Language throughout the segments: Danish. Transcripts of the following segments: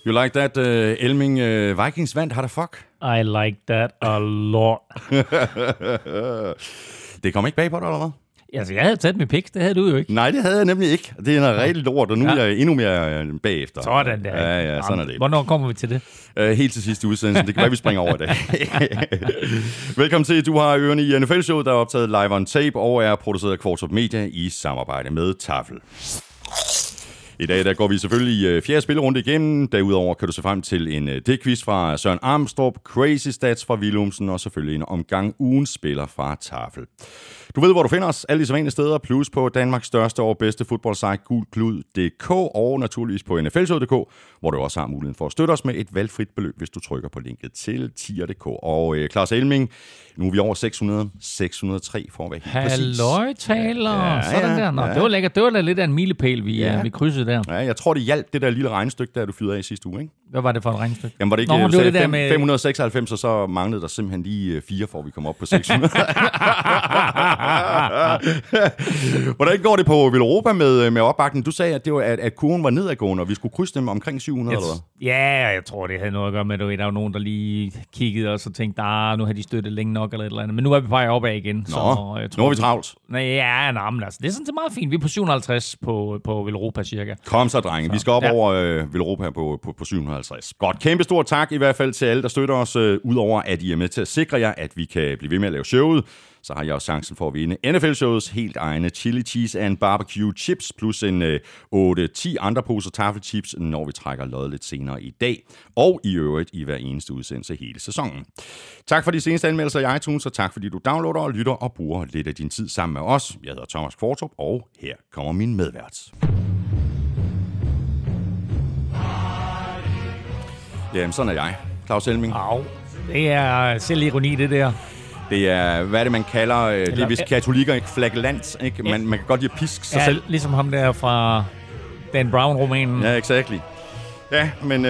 You like that, Elming? Vikings vandt, how the fuck? I like that a lot. Det kom ikke bag på dig, eller hvad? Altså, jeg havde taget mit pick, det havde du jo ikke. Nej, det havde jeg nemlig ikke. Det er noget rigtig lort, og nu er jeg endnu mere bagefter. Sådan der. Ja, sådan er det. Hvornår kommer vi til det? Helt til sidste udsendelse. Det kan være, vi springer over det. Velkommen til. Du har ørerne i NFL-showet, der er optaget live on tape og er produceret af Kvartrup Media i samarbejde med Tafel. I dag der går vi selvfølgelig i fjerde spillerunde igennem. Derudover kan du se frem til en D-quiz fra Søren Armstrong, Crazy Stats fra Willumsen og selvfølgelig en omgang ugens spiller fra Tafel. Du ved, hvor du finder os alle de sædvanlige steder, plus på Danmarks største og bedste fodboldsite, gulklud.dk og naturligvis på nflshow.dk, hvor du også har muligheden for at støtte os med et valgfrit beløb, hvis du trykker på linket til tier.dk. Og Claus Elming, nu er vi over 603 for at være helt præcis. Halløj, taler. Ja, sådan der. Nå, det var lækkert. Det var da lidt af en milepæl, vi krydsede der. Ja, jeg tror, det hjalp det der lille regnestykke, der du fyrede af i sidste uge, ikke? Hvad var det for et regnestykke? Jamen var det ikke det var det der med 596, og så manglede der simpelthen lige 4, for at vi kom op på 600. Hvordan går det på Villeuropa med opbakningen? Du sagde, at det var, at kurven var nedadgående, og vi skulle krydse dem omkring 700 eller hvad? Ja, jeg tror, det havde noget at gøre med, at der var nogen, der lige kiggede og så tænkte, nu har de støttet længe nok eller et eller andet. Men nu er vi på vej opad igen. Nå, så jeg tror, nu er vi travlt. Men altså, det er sådan set meget fint. Vi er på 750 på Villeuropa cirka. Kom så, drenge. Vi skal op over Villeuropa på 750. Godt, kæmpe stor tak i hvert fald til alle, der støtter os. Udover at I er med til at sikre jer, at vi kan blive ved med at lave showet, så har jeg også chancen for at vinde NFL-showets helt egne chili cheese and barbecue chips, plus en 8-10 andre poser taffelchips, når vi trækker loddet lidt senere i dag, og i øvrigt i hver eneste udsendelse hele sæsonen. Tak for de seneste anmeldelser i iTunes, og tak fordi du downloader og lytter og bruger lidt af din tid sammen med os. Jeg hedder Thomas Kvartrup, og her kommer min medvært. Jamen, sådan er jeg. Claus Elming. Det er selv ironi, det der. Det er, hvad er det, man kalder, det er hvis katolikker ikke flagellant, ikke? Man kan godt lide at piske sig selv. Ligesom ham der fra Dan Brown-romanen. Ja, exactly. Ja, men...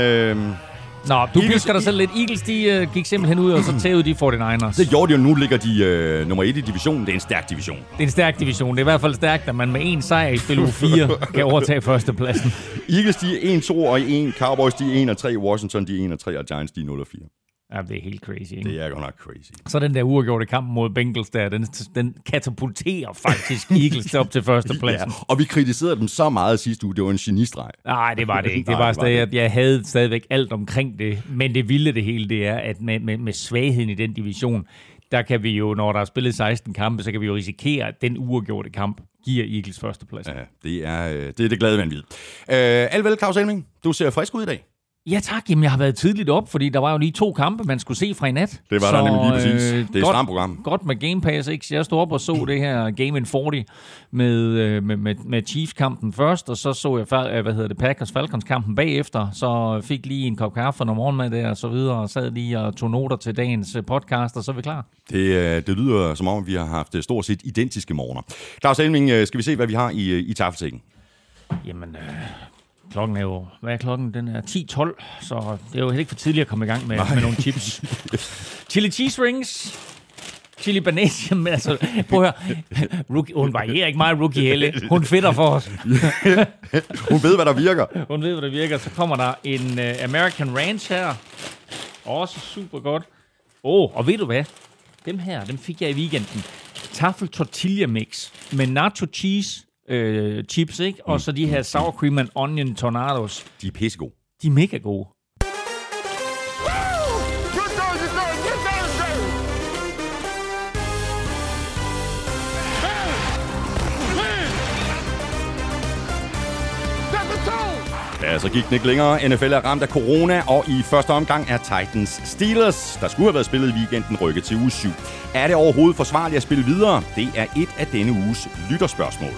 du pisker dig selv lidt. Eagles, de gik simpelthen ud, og så tævede de 49ers. Det gjorde de jo. Nu ligger de nummer 1 i divisionen. Det er en stærk division. Det er en stærk division. Det er i hvert fald stærkt, at man med en sejr i spil uge 4 kan overtage førstepladsen. Eagles, de er 1-2 og 1. Cowboys, de er 1-3. Washington, de er 1-3. Og Giants, de er 0-4. Ja, det er helt crazy, ikke? Det er godt nok crazy. Så den der uafgjorte kamp mod Bengals der, den katapulterer faktisk Eagles op til førstepladsen. Ja, og vi kritiserede dem så meget sidste uge, det var en genistreg. Nej, det var det ikke. Det var stadig, at jeg havde stadigvæk alt omkring det. Men det vilde det hele, det er, at med svagheden i den division, der kan vi jo, når der er spillet 16 kampe, så kan vi jo risikere, at den uafgjorte kamp giver Eagles førsteplads. Ja, det er det glade vanvid. Alvel, Claus Elming, du ser frisk ud i dag. Ja tak, jamen jeg har været tidligt op, fordi der var jo lige 2 kampe, man skulle se fra i nat. Det var der nemlig lige præcis. Det er et stramt program. Godt med Game Pass, ikke? Så jeg stod op og så det her Game in 40 med Chiefs-kampen først, og så jeg Packers-Falcons-kampen bagefter, så fik lige en kop kaffe og noget morgenmad der og så videre, og sad lige og tog noter til dagens podcast, og så er vi klar. Det lyder som om, vi har haft stort set identiske morgener. Claus Elming, skal vi se, hvad vi har i taffelsækken? Jamen... Klokken er jo... Hvad er klokken? Den er 10:12, så det er jo helt ikke for tidligt at komme i gang med nogle chips. Chili cheese rings. Chili banasium. Altså, prøv at høre. Hun varierer ikke meget, Rookie Helle. Hun fedter for os. Hun ved, hvad der virker. Hun ved, hvad der virker. Så kommer der en American Ranch her. Også super godt. Og ved du hvad? Dem fik jeg i weekenden. Taffel tortilla mix med nacho cheese... chips, ikke? Og så de her sour cream and onion tornadoes. De er pissegode. De er mega gode. Ja, så gik den ikke længere. NFL er ramt af corona, og i første omgang er Titans Steelers, der skulle have været spillet i weekenden, rykket til uge 7. Er det overhovedet forsvarligt at spille videre? Det er et af denne uges lytterspørgsmål.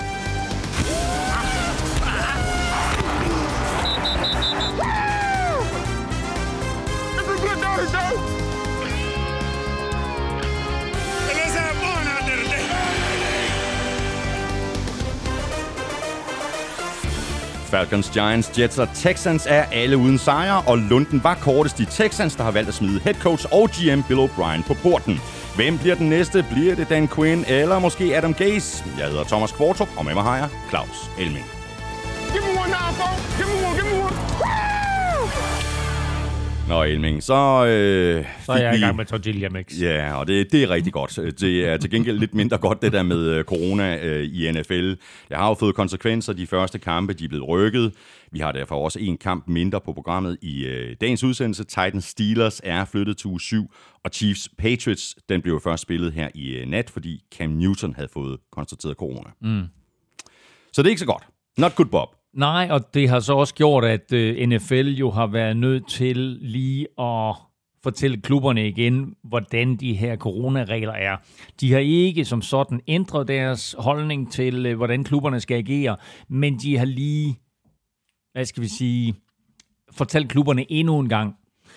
Falcons, Giants, Jets og Texans er alle uden sejre, og lunden var kortest i Texans, der har valgt at smide head coach og GM Bill O'Brien på porten. Hvem bliver den næste? Bliver det Dan Quinn eller måske Adam Gase? Jeg hedder Thomas Kvartrup, og med mig har jeg Claus Elming. Give me one now, folks. Give me one. Nå, Elming, så er jeg i gang med tortilla mix. Ja, og det er rigtig godt. Det er til gengæld lidt mindre godt, det der med corona i NFL. Det har jo fået konsekvenser. De første kampe, de er blevet rykket. Vi har derfor også en kamp mindre på programmet i dagens udsendelse. Titans Steelers er flyttet til uge 7, og Chiefs Patriots, den blev først spillet her i nat, fordi Cam Newton havde fået konstateret corona. Så det er ikke så godt. Not good, Bob. Nej, og det har så også gjort, at NFL jo har været nødt til lige at fortælle klubberne igen, hvordan de her coronaregler er. De har ikke som sådan ændret deres holdning til, hvordan klubberne skal agere, men de har lige, fortalt klubberne endnu en gang,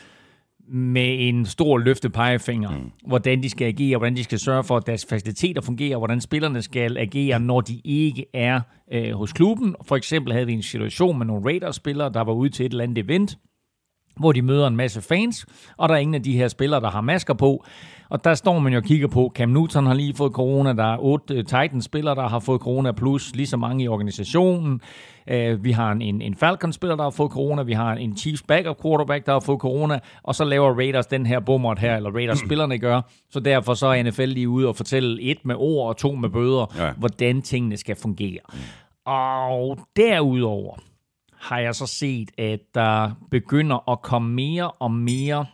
med en stor løftet pegefinger, hvordan de skal agere, hvordan de skal sørge for, at deres faciliteter fungerer, hvordan spillerne skal agere, når de ikke er hos klubben. For eksempel havde vi en situation med nogle Raiders-spillere, der var ude til et eller andet event, hvor de møder en masse fans, og der er ingen af de her spillere, der har masker på. Og der står man jo og kigger på, Cam Newton har lige fået corona, der er 8 Titans-spillere, der har fået corona, plus lige så mange i organisationen. Vi har en Falcons-spiller, der har fået corona, vi har en Chiefs backup quarterback, der har fået corona, og så laver Raiders den her bummert her, eller Raiders-spillerne gør. Så derfor så er NFL lige ude og fortælle 1 med ord og 2 med bøder, hvordan tingene skal fungere. Og derudover har jeg så set, at der begynder at komme mere og mere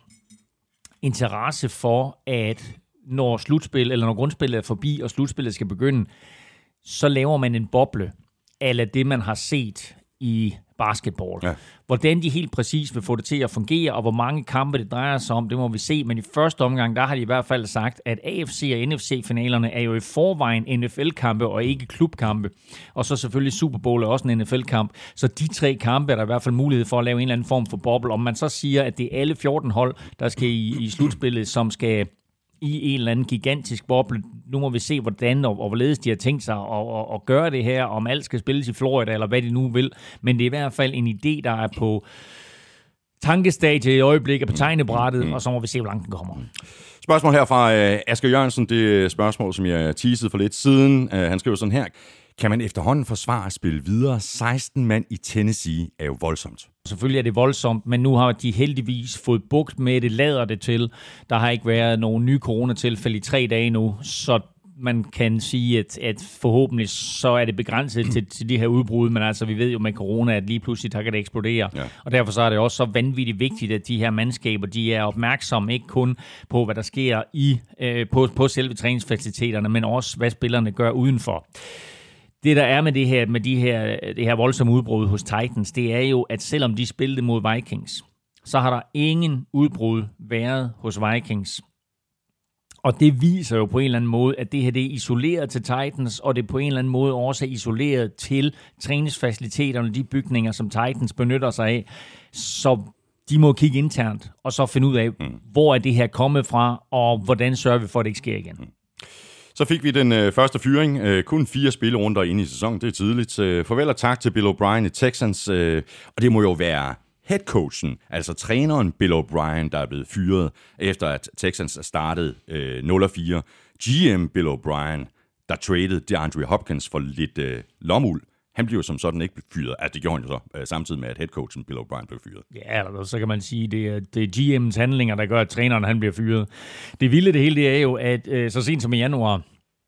interesse for, at når slutspil eller når grundspillet er forbi, og slutspillet skal begynde, så laver man en boble eller det, man har set i basketball. Ja. Hvordan de helt præcis vil få det til at fungere, og hvor mange kampe det drejer sig om, det må vi se. Men i første omgang, der har de i hvert fald sagt, at AFC og NFC-finalerne er jo i forvejen NFL-kampe og ikke klubkampe. Og så selvfølgelig Super Bowl er også en NFL-kamp. Så de 3 kampe er der i hvert fald mulighed for at lave en eller anden form for boble. Om man så siger, at det er alle 14 hold, der skal i slutspillet, som skal i en eller anden gigantisk boble. Nu må vi se, hvordan og hvorledes de har tænkt sig at gøre det her, om alt skal spilles i Florida, eller hvad de nu vil. Men det er i hvert fald en idé, der er på tankestadie i øjeblikket, på tegnebrættet, og så må vi se, hvor langt den kommer. Spørgsmål her fra Asger Jørgensen. Det er spørgsmål, som jeg teasede for lidt siden. Han skriver sådan her. Kan man efterhånden forsvare at spille videre? 16 mand i Tennessee er jo voldsomt. Selvfølgelig er det voldsomt, men nu har de heldigvis fået bugt med det, lader det til. Der har ikke været nogen nye coronatilfælde i 3 dage nu, så man kan sige, at forhåbentlig så er det begrænset til de her udbrud, men altså vi ved jo med corona, at lige pludselig kan det eksplodere. Ja. Og derfor så er det også så vanvittigt vigtigt, at de her mandskaber, de er opmærksomme ikke kun på, hvad der sker på selve træningsfaciliteterne, men også hvad spillerne gør udenfor. Det, der er med det her voldsomme udbrud hos Titans, det er jo, at selvom de spillede mod Vikings, så har der ingen udbrud været hos Vikings. Og det viser jo på en eller anden måde, at det her det er isoleret til Titans, og det på en eller anden måde også er isoleret til træningsfaciliteterne, de bygninger, som Titans benytter sig af. Så de må kigge internt, og så finde ud af, hvor er det her kommet fra, og hvordan sørger vi for, at det ikke sker igen. Så fik vi den første fyring. Kun 4 spillerunder inde i sæsonen. Det er tidligt. Farvel og tak til Bill O'Brien i Texans. Og det må jo være headcoachen, altså træneren Bill O'Brien, der er blevet fyret, efter at Texans startede 0-4. GM Bill O'Brien, der traded DeAndre Hopkins for lidt lomuld. Han blev jo som sådan ikke fyret. Altså, det gjorde han jo så, samtidig med, at headcoachen Bill O'Brien blev fyret. Ja, eller så kan man sige, det er GM's handlinger, der gør, at træneren han bliver fyret. Det vilde det hele, det er jo, at så sent som i januar,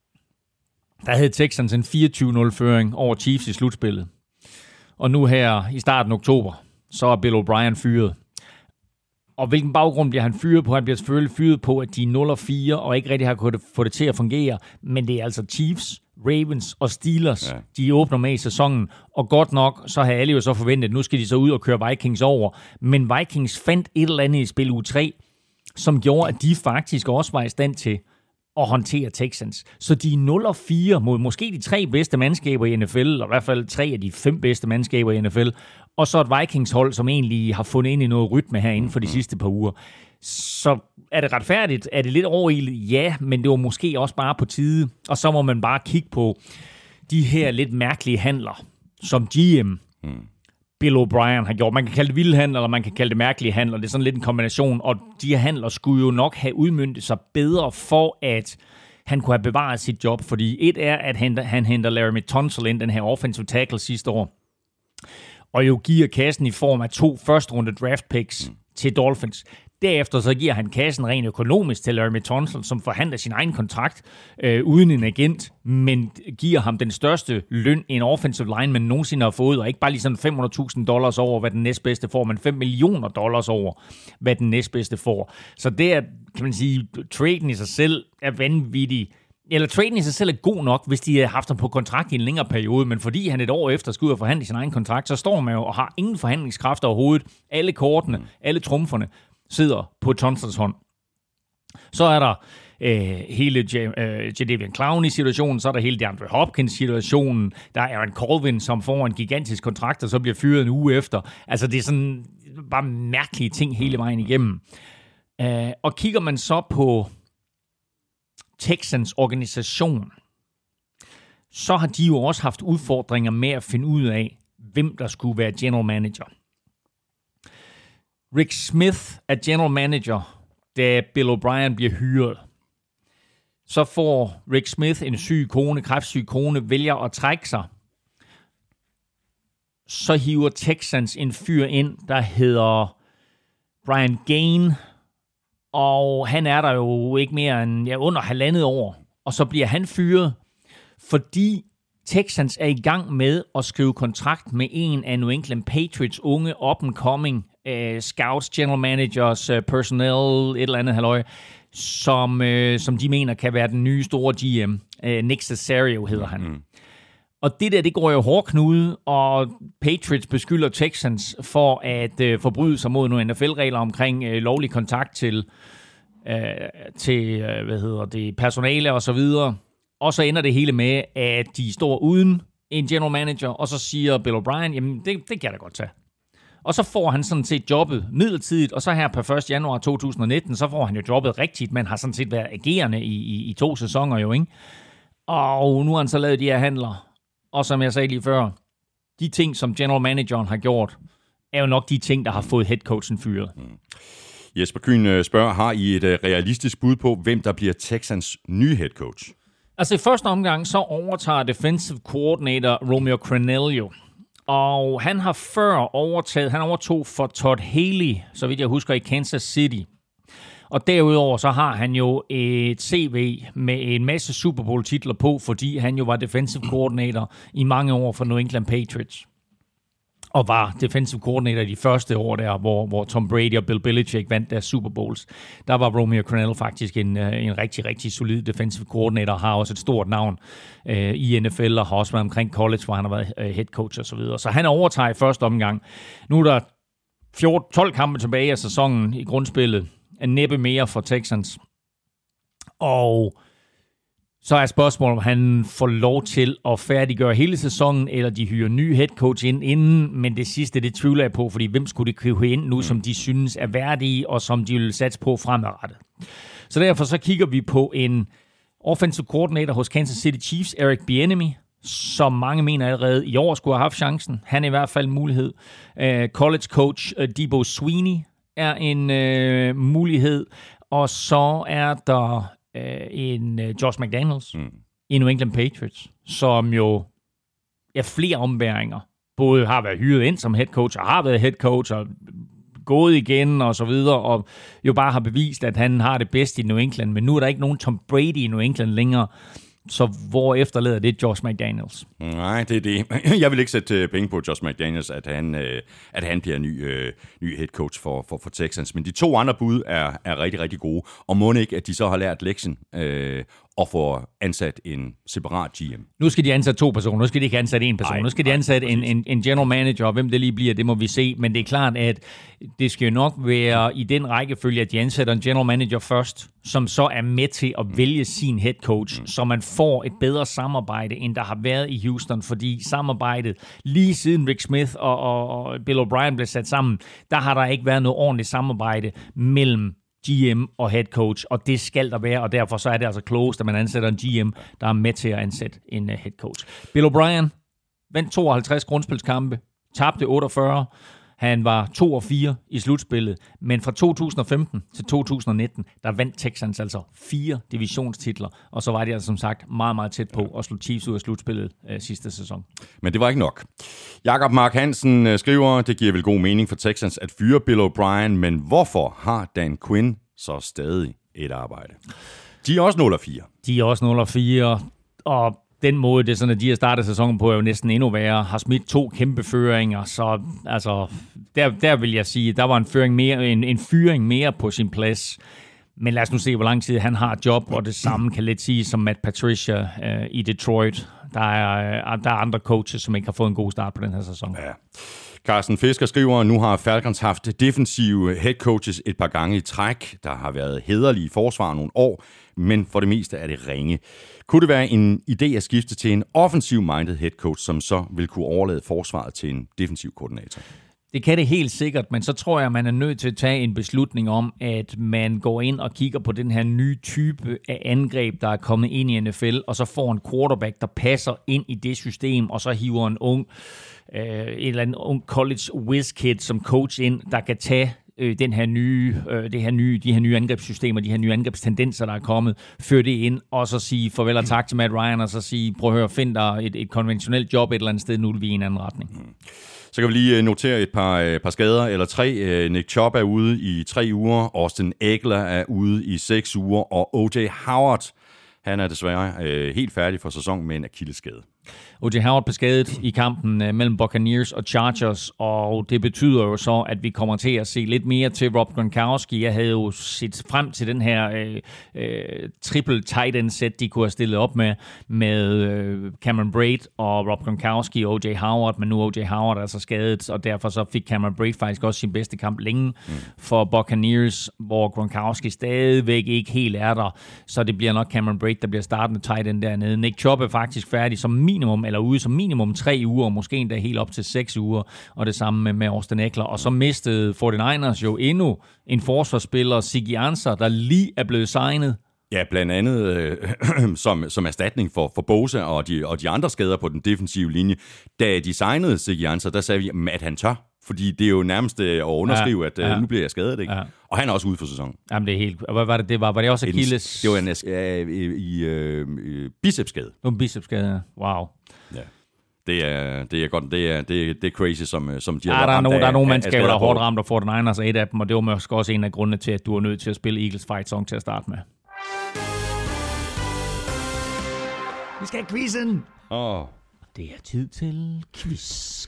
der havde Texans en 24-0-føring over Chiefs i slutspillet. Og nu her i starten af oktober, så er Bill O'Brien fyret. Og hvilken baggrund bliver han fyret på? Han bliver selvfølgelig fyret på, at de er 0-4 og ikke rigtig har kunnet få det til at fungere. Men det er altså Chiefs, Ravens og Steelers, de åbner med i sæsonen. Og godt nok, så har alle jo så forventet, at nu skal de så ud og køre Vikings over. Men Vikings fandt et eller andet i spil uge 3, som gjorde, at de faktisk også var i stand til at håndtere Texans. Så de er 0-4 mod måske de 3 bedste mandskaber i NFL, eller i hvert fald 3 af de 5 bedste mandskaber i NFL. Og så et Vikings-hold, som egentlig har fundet ind i noget rytme her inden for de sidste par uger. Så er det retfærdigt? Er det lidt overilet? Ja, men det var måske også bare på tide. Og så må man bare kigge på de her lidt mærkelige handler, som GM Bill O'Brien har gjort. Man kan kalde det vilde handler, eller man kan kalde det mærkelige handler. Det er sådan lidt en kombination, og de her handler skulle jo nok have udmøntet sig bedre for, at han kunne have bevaret sit job. Fordi et er, at han henter Laramie Tunsil ind, den her offensive tackle sidste år. og jo giver kassen i form af 2 første-runde draft picks til Dolphins. Derefter så giver han kassen rent økonomisk til Laremy Tunsil, som forhandler sin egen kontrakt uden en agent, men giver ham den største løn, en offensive lineman nogensinde har fået, og ikke bare lige sådan $500,000 over, hvad den næstbedste får, men $5 million over, hvad den næstbedste får. Så det er, kan man sige, traden i sig selv er vanvittig. Eller traden i sig selv er god nok, hvis de har haft ham på kontrakt i en længere periode, men fordi han et år efter skal ud og forhandle sin egen kontrakt, så står man jo og har ingen forhandlingskraft overhovedet. Alle kortene, alle trumferne sidder på Tonsils hånd. Så er der hele Jadeveon Clowney-situationen, så er der hele DeAndre Hopkins-situationen, der er en Colvin, som får en gigantisk kontrakt, og så bliver fyret en uge efter. Altså det er sådan bare mærkelige ting hele vejen igennem. Og kigger man så på Texans organisation, så har de jo også haft udfordringer med at finde ud af, hvem der skulle være general manager. Rick Smith er general manager, da Bill O'Brien bliver hyret. Så får Rick Smith en kræftsyg kone, vælger at trække sig. Så hiver Texans en fyr ind, der hedder Brian Gain, og han er der jo ikke mere end under 1,5 år. Og så bliver han fyret, fordi Texans er i gang med at skrive kontrakt med en af New England Patriots unge up-and-coming scouts, general managers, personnel, et eller andet halløj, som de mener kan være den nye store GM. Nick Caserio hedder han. Og det går jo hårdknude, og Patriots beskylder Texans for at forbryde sig mod nogle NFL-regler omkring lovlig kontakt til personale og så videre. Og så ender det hele med, at de står uden en general manager, og så siger Bill O'Brien, jamen det kan jeg da godt tage. Og så får han sådan set jobbet midlertidigt, og så her på 1. januar 2019, så får han jo jobbet rigtigt, men har sådan set været agerende i 2 sæsoner jo, ikke? Og nu har han så lavet de her handler, og som jeg sagde lige før, de ting, som general manageren har gjort, er jo nok de ting, der har fået headcoachen fyret. Jesper Kyhn spørger, har I et realistisk bud på, hvem der bliver Texans nye headcoach? Altså i første omgang, så overtager defensive coordinator Romeo Crennel, og han har før overtog for Todd Haley, så vidt jeg husker, i Kansas City. Og derudover så har han jo et CV med en masse Super Bowl titler på, fordi han jo var defensive coordinator i mange år for New England Patriots. Og var defensive coordinator de første år der, hvor Tom Brady og Bill Belichick vandt deres Super Bowls. Der var Romeo Crennel faktisk en rigtig, rigtig solid defensive coordinator, har også et stort navn i NFL, og har også været omkring college, hvor han har været head coach og så videre. Så han overtager i første omgang. Nu er der 12 kampe tilbage af sæsonen i grundspillet, er næppe mere for Texans. Og så er spørgsmålet, om han får lov til at færdiggøre hele sæsonen, eller de hyrer ny headcoach inden, men det sidste, det tvivler jeg på, fordi hvem skulle det købe ind nu, som de synes er værdige, og som de vil satse på fremadrettet. Så derfor så kigger vi på en offensive coordinator hos Kansas City Chiefs, Eric Bieniemy, som mange mener allerede i år skulle have haft chancen. Han er i hvert fald en mulighed. College coach Debo Swinney er en mulighed, og så er der en Josh McDaniels i New England Patriots, som jo er flere ombæringer. Både har været hyret ind som head coach, og har været head coach, og gået igen, og så videre, og jo bare har bevist, at han har det bedste i New England, men nu er der ikke nogen Tom Brady i New England længere. Så hvor efterlader det Josh McDaniels? Nej, det er det. Jeg vil ikke sætte penge på Josh McDaniels, at han bliver ny head coach for Texans. Men de 2 andre bud er rigtig, rigtig gode. Og må ikke, at de så har lært lektion og få ansat en separat GM. Nu skal de ansætte 2 personer. Nu skal de ikke ansætte 1 person. Nu skal de ansætte en general manager, og hvem det lige bliver, det må vi se. Men det er klart, at det skal jo nok være i den rækkefølge, at de ansætter en general manager først, som så er med til at vælge sin head coach, så man får et bedre samarbejde, end der har været i Houston, fordi samarbejdet lige siden Rick Smith og Bill O'Brien blev sat sammen, der har der ikke været noget ordentligt samarbejde mellem GM og head coach, og det skal der være, og derfor så er det altså klogest, at man ansætter en GM, der er med til at ansætte en head coach. Bill O'Brien vandt 52 grundspilskampe, tabte 48. Han var 2-4 i slutspillet, men fra 2015 til 2019, der vandt Texans altså 4 divisionstitler, og så var de altså som sagt meget, meget tæt på at slå Chiefs ud af slutspillet sidste sæson. Men det var ikke nok. Jakob Mark Hansen skriver, det giver vel god mening for Texans at fyre Bill O'Brien, men hvorfor har Dan Quinn så stadig et arbejde? De er også 0-4. De er også 0-4, og den måde, det er sådan, at de har startet sæsonen på, er jo næsten endnu værre. Har smidt 2 kæmpe føringer, så altså, der vil jeg sige, der var en fyring mere på sin plads. Men lad os nu se, hvor lang tid han har job, og det samme kan lidt sige som Matt Patricia i Detroit. Der er andre coaches, som ikke har fået en god start på den her sæson. Ja. Carsten Fisker skriver, nu har Falcons haft defensive head coaches et par gange i træk. Der har været hæderlige forsvar nogle år, men for det meste er det ringe. Kunne det være en idé at skifte til en offensiv-minded head coach, som så vil kunne overlade forsvaret til en defensiv koordinator? Det kan det helt sikkert, men så tror jeg, man er nødt til at tage en beslutning om, at man går ind og kigger på den her nye type af angreb, der er kommet ind i NFL, og så får en quarterback, der passer ind i det system, og så hiver en en eller anden ung college whiz kid som coach ind, der kan tage de her nye angrebssystemer, de her nye angrebstendenser, der er kommet, føre det ind, og så sige farvel og tak til Matt Ryan, og så sige, prøv at høre, find dig et konventionelt job et eller andet sted, nu vil vi i en anden retning. Så kan vi lige notere et par skader, eller 3. Nick Chubb er ude i 3 uger, Austin Ekeler er ude i 6 uger, og O.J. Howard, han er desværre helt færdig for sæsonen med en akillesskade. O.J. Howard blev skadet i kampen mellem Buccaneers og Chargers, og det betyder jo så, at vi kommer til at se lidt mere til Rob Gronkowski. Jeg havde jo set frem til den her triple tight end set, de kunne have stillet op med Cameron Braid og Rob Gronkowski og O.J. Howard, men nu er O.J. Howard altså skadet, og derfor så fik Cameron Braid faktisk også sin bedste kamp længe for Buccaneers, hvor Gronkowski stadigvæk ikke helt er der, så det bliver nok Cameron Braid, der bliver startende tight end dernede. Nick Chubb er faktisk færdig som minimum, eller ude som minimum 3 uger, måske endda helt op til 6 uger, og det samme med Austin Ekeler. Og så mistede 49ers jo endnu en forsvarsspiller, Ziggy Ansah, der lige er blevet signet. Ja, blandt andet som erstatning for Bosa og de andre skader på den defensive linje. Da de signede Ziggy Ansah, der sagde vi, at han tør. Fordi det er jo nærmest at underskrive, at nu bliver jeg skadet, ikke? Ja. Og han er også ude for sæsonen. Jamen, det er helt... Hvad var det? Var det også Achilles? Det var en bicepsskade. Det var en bicepsskade, wow. Ja. Det er godt. Det er crazy, som de har ramt. Der er nogle mandskaber, der er hårdt ramt, og får den egen, altså et af dem, og det var måske også en af grundene til, at du er nødt til at spille Eagles Fight Song til at starte med. Vi skal have quizzen! Det er tid til quiz.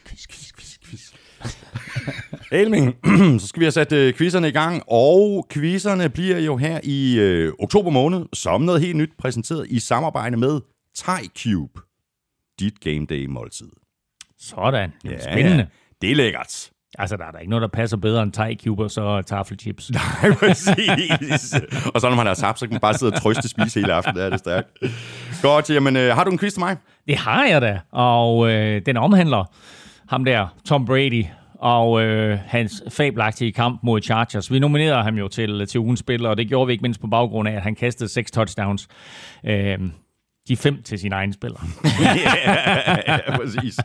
Elming, så skal vi have sat quizzerne i gang, og quizzerne bliver jo her i oktober måned, som noget helt nyt præsenteret i samarbejde med ThaiCube. Dit game day måltid. Sådan, spændende. Ja, det er lækkert. Altså, der er da ikke noget, der passer bedre end ThaiCube og så taffelchips. Nej, præcis. Og så når man har tabt, så kan man bare sidde og trøste spise hele aftenen. Det er det stærkt. Godt, jamen, har du en quiz til mig? Det har jeg da, og den omhandler ham der, Tom Brady, og hans fabelagtige kamp mod Chargers. Vi nominerede ham jo til ugens spiller, og det gjorde vi ikke mindst på baggrund af, at han kastede 6 touchdowns. De 5 til sine egne spillere. Ja, præcis.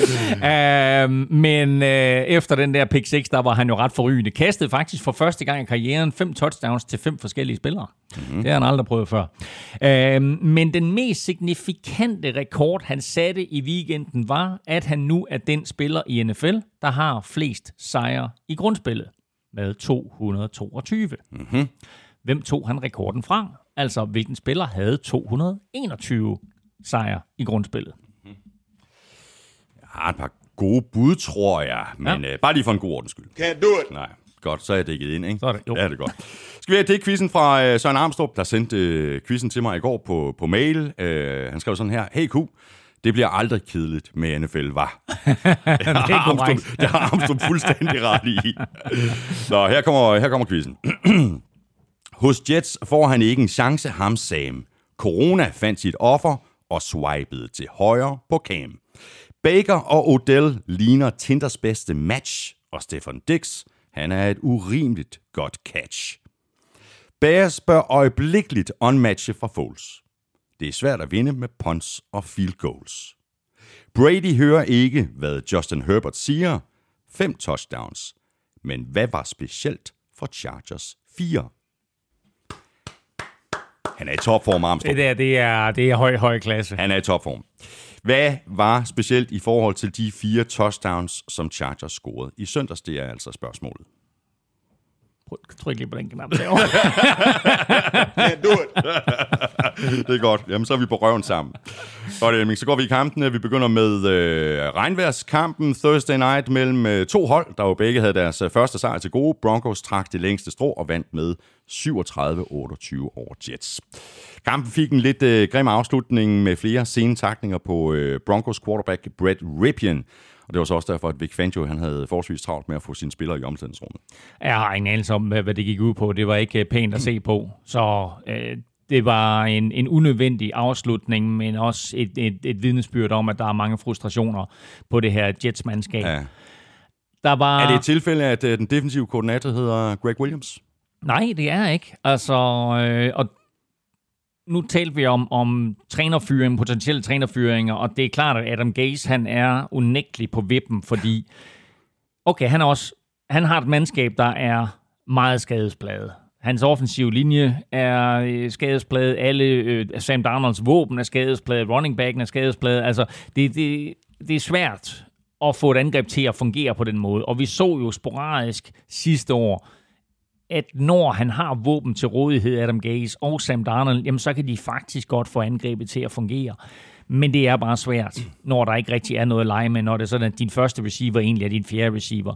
Men efter den der pick 6, der var han jo ret forrygende. Kastede faktisk for første gang i karrieren 5 touchdowns til 5 forskellige spillere. Mm-hmm. Det har han aldrig prøvet før. Men den mest signifikante rekord, han satte i weekenden, var, at han nu er den spiller i NFL, der har flest sejre i grundspillet. Med 222. Mm-hmm. Hvem tog han rekorden fra? Altså, hvilken spiller havde 221 sejre i grundspillet? Jeg har et par gode bud, tror jeg. Men bare lige for en god ordens skyld. Can't do it. Nej, godt, så er jeg dækket ind, ikke? Så er det, jo. Ja, det er godt. Skal vi have det quizzen fra Søren Armstrong, der sendte quizzen til mig i går på mail. Han skrev sådan her. Hey Q, det bliver aldrig kedeligt med NFL, var. Det har Armstrong fuldstændig ret i. Så her kommer quizzen. Hos Jets får han ikke en chance, ham Sam. Corona fandt sit offer og swipede til højre på Cam. Baker og Odell ligner Tinders bedste match, og Stefan Diggs, han er et urimeligt godt catch. Bears bør øjeblikkeligt unmatche fra Foles. Det er svært at vinde med punts og field goals. Brady hører ikke, hvad Justin Herbert siger. 5 touchdowns. Men hvad var specielt for Chargers 4? Han er i topform, Armstrong. Det er høj klasse. Han er i topform. Hvad var specielt i forhold til de 4 touchdowns, som Chargers scorede i søndags? Det er altså spørgsmålet. Tryk lige på den knap derovre. Det er godt. Jamen, så er vi på røven sammen. Godt, så går vi i kampen. Vi begynder med regnværskampen Thursday night mellem 2 hold, der jo begge havde deres første sejr til gode. Broncos trak det længste strå og vandt med 37-28 over Jets. Kampen fik en lidt grim afslutning med flere sene taklinger på Broncos quarterback Brett Rypien. Og det var så også derfor, at Vic Fangio han havde forholdsvis travlt med at få sine spillere i omklædningsrummet. Jeg har ingen anelse om, hvad det gik ud på. Det var ikke pænt at se på. Så det var en unødvendig afslutning, men også et vidnesbyrd om, at der er mange frustrationer på det her Jets-mandskab. Ja. Er det et tilfælde, at den defensive koordinator hedder Greg Williams? Nej, det er ikke. Altså, og nu talte vi om trænerfyring, potentielle trænerfyringer, og det er klart, at Adam Gase, han er unægtelig på vippen, fordi okay, han har et mandskab, der er meget skadespladet. Hans offensive linje er skadespladet, alle Sam Darnolds våben er skadespladet, running backen er skadespladet. Altså, det er svært at få et angreb til at fungere på den måde, og vi så jo sporadisk sidste år, at når han har våben til rådighed, Adam Gase og Sam Darnold, jamen så kan de faktisk godt få angrebet til at fungere. Men det er bare svært, når der ikke rigtig er noget at lege med, når det er sådan, at din første receiver egentlig er din fjerde receiver.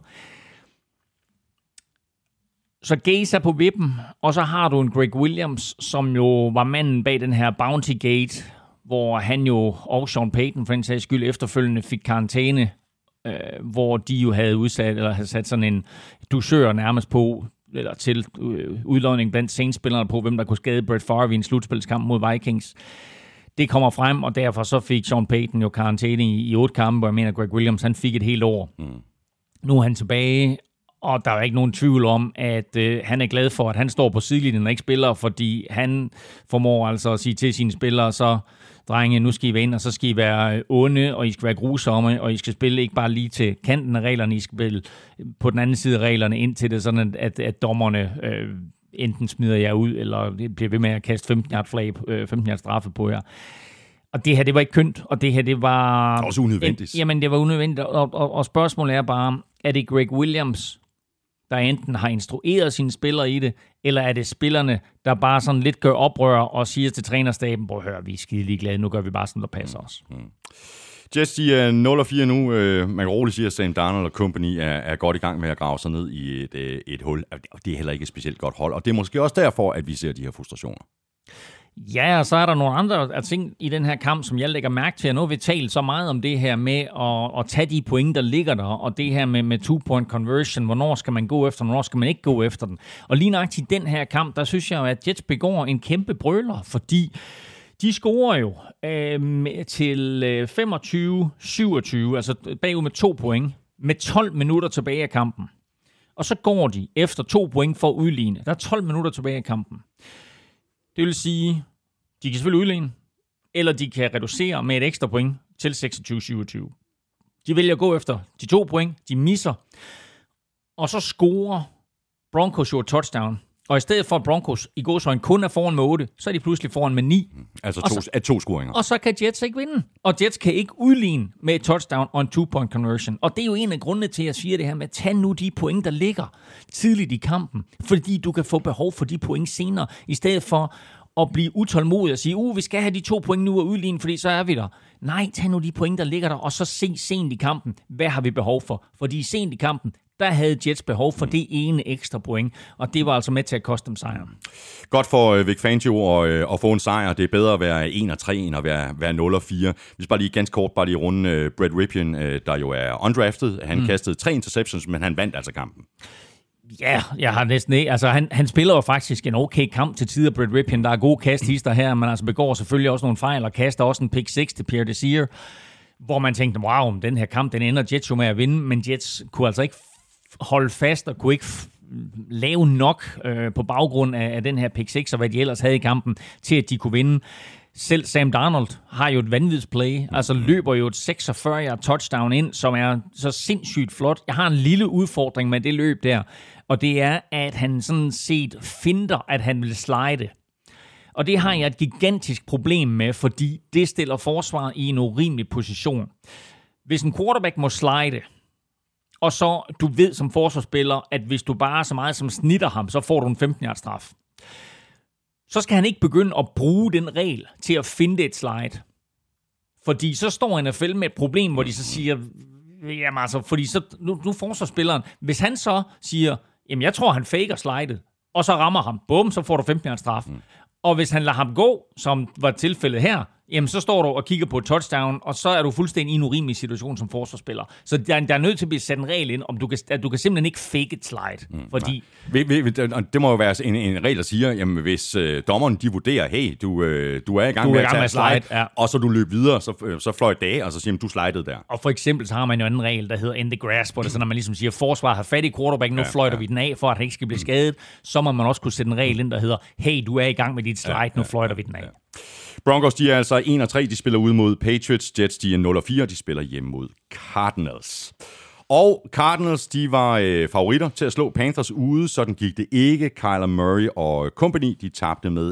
Så Gase er på vippen, og så har du en Greg Williams, som jo var manden bag den her Bounty Gate, hvor han jo, og Sean Payton for en sags skyld, efterfølgende fik karantæne, hvor de jo havde sat sådan en dusør nærmest på, eller til udlodning blandt scenespillerne på, hvem der kunne skade Brett Favre i en slutspilskamp mod Vikings. Det kommer frem, og derfor så fik Sean Payton jo karantæne i 8 kampe, og jeg mener, Greg Williams, han fik et helt år. Nu er han tilbage, og der er ikke nogen tvivl om, at han er glad for, at han står på sidelinjen og ikke spiller, fordi han formår altså at sige til sine spillere, så drenge, nu skal I være ind, og så skal I være onde, og I skal være grusomme, og I skal spille ikke bare lige til kanten af reglerne, I skal spille på den anden side af reglerne ind til det, sådan at dommerne enten smider jer ud, eller bliver ved med at kaste 15-yard straffe på jer. Og det her, det var ikke kønt, og det her, det var også unødvendigt. Jamen, det var unødvendigt, og spørgsmålet er bare, er det Greg Williams, der enten har instrueret sine spillere i det, eller er det spillerne, der bare sådan lidt gør oprør og siger til trænerstaben, prøv at høre, vi er skide ligeglade, nu gør vi bare sådan, der passer os. Jets, de er 0-4 nu. Man kan roligt sige, at Sam Darnold og company er godt i gang med at grave sig ned i et hul. Og det er heller ikke et specielt godt hold, og det er måske også derfor, at vi ser de her frustrationer. Ja, og så er der nogle andre ting i den her kamp, som jeg lægger mærke til. Nu har vi talt så meget om det her med at tage de point, der ligger der, og det her med 2-point conversion. Hvornår skal man gå efter den, hvornår skal man ikke gå efter den? Og lige nok til den her kamp, der synes jeg jo, at Jets begår en kæmpe brøler, fordi de scorer jo til 25-27, altså bagud med 2 point, med 12 minutter tilbage af kampen. Og så går de efter 2 point for at udligne. Der er 12 minutter tilbage af kampen. Det vil sige, de kan selvfølgelig udligne, eller de kan reducere med et ekstra point til 26-27. De vælger at gå efter de 2 point, de misser, og så scorer Broncos jo et touchdown. Og i stedet for at Broncos i gåseøjne kun er foran med 8, så er de pludselig foran med 9. Altså to scoringer. Og så kan Jets ikke vinde. Og Jets kan ikke udligne med et touchdown og en 2-point conversion. Og det er jo en af grundene til, at jeg siger det her med, tag nu de point, der ligger tidligt i kampen. Fordi du kan få behov for de point senere, i stedet for at blive utålmodig og sige, vi skal have de 2 point nu og udligne, fordi så er vi der. Nej, tag nu de point, der ligger der, og så se sent i kampen, hvad har vi behov for? Fordi sent i kampen, der havde Jets behov for det ene ekstra point, og det var altså med til at koste dem sejren. Godt for Vic Fangio at få en sejr. Det er bedre at være 1-3 end at være 0-4. Vi skal bare lige ganske kort runde Brett Rypien, der jo er undrafted. Han kastede 3 interceptions, men han vandt altså kampen. Ja, jeg har næsten ikke. Altså, han spiller jo faktisk en okay kamp til tider, Brett Rypien. Der er gode kasthister her, men altså begår selvfølgelig også nogle fejl, og kaster også en pick 6 til Pierre Desir, hvor man tænkte, wow, den her kamp, den ender Jets jo med at vinde, men Jets kunne altså ikke holde fast og kunne ikke lave nok på baggrund af den her pick 6 og hvad de ellers havde i kampen, til at de kunne vinde. Selv Sam Darnold har jo et vanvidsplay, altså løber jo et 46-yard touchdown ind, som er så sindssygt flot. Jeg har en lille udfordring med det løb der, og det er, at han sådan set finder, at han vil slide. Og det har jeg et gigantisk problem med, fordi det stiller forsvaret i en urimelig position. Hvis en quarterback må slide, og så du ved som forsvarsspiller, at hvis du bare så meget som snitter ham, så får du en 15-yard straf. Så skal han ikke begynde at bruge den regel til at finde et slide. Fordi så står NFL med et problem, hvor de så siger, jamen altså, fordi så, nu forsvarsspilleren, hvis han så siger, jamen jeg tror, han faker slidet, og så rammer ham, bum, så får du 15-yard straf. Og hvis han lader ham gå, som var tilfældet her, jamen så står du og kigger på et touchdown, og så er du fuldstændig i en urimelig situation som forsvarsspiller. Så der er nødt til at blive sat en regel ind, om at du kan simpelthen ikke fake et slide. Fordi det må jo være en regel, der siger, jamen hvis dommeren de vurderer, hey, du er i gang med at tage slide, ja. Og så du løber videre, så fløjt det af, og så siger du slidede der. Og for eksempel så har man jo en regel, der hedder end the grass, hvor det så, når man ligesom siger, forsvaret har fat i quarterback, nu fløjter vi den af, for at han ikke skal blive skadet, så må man også kunne sætte en regel ind, der hedder, hey, du er i gang med dit slide, nu fløjter vi den af. Broncos, de er altså 1-3, de spiller ud mod Patriots. Jets, de er 0-4, de spiller hjemme mod Cardinals. Og Cardinals, de var favoritter til at slå Panthers ude, sådan gik det ikke. Kyler Murray og company, de tabte med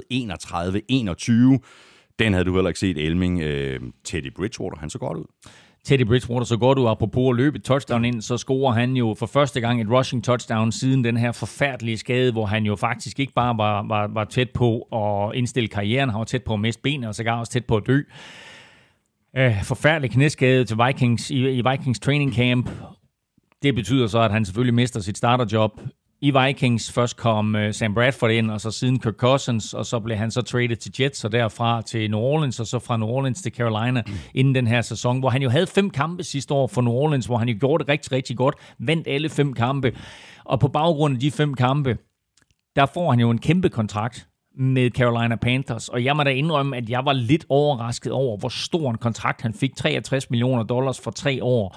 31-21. Den havde du heller ikke set, Elming. Teddy Bridgewater, han så godt ud. Teddy Bridgewater så godt ud, apropos at løbe et touchdown ind, så scorer han jo for første gang et rushing touchdown siden den her forfærdelige skade, hvor han jo faktisk ikke bare var tæt på at indstille karrieren, han var tæt på at miste benene, og sågar også tæt på at dø. Forfærdelig knæskade til Vikings i Vikings training camp. Det betyder så, at han selvfølgelig mister sit starterjob i Vikings. Først kom Sam Bradford ind, og så siden Kirk Cousins, og så blev han så traded til Jets, og derfra til New Orleans, og så fra New Orleans til Carolina inden den her sæson, hvor han jo havde 5 kampe sidste år for New Orleans, hvor han jo gjorde det rigtig, rigtig godt, vandt alle 5 kampe, og på baggrund af de 5 kampe, der får han jo en kæmpe kontrakt med Carolina Panthers, og jeg må da indrømme, at jeg var lidt overrasket over, hvor stor en kontrakt han fik, $63 million for 3 år.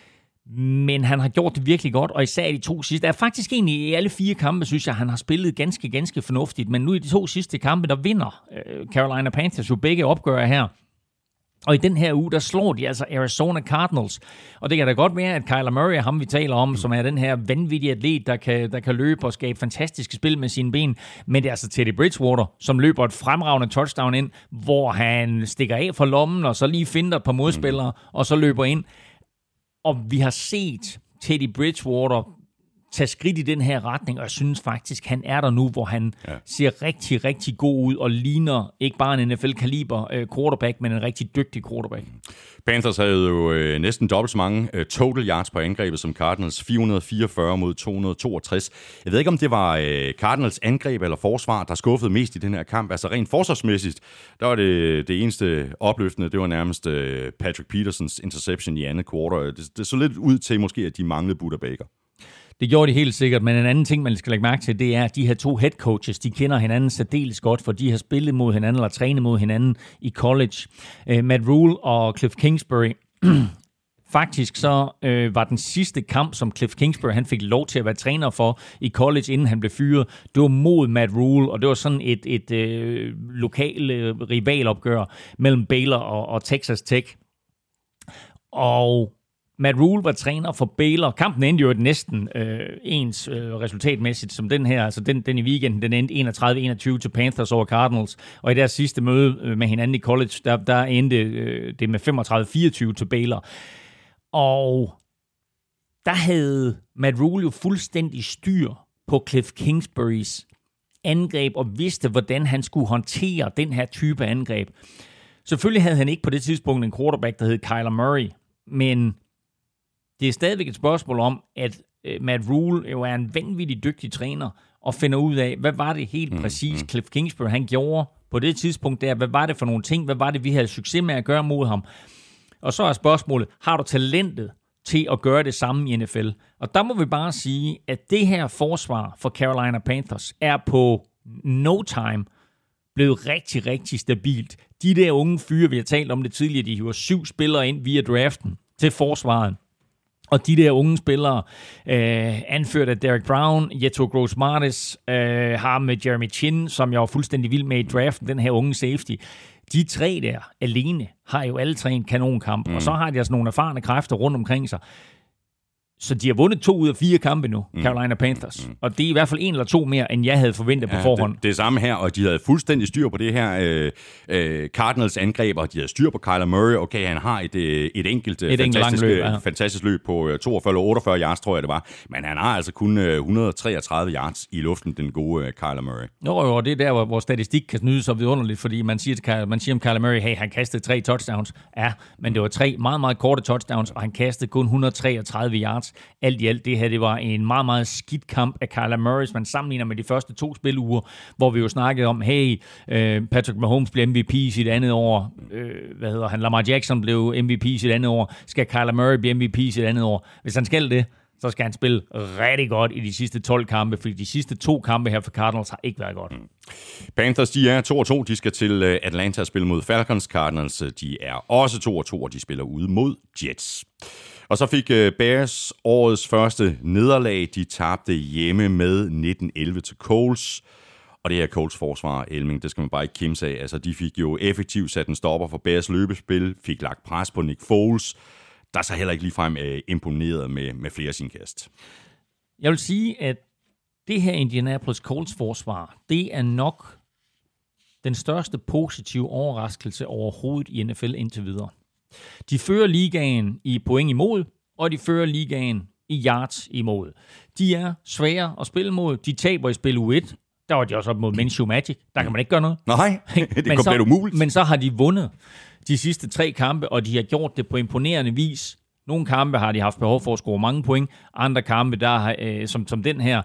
Men han har gjort det virkelig godt, og især i de 2 sidste. Der er faktisk egentlig i alle 4 kampe, synes jeg, han har spillet ganske, ganske fornuftigt. Men nu i de 2 sidste kampe, der vinder Carolina Panthers jo begge opgør her. Og i den her uge, der slår de altså Arizona Cardinals. Og det kan da godt være, at Kyler Murray, ham vi taler om, som er den her vanvittige atlet, der kan løbe og skabe fantastiske spil med sine ben. Men det er altså Teddy Bridgewater, som løber et fremragende touchdown ind, hvor han stikker af fra lommen, og så lige finder et par modspillere, og så løber ind. Og vi har set Teddy Bridgewater tage skridt i den her retning, og jeg synes faktisk, han er der nu, hvor han ser rigtig, rigtig god ud, og ligner ikke bare en NFL-kaliber quarterback, men en rigtig dygtig quarterback. Panthers havde jo næsten dobbelt så mange total yards på angrebet som Cardinals, 444 mod 262. Jeg ved ikke, om det var Cardinals angreb eller forsvar, der skuffede mest i den her kamp. Altså rent forsvarsmæssigt, der var det eneste opløftende, det var nærmest Patrick Petersons interception i andet quarter. Det så lidt ud til måske, at de manglede Budda Baker. Det gjorde de helt sikkert, men en anden ting, man skal lægge mærke til, det er, at de her 2 head coaches, de kender hinanden særdeles godt, for de har spillet mod hinanden eller trænet mod hinanden i college. Matt Rhule og Cliff Kingsbury. Faktisk så var den sidste kamp, som Cliff Kingsbury han fik lov til at være træner for i college, inden han blev fyret, det var mod Matt Rhule, og det var sådan et lokal rivalopgør mellem Baylor og Texas Tech. Og Matt Rhule var træner for Baylor. Kampen endte jo næsten ens resultatmæssigt som den her. Altså den i weekenden, den endte 31-21 til Panthers over Cardinals. Og i deres sidste møde med hinanden i college, der endte det med 35-24 til Baylor. Og der havde Matt Rhule jo fuldstændig styr på Cliff Kingsburys angreb, og vidste, hvordan han skulle håndtere den her type angreb. Selvfølgelig havde han ikke på det tidspunkt en quarterback, der hed Kyler Murray, men det er stadigvæk et spørgsmål om, at Matt Rhule jo er en vanvittig dygtig træner, og finder ud af, hvad var det helt præcis Cliff Kingsbury han gjorde på det tidspunkt der, hvad var det for nogle ting, hvad var det, vi havde succes med at gøre mod ham. Og så er spørgsmålet, har du talentet til at gøre det samme i NFL? Og der må vi bare sige, at det her forsvar for Carolina Panthers er på no time blevet rigtig, rigtig stabilt. De der unge fyre, vi har talt om det tidligere, de hiver 7 spillere ind via draften til forsvaret. Og de der unge spillere, anført af Derek Brown, Yetur Gross-Martis, har med Jeremy Chin, som jeg var fuldstændig vild med i draften, den her unge safety. De 3 der alene har jo alle 3 en kanonkamp, og så har de altså nogle erfarne kræfter rundt omkring sig. Så de har vundet 2 ud af 4 kampe nu, Carolina Panthers. Og det er i hvert fald 1 eller 2 mere, end jeg havde forventet på forhånd. Det samme her, og de havde fuldstændig styr på det her Cardinals angreb, og de havde styr på Kyler Murray. Okay, han har et enkelt fantastisk løb på 42 eller 48 yards, tror jeg det var. Men han har altså kun 133 yards i luften, den gode Kyler Murray. Jo, det er der, hvor statistik kan snyde så vidunderligt, fordi man siger om Kyler Murray, hey, han kastede 3 touchdowns. Ja, men det var 3 meget, meget korte touchdowns, og han kastede kun 133 yards. Alt i alt, det her, det var en meget, meget skidt kamp af Kyler Murray, hvis man sammenligner med de første 2 spiluger, hvor vi jo snakkede om, hey, Patrick Mahomes blev MVP i sit andet år, Lamar Jackson blev MVP i sit andet år, skal Kyler Murray blive MVP i sit andet år? Hvis han skal det, så skal han spille rigtig godt i de sidste 12 kampe, fordi de sidste 2 kampe her for Cardinals har ikke været godt. Panthers, de er 2-2, de skal til Atlanta og spille mod Falcons. Cardinals, de er også 2-2, og de spiller ude mod Jets. Og så fik Bears årets første nederlag. De tabte hjemme med 19-11 til Colts. Og det her Colts forsvar, Elming, det skal man bare ikke kimse af. Altså, de fik jo effektivt sat en stopper for Bears løbespil, fik lagt pres på Nick Foles, der så heller ikke ligefrem imponeret med flere af sine kast. Jeg vil sige, at det her Indianapolis Colts forsvar, det er nok den største positive overraskelse overhovedet i NFL indtil videre. De fører ligaen i point imod, og de fører ligaen i yards imod. De er svære at spille mod. De taber i spil U1. Der var de også op mod Minshew Magic. Der kan man ikke gøre noget. Nej, det er komplet umuligt. Men så har de vundet de sidste 3 kampe, og de har gjort det på imponerende vis. Nogle kampe har de haft behov for at score mange point. Andre kampe, der som den her,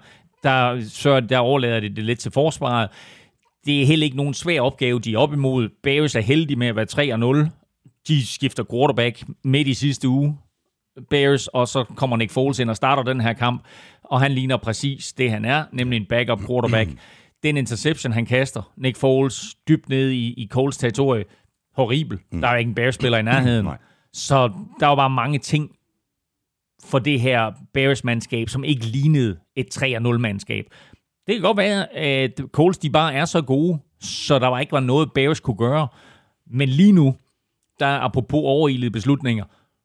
der overlader det lidt til forsvaret. Det er heller ikke nogen svær opgave, de er op imod. Bears er heldige med at være 3-0. De skifter quarterback midt i sidste uge, Bears, og så kommer Nick Foles ind og starter den her kamp, og han ligner præcis det, han er, nemlig en backup quarterback. Den interception, han kaster, Nick Foles, dybt nede i Colts territorie, horribel. Der er ikke en Bears-spiller i nærheden. Så der var bare mange ting for det her Bears-mandskab, som ikke lignede et 3-0-mandskab. Det kan godt være, at Colts de bare er så gode, så der ikke var noget, Bears kunne gøre. Men lige nu, der apropos overilede beslutninger,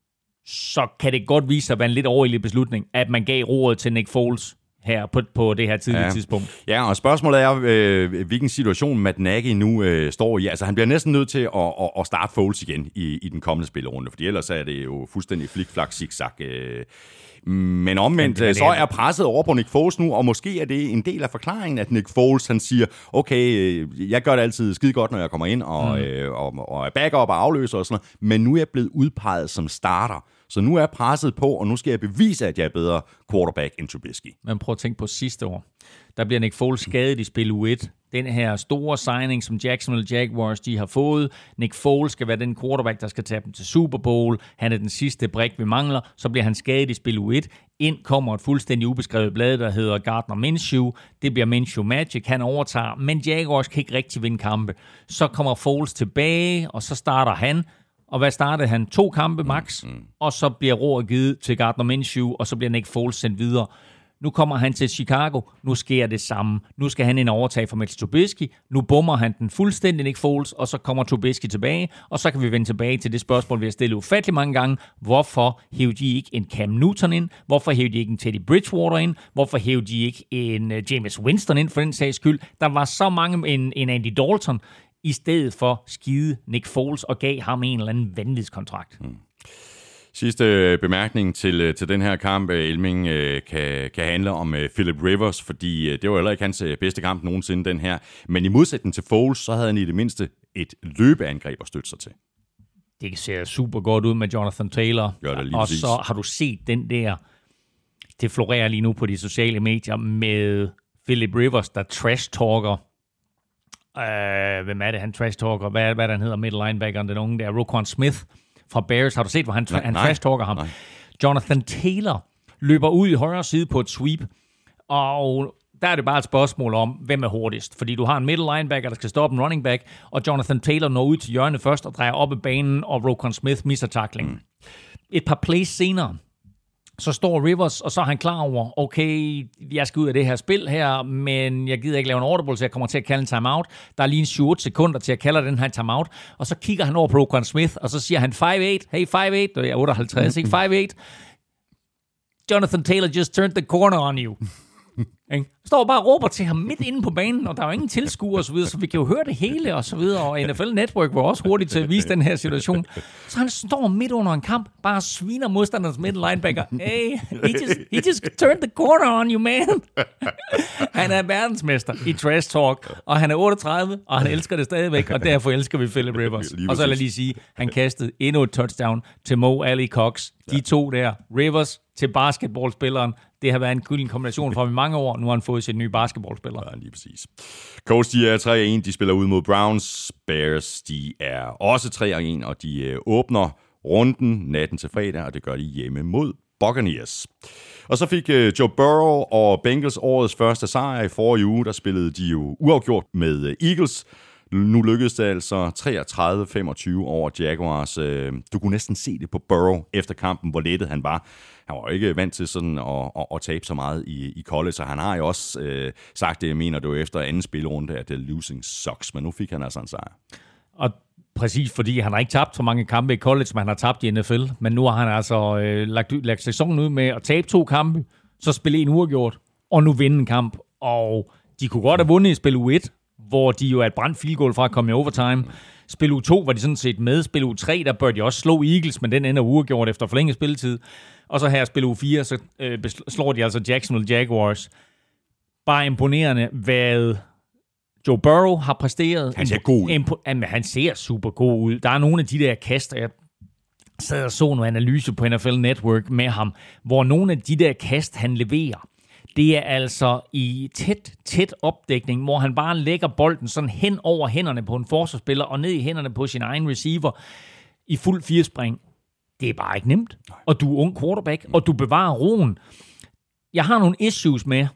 så kan det godt vise sig at være en lidt overilet beslutning, at man gav roret til Nick Foles her på det her tidlige tidspunkt. Ja, og spørgsmålet er, hvilken situation Matt Nagy nu står i. Altså, han bliver næsten nødt til at starte Foles igen i den kommende spillerunde, fordi ellers er det jo fuldstændig flik-flak, zigzag. Men omvendt, så er presset over på Nick Foles nu, og måske er det en del af forklaringen, at Nick Foles, han siger, okay, jeg gør det altid skide godt, når jeg kommer ind og er backup og afløser og sådan noget, men nu er jeg blevet udpeget som starter. Så nu er presset på, og nu skal jeg bevise, at jeg er bedre quarterback end Trubisky. Men prøv at tænke på sidste år. Der bliver Nick Foles skadet i spil U1. Den her store signing, som Jacksonville Jaguars de har fået. Nick Foles skal være den quarterback, der skal tage dem til Super Bowl. Han er den sidste brik, vi mangler. Så bliver han skadet i spil U1. Ind kommer et fuldstændig ubeskrevet blad, der hedder Gardner Minshew. Det bliver Minshew Magic. Han overtager, men Jaguars kan ikke rigtig vinde kampe. Så kommer Foles tilbage, og så starter han. Og hvad startede han? 2 kampe max, og så bliver roret givet til Gardner Minshew, og så bliver Nick Foles sendt videre. Nu kommer han til Chicago, nu sker det samme. Nu skal han ind og overtage for Mitch Trubisky, nu bommer han den fuldstændig Nick Foles, og så kommer Trubisky tilbage, og så kan vi vende tilbage til det spørgsmål, vi har stillet ufattelig mange gange. Hvorfor hævde de ikke en Cam Newton ind? Hvorfor hævde de ikke en Teddy Bridgewater ind? Hvorfor hævde de ikke en Jameis Winston ind for den sags skyld? Der var så mange, en Andy Dalton, i stedet for skide Nick Foles og gav ham en eller anden vanvidskontrakt. Sidste bemærkning til den her kamp, Elming, kan handle om Philip Rivers, fordi det var heller ikke hans bedste kamp nogensinde, den her. Men i modsætning til Foles, så havde han i det mindste et løbeangreb at støtte sig til. Det ser super godt ud med Jonathan Taylor. Og så har du set den der, det florerer lige nu på de sociale medier, med Philip Rivers, der trash-talker. Hvem er det, han trash-talker? Hvad han hedder, middle linebackeren, den unge der, Roquan Smith fra Bears. Har du set, hvor han trash-talker ham? Nej. Jonathan Taylor løber ud i højre side på et sweep, og der er det bare et spørgsmål om, hvem er hurtigst. Fordi du har en middle linebacker, der skal stoppe en running back, og Jonathan Taylor når ud til hjørnet først og drejer op i banen, og Roquan Smith misser tacklingen. Et par plays senere, så står Rivers, og så er han klar over, okay, jeg skal ud af det her spil her, men jeg gider ikke lave en audible, så jeg kommer til at kalde en timeout. Der er lige en 7-8 sekunder til at kalde den her timeout, og så kigger han over på Roquan Smith, og så siger han 5-8, hey 5-8, det er 58, ikke 5-8. Jonathan Taylor just turned the corner on you. Står bare og råber til ham midt inde på banen, og der er jo ingen tilskuere og så videre, så vi kan jo høre det hele og så videre, og NFL Network var også hurtigt til at vise den her situation. Så han står midt under en kamp, bare sviner modstanderens middle linebacker. Hey, he just turned the corner on you, man. Han er verdensmester i trash talk, og han er 38, og han elsker det stadigvæk, og derfor elsker vi Philip Rivers. Og så vil jeg lige sige, han kastede endnu et touchdown til Mo Alley Cox. De to der, Rivers til basketballspilleren. Det har været en gylden kombination for i mange år. Nu har han fået sin nye basketballspiller. Ja, lige præcis. Colts, de er 3-1. De spiller ud mod Browns. Bears, de er også 3-1, og de åbner runden natten til fredag, og det gør de hjemme mod Buccaneers. Og så fik Joe Burrow og Bengals årets første sejr i forrige uge. Der spillede de jo uafgjort med Eagles. Nu lykkedes det altså 33-25 over Jaguars. Du kunne næsten se det på Burrow efter kampen, hvor lettet han var. Han var jo ikke vant til sådan at tabe så meget i college, så han har jo også sagt det, jeg mener, det var efter anden spilrunde, at losing sucks, men nu fik han altså en sejr. Og præcis, fordi han har ikke tabt så mange kampe i college, men han har tabt i NFL, men nu har han altså lagt sæsonen ud med at tabe 2 kampe, så spille en uafgjort, og nu vinde en kamp, og de kunne godt have vundet i spil U1, hvor de jo er et brændt field goal fra at komme i overtime. Spil U2 var de sådan set med. Spil U3, der bør de også slå Eagles, men den ender uafgjort efter forlænget spilletid. Og så her spil U4, så slår de altså Jacksonville Jaguars. Bare imponerende, hvad Joe Burrow har præsteret. Han ser god ud. Han ser super god ud. Der er nogle af de der kaster, jeg sad og så nogle analyse på NFL Network med ham, hvor nogle af de der kast, han leverer, det er altså i tæt opdækning, hvor han bare lægger bolden sådan hen over hænderne på en forsvarsspiller og ned i hænderne på sin egen receiver i fuld 4-spring. Det er bare ikke nemt. Og du er ung quarterback, og du bevarer roen. Jeg har nogle issues med,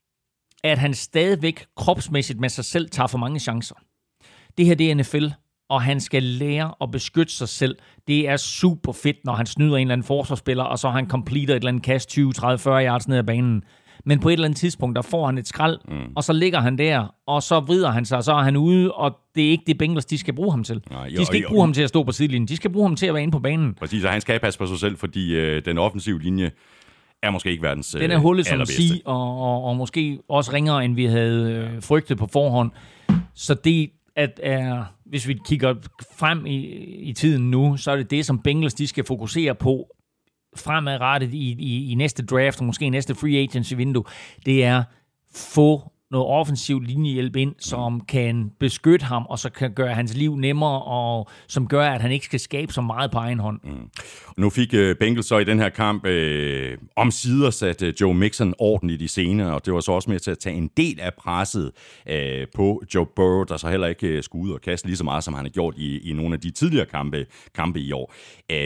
at han stadigvæk kropsmæssigt med sig selv tager for mange chancer. Det her, det er NFL, og han skal lære at beskytte sig selv. Det er super fedt, når han snyder en eller anden forsvarsspiller, og så har han completer et eller andet kast 20, 30, 40 yards ned ad banen. Men på et eller andet tidspunkt, der får han et skrald, og så ligger han der, og så vrider han sig, og så er han ude, og det er ikke det Bengals, de skal bruge ham til. De skal ikke bruge ham til at stå på sidelinjen, de skal bruge ham til at være inde på banen. Præcis, og han skal passe på sig selv, fordi den offensive linje er måske ikke verdens den er hullet som sige, og måske også ringere, end vi havde frygtet på forhånd. Så det er, hvis vi kigger frem i tiden nu, så er det som Bengals, de skal fokusere på, fremadrettet i næste draft, og måske næste free agency-vindue, det er få noget offensiv linjehjælp ind, som kan beskytte ham, og så kan gøre hans liv nemmere, og som gør, at han ikke skal skabe så meget på egen hånd. Nu fik Bengals så i den her kamp omsider sat Joe Mixon ordentligt i scene, og det var så også med til at tage en del af presset på Joe Burrow, der så heller ikke skulle ud og kaste lige så meget, som han har gjort i nogle af de tidligere kampe i år.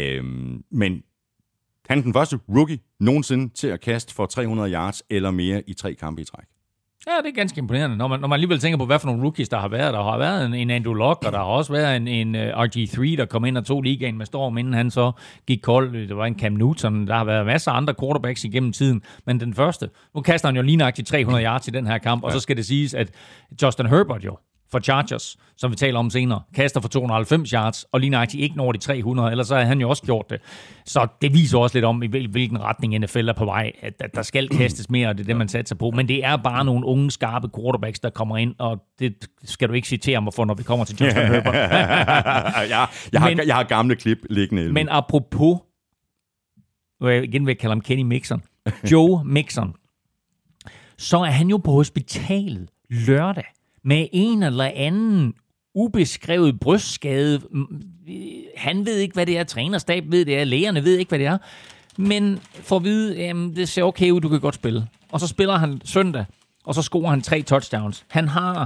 Men han er den første rookie nogensinde til at kaste for 300 yards eller mere i 3 kampe i træk. Ja, det er ganske imponerende. Når man alligevel tænker på, hvad for nogle rookies, der har været. Der har været en Andrew Luck, og der har også været en RG3, der kom ind og tog ligaen med storm, inden han så gik kold. Der var en Cam Newton. Der har været masser af andre quarterbacks igennem tiden. Men den første, nu kaster han jo lige nøjagtigt 300 yards i den her kamp, og så skal det siges, at Justin Herbert jo, for Chargers, som vi taler om senere, kaster for 290 yards, og lige nøjagtigt ikke når de 300, ellers så har han jo også gjort det. Så det viser også lidt om, i hvilken retning NFL er på vej, at der skal kastes mere, og det er det, man satser på. Men det er bare nogle unge, skarpe quarterbacks, der kommer ind, og det skal du ikke citere mig for, når vi kommer til Justin Herbert. Jeg har gamle klip liggende. Men apropos, nu er jeg igen ved at kalde ham Kenny Mixon, Joe Mixon, så er han jo på hospitalet lørdag, med en eller anden ubeskrevet brystskade. Han ved ikke, hvad det er. Trænerstab ved det er. Lægerne ved ikke, hvad det er. Men for at vide, det ser okay ud, du kan godt spille. Og så spiller han søndag, og så scorer han 3 touchdowns. Han har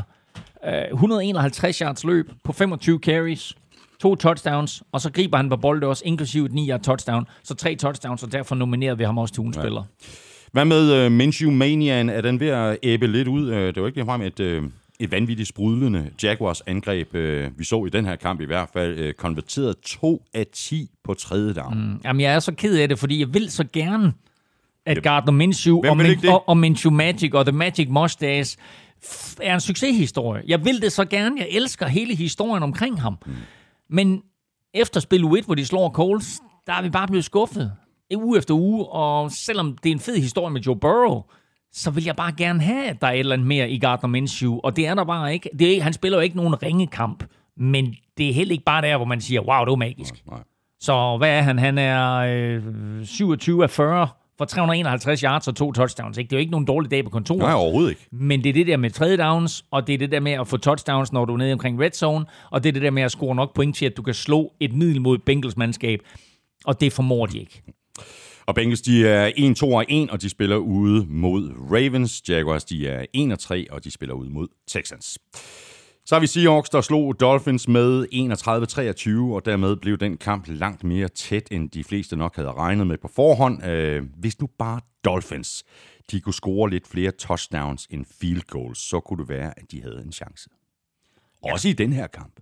151 yards løb på 25 carries, 2 touchdowns, og så griber han på bolden også, inklusive et 9-yard touchdown. Så 3 touchdowns, og derfor nominerede vi ham også til ugens spiller. Hvad med Minshew-maniaen? Er den ved at æbbe lidt ud? Det var ikke ligefrem et vanvittigt sprudlende Jaguars angreb, vi så i den her kamp i hvert fald, konverteret 2 af 10 på tredje down. Jamen, jeg er så ked af det, fordi jeg vil så gerne at Gardner Minshew og Minshew Magic og The Magic Mustache er en succeshistorie. Jeg vil det så gerne. Jeg elsker hele historien omkring ham. Men efter spil U1, hvor de slår Colts, der er vi bare blevet skuffet. Uge efter uge, og selvom det er en fed historie med Joe Burrow, så vil jeg bare gerne have, at der er et eller andet mere i Gardner Minshew, og det er der bare ikke. Han spiller jo ikke nogen ringekamp, men det er heller ikke bare der, hvor man siger, wow, det var magisk. Nej. Så hvad er han? Han er 27 af 40 for 351 yards og 2 touchdowns. Ikke? Det er jo ikke nogen dårlig dag på kontoret. Nej, overhovedet ikke. Men det er det der med tredje downs, og det er det der med at få touchdowns, når du er nede omkring red zone, og det er det der med at score nok point til, at du kan slå et middel mod Bengals mandskab, og det formår de ikke. Og Bengals, de er 1-2-1, og de spiller ude mod Ravens. Jaguars, de er 1-3, og de spiller ude mod Texans. Så har vi Seahawks, der slog Dolphins med 31-23, og dermed blev den kamp langt mere tæt, end de fleste nok havde regnet med på forhånd. Hvis nu bare Dolphins, de kunne score lidt flere touchdowns end field goals, så kunne det være, at de havde en chance. Også i den her kamp.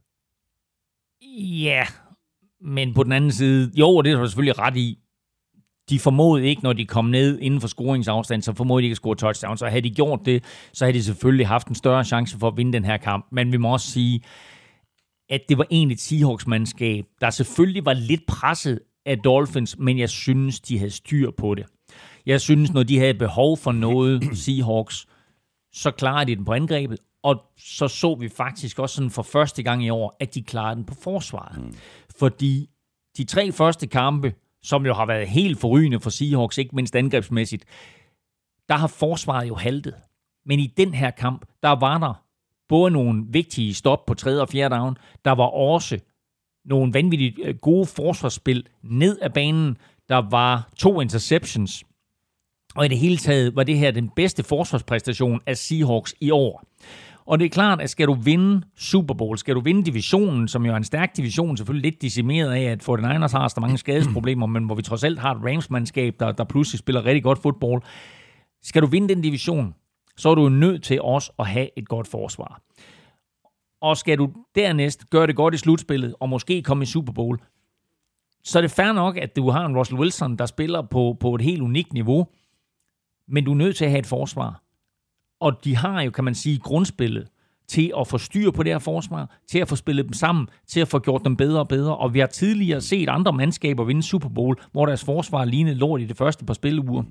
Ja, men på den anden side, jo, det er du selvfølgelig ret i. De formåede ikke, når de kom ned inden for scoringsafstand, så formåede de ikke at score touchdowns. Så havde de gjort det, så havde de selvfølgelig haft en større chance for at vinde den her kamp. Men vi må også sige, at det var egentlig et Seahawks-mandskab, der selvfølgelig var lidt presset af Dolphins, men jeg synes, de havde styr på det. Jeg synes, når de havde behov for noget, Seahawks, så klarede de den på angrebet, og så vi faktisk også sådan for første gang i år, at de klarede den på forsvaret. Fordi de 3 første kampe, som jo har været helt forrygende for Seahawks, ikke mindst angrebsmæssigt, der har forsvaret jo haltet. Men i den her kamp, der var der både nogle vigtige stop på 3. og 4. down, der var også nogle vanvittigt gode forsvarsspil ned ad banen, der var 2 interceptions, og i det hele taget var det her den bedste forsvarspræstation af Seahawks i år. Og det er klart, at skal du vinde Super Bowl, skal du vinde divisionen, som jo er en stærk division, selvfølgelig lidt decimeret af, at 49ers har så mange skadesproblemer, men hvor vi trods alt har et Rams-mandskab, der pludselig spiller rigtig godt fodbold. Skal du vinde den division, så er du nødt til også at have et godt forsvar. Og skal du dernæst gøre det godt i slutspillet, og måske komme i Super Bowl, så er det fair nok, at du har en Russell Wilson, der spiller på et helt unikt niveau, men du er nødt til at have et forsvar. Og de har jo, kan man sige, grundspillet til at få styr på det her forsvar, til at få spillet dem sammen, til at få gjort dem bedre og bedre. Og vi har tidligere set andre mandskaber vinde Super Bowl, hvor deres forsvar lignede lort i det første par spilleuger.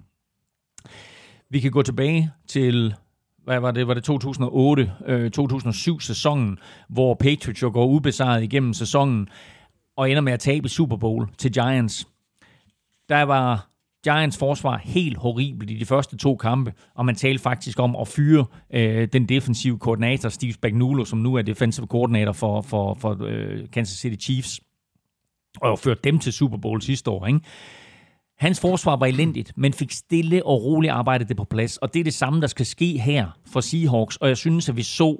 Vi kan gå tilbage til, hvad var det? Var det 2008-2007 sæsonen, hvor Patriots jo går ubesejret igennem sæsonen og ender med at tabe Super Bowl til Giants. Der var Giants forsvar helt horribelt i de første 2 kampe, og man talte faktisk om at fyre den defensive koordinator, Steve Spagnuolo, som nu er defensive koordinator for Kansas City Chiefs, og førte dem til Super Bowl sidste år, ikke? Hans forsvar var elendigt, men fik stille og roligt arbejdet det på plads, og det er det samme, der skal ske her for Seahawks, og jeg synes, at vi så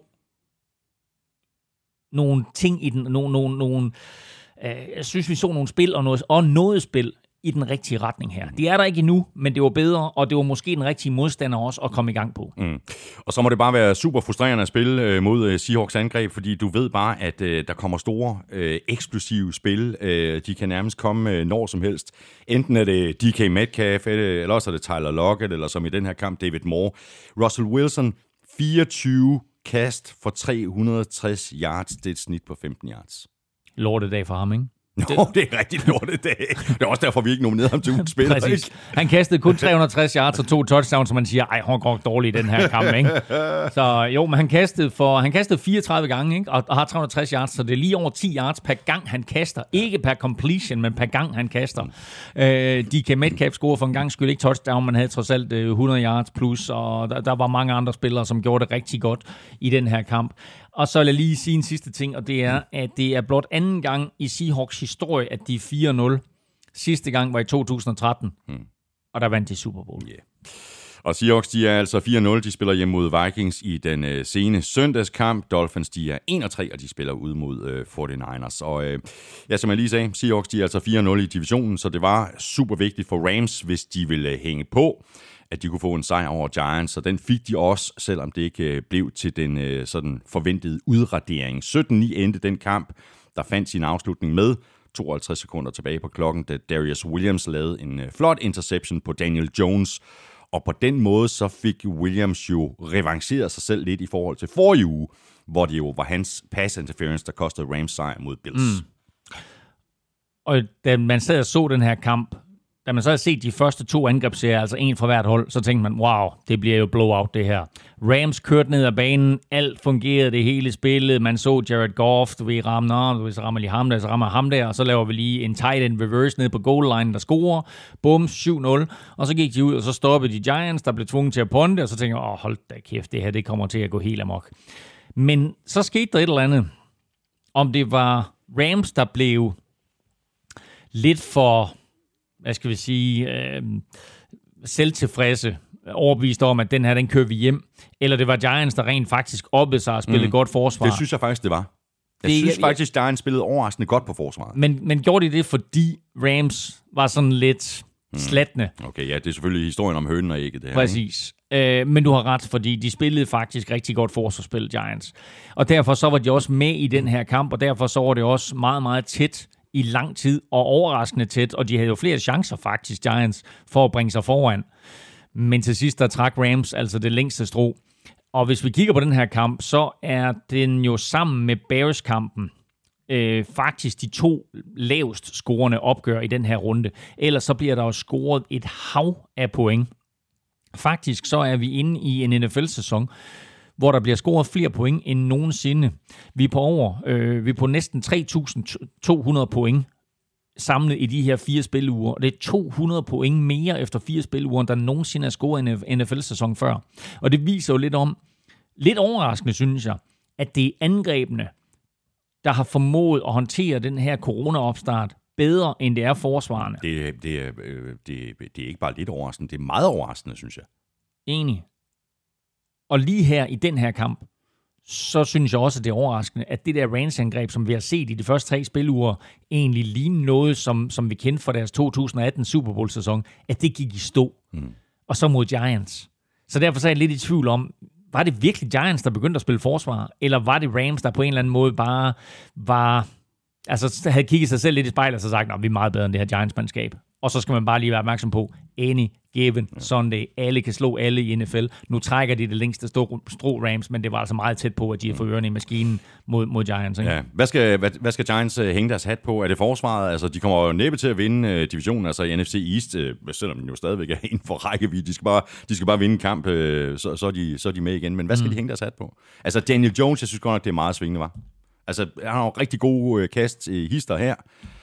nogle ting i den, jeg synes, vi så nogle spil og noget spil i den rigtige retning her. De er der ikke endnu, men det var bedre, og det var måske den rigtige modstander også at komme i gang på. Og så må det bare være super frustrerende at spille mod Seahawks angreb, fordi du ved bare, at der kommer store, eksplosive spil. De kan nærmest komme når som helst. Enten er det DK Metcalf, eller også er det Tyler Lockett, eller som i den her kamp, David Moore. Russell Wilson, 24 kast for 360 yards. Det er et snit på 15 yards. Lortedag for ham, ikke? Det er rigtig lortedag. Det er også derfor, vi ikke nominerede ham til ugens spiller. Præcis. Han kastede kun 360 yards og 2 touchdowns, så man siger, ej, han går dårligt i den her kamp, ikke? Så jo, men han kastede 34 gange, ikke? Og har 360 yards, så det er lige over 10 yards per gang, han kaster. Ikke per completion, men per gang, han kaster. DK Metcalf scorede for en gang skyld ikke touchdown, man havde trods alt 100 yards plus, og der var mange andre spillere, som gjorde det rigtig godt i den her kamp. Og så vil jeg lige sige en sidste ting, og det er, at det er blot anden gang i Seahawks historie, at de er 4-0. Sidste gang var i 2013, og der vandt de Super Bowl. Yeah. Og Seahawks, de er altså 4-0. De spiller hjemme mod Vikings i den sene søndagskamp. Dolphins, de er 1-3, og de spiller ude mod 49ers. Og som jeg lige sagde, Seahawks, de er altså 4-0 i divisionen, så det var super vigtigt for Rams, hvis de ville hænge på, at de kunne få en sejr over Giants, og den fik de også, selvom det ikke blev til den sådan forventede udradering. 17-9 endte den kamp, der fandt sin afslutning med 52 sekunder tilbage på klokken, da Darius Williams lavede en flot interception på Daniel Jones. Og på den måde så fik Williams jo revanceret sig selv lidt i forhold til forrige uge, hvor det jo var hans pass interference, der kostede Rams sejr mod Bills. Og da man sad og så den her kamp, da man så havde set de første 2 angrebsserier, altså en fra hvert hold, så tænkte man, wow, det bliver jo blowout det her. Rams kørte ned ad banen, alt fungerede, det hele spillet, man så Jared Goff, så rammer lige ham der, så rammer ham der, og så laver vi lige en tight end reverse ned på goal line, der scorer, bum, 7-0, og så gik de ud, og så stoppede de Giants, der blev tvunget til at punte, og så tænkte jeg, hold da kæft, det her, det kommer til at gå helt amok. Men så skete der et eller andet, om det var Rams, der blev lidt for, hvad skal vi sige, selvtilfredse, overbevist om, at den her, den kører vi hjem, eller det var Giants, der rent faktisk oppede sig og spillede godt forsvar. Det synes jeg faktisk, det var. Jeg synes faktisk, Giants spillede overraskende godt på forsvaret. Men gjorde de det, fordi Rams var sådan lidt slatne? Okay, ja, det er selvfølgelig historien om hønen og ægget, det her. Præcis. Men du har ret, fordi de spillede faktisk rigtig godt forsvarsspil, Giants. Og derfor så var de også med i den her kamp, og derfor så var det også meget, meget tæt i lang tid, og overraskende tæt, og de havde jo flere chancer faktisk, Giants, for at bringe sig foran. Men til sidst, der trak Rams altså det længste strå. Og hvis vi kigger på den her kamp, så er den jo sammen med Bears-kampen faktisk de 2 lavest scorende opgør i den her runde. Ellers så bliver der jo scoret et hav af point. Faktisk så er vi inde i en NFL-sæson, hvor der bliver scoret flere point end nogensinde. Vi er på næsten 3.200 point samlet i de her 4 spiluger. Og det er 200 point mere efter 4 spiluger, end der nogensinde er scoret i en NFL-sæson før. Og det viser jo lidt overraskende, synes jeg, at det er angrebene, der har formået at håndtere den her corona-opstart bedre, end det er forsvarerne. Det er ikke bare lidt overraskende, det er meget overraskende, synes jeg. Enig. Og lige her i den her kamp, så synes jeg også, at det er overraskende, at det der Rams-angreb, som vi har set i de første 3 spiluger, egentlig ligner noget, som vi kendte fra deres 2018 Super Bowl-sæson, at det gik i stå. Og så mod Giants. Så derfor så er jeg lidt i tvivl om, var det virkelig Giants, der begyndte at spille forsvar, eller var det Rams, der på en eller anden måde bare var, altså havde kigget sig selv lidt i spejlet og så sagt, vi er meget bedre end det her Giants-mandskab. Og så skal man bare lige være opmærksom på, any given Sunday, alle kan slå alle i NFL. Nu trækker de det længste strå Rams, men det var altså meget tæt på, at de har fået ørerne i maskinen mod Giants. Ikke? Ja. Hvad skal Giants hænge deres hat på? Er det forsvaret? Altså, de kommer jo næppe til at vinde divisionen, altså i NFC East, selvom de jo stadigvæk er inden for rækkevidde. De skal bare vinde en kamp, så er de med igen. Men hvad skal de hænge deres hat på? Altså, Daniel Jones, jeg synes godt nok, det er meget svingende, var. Altså, han har jo rigtig gode kast i hister her.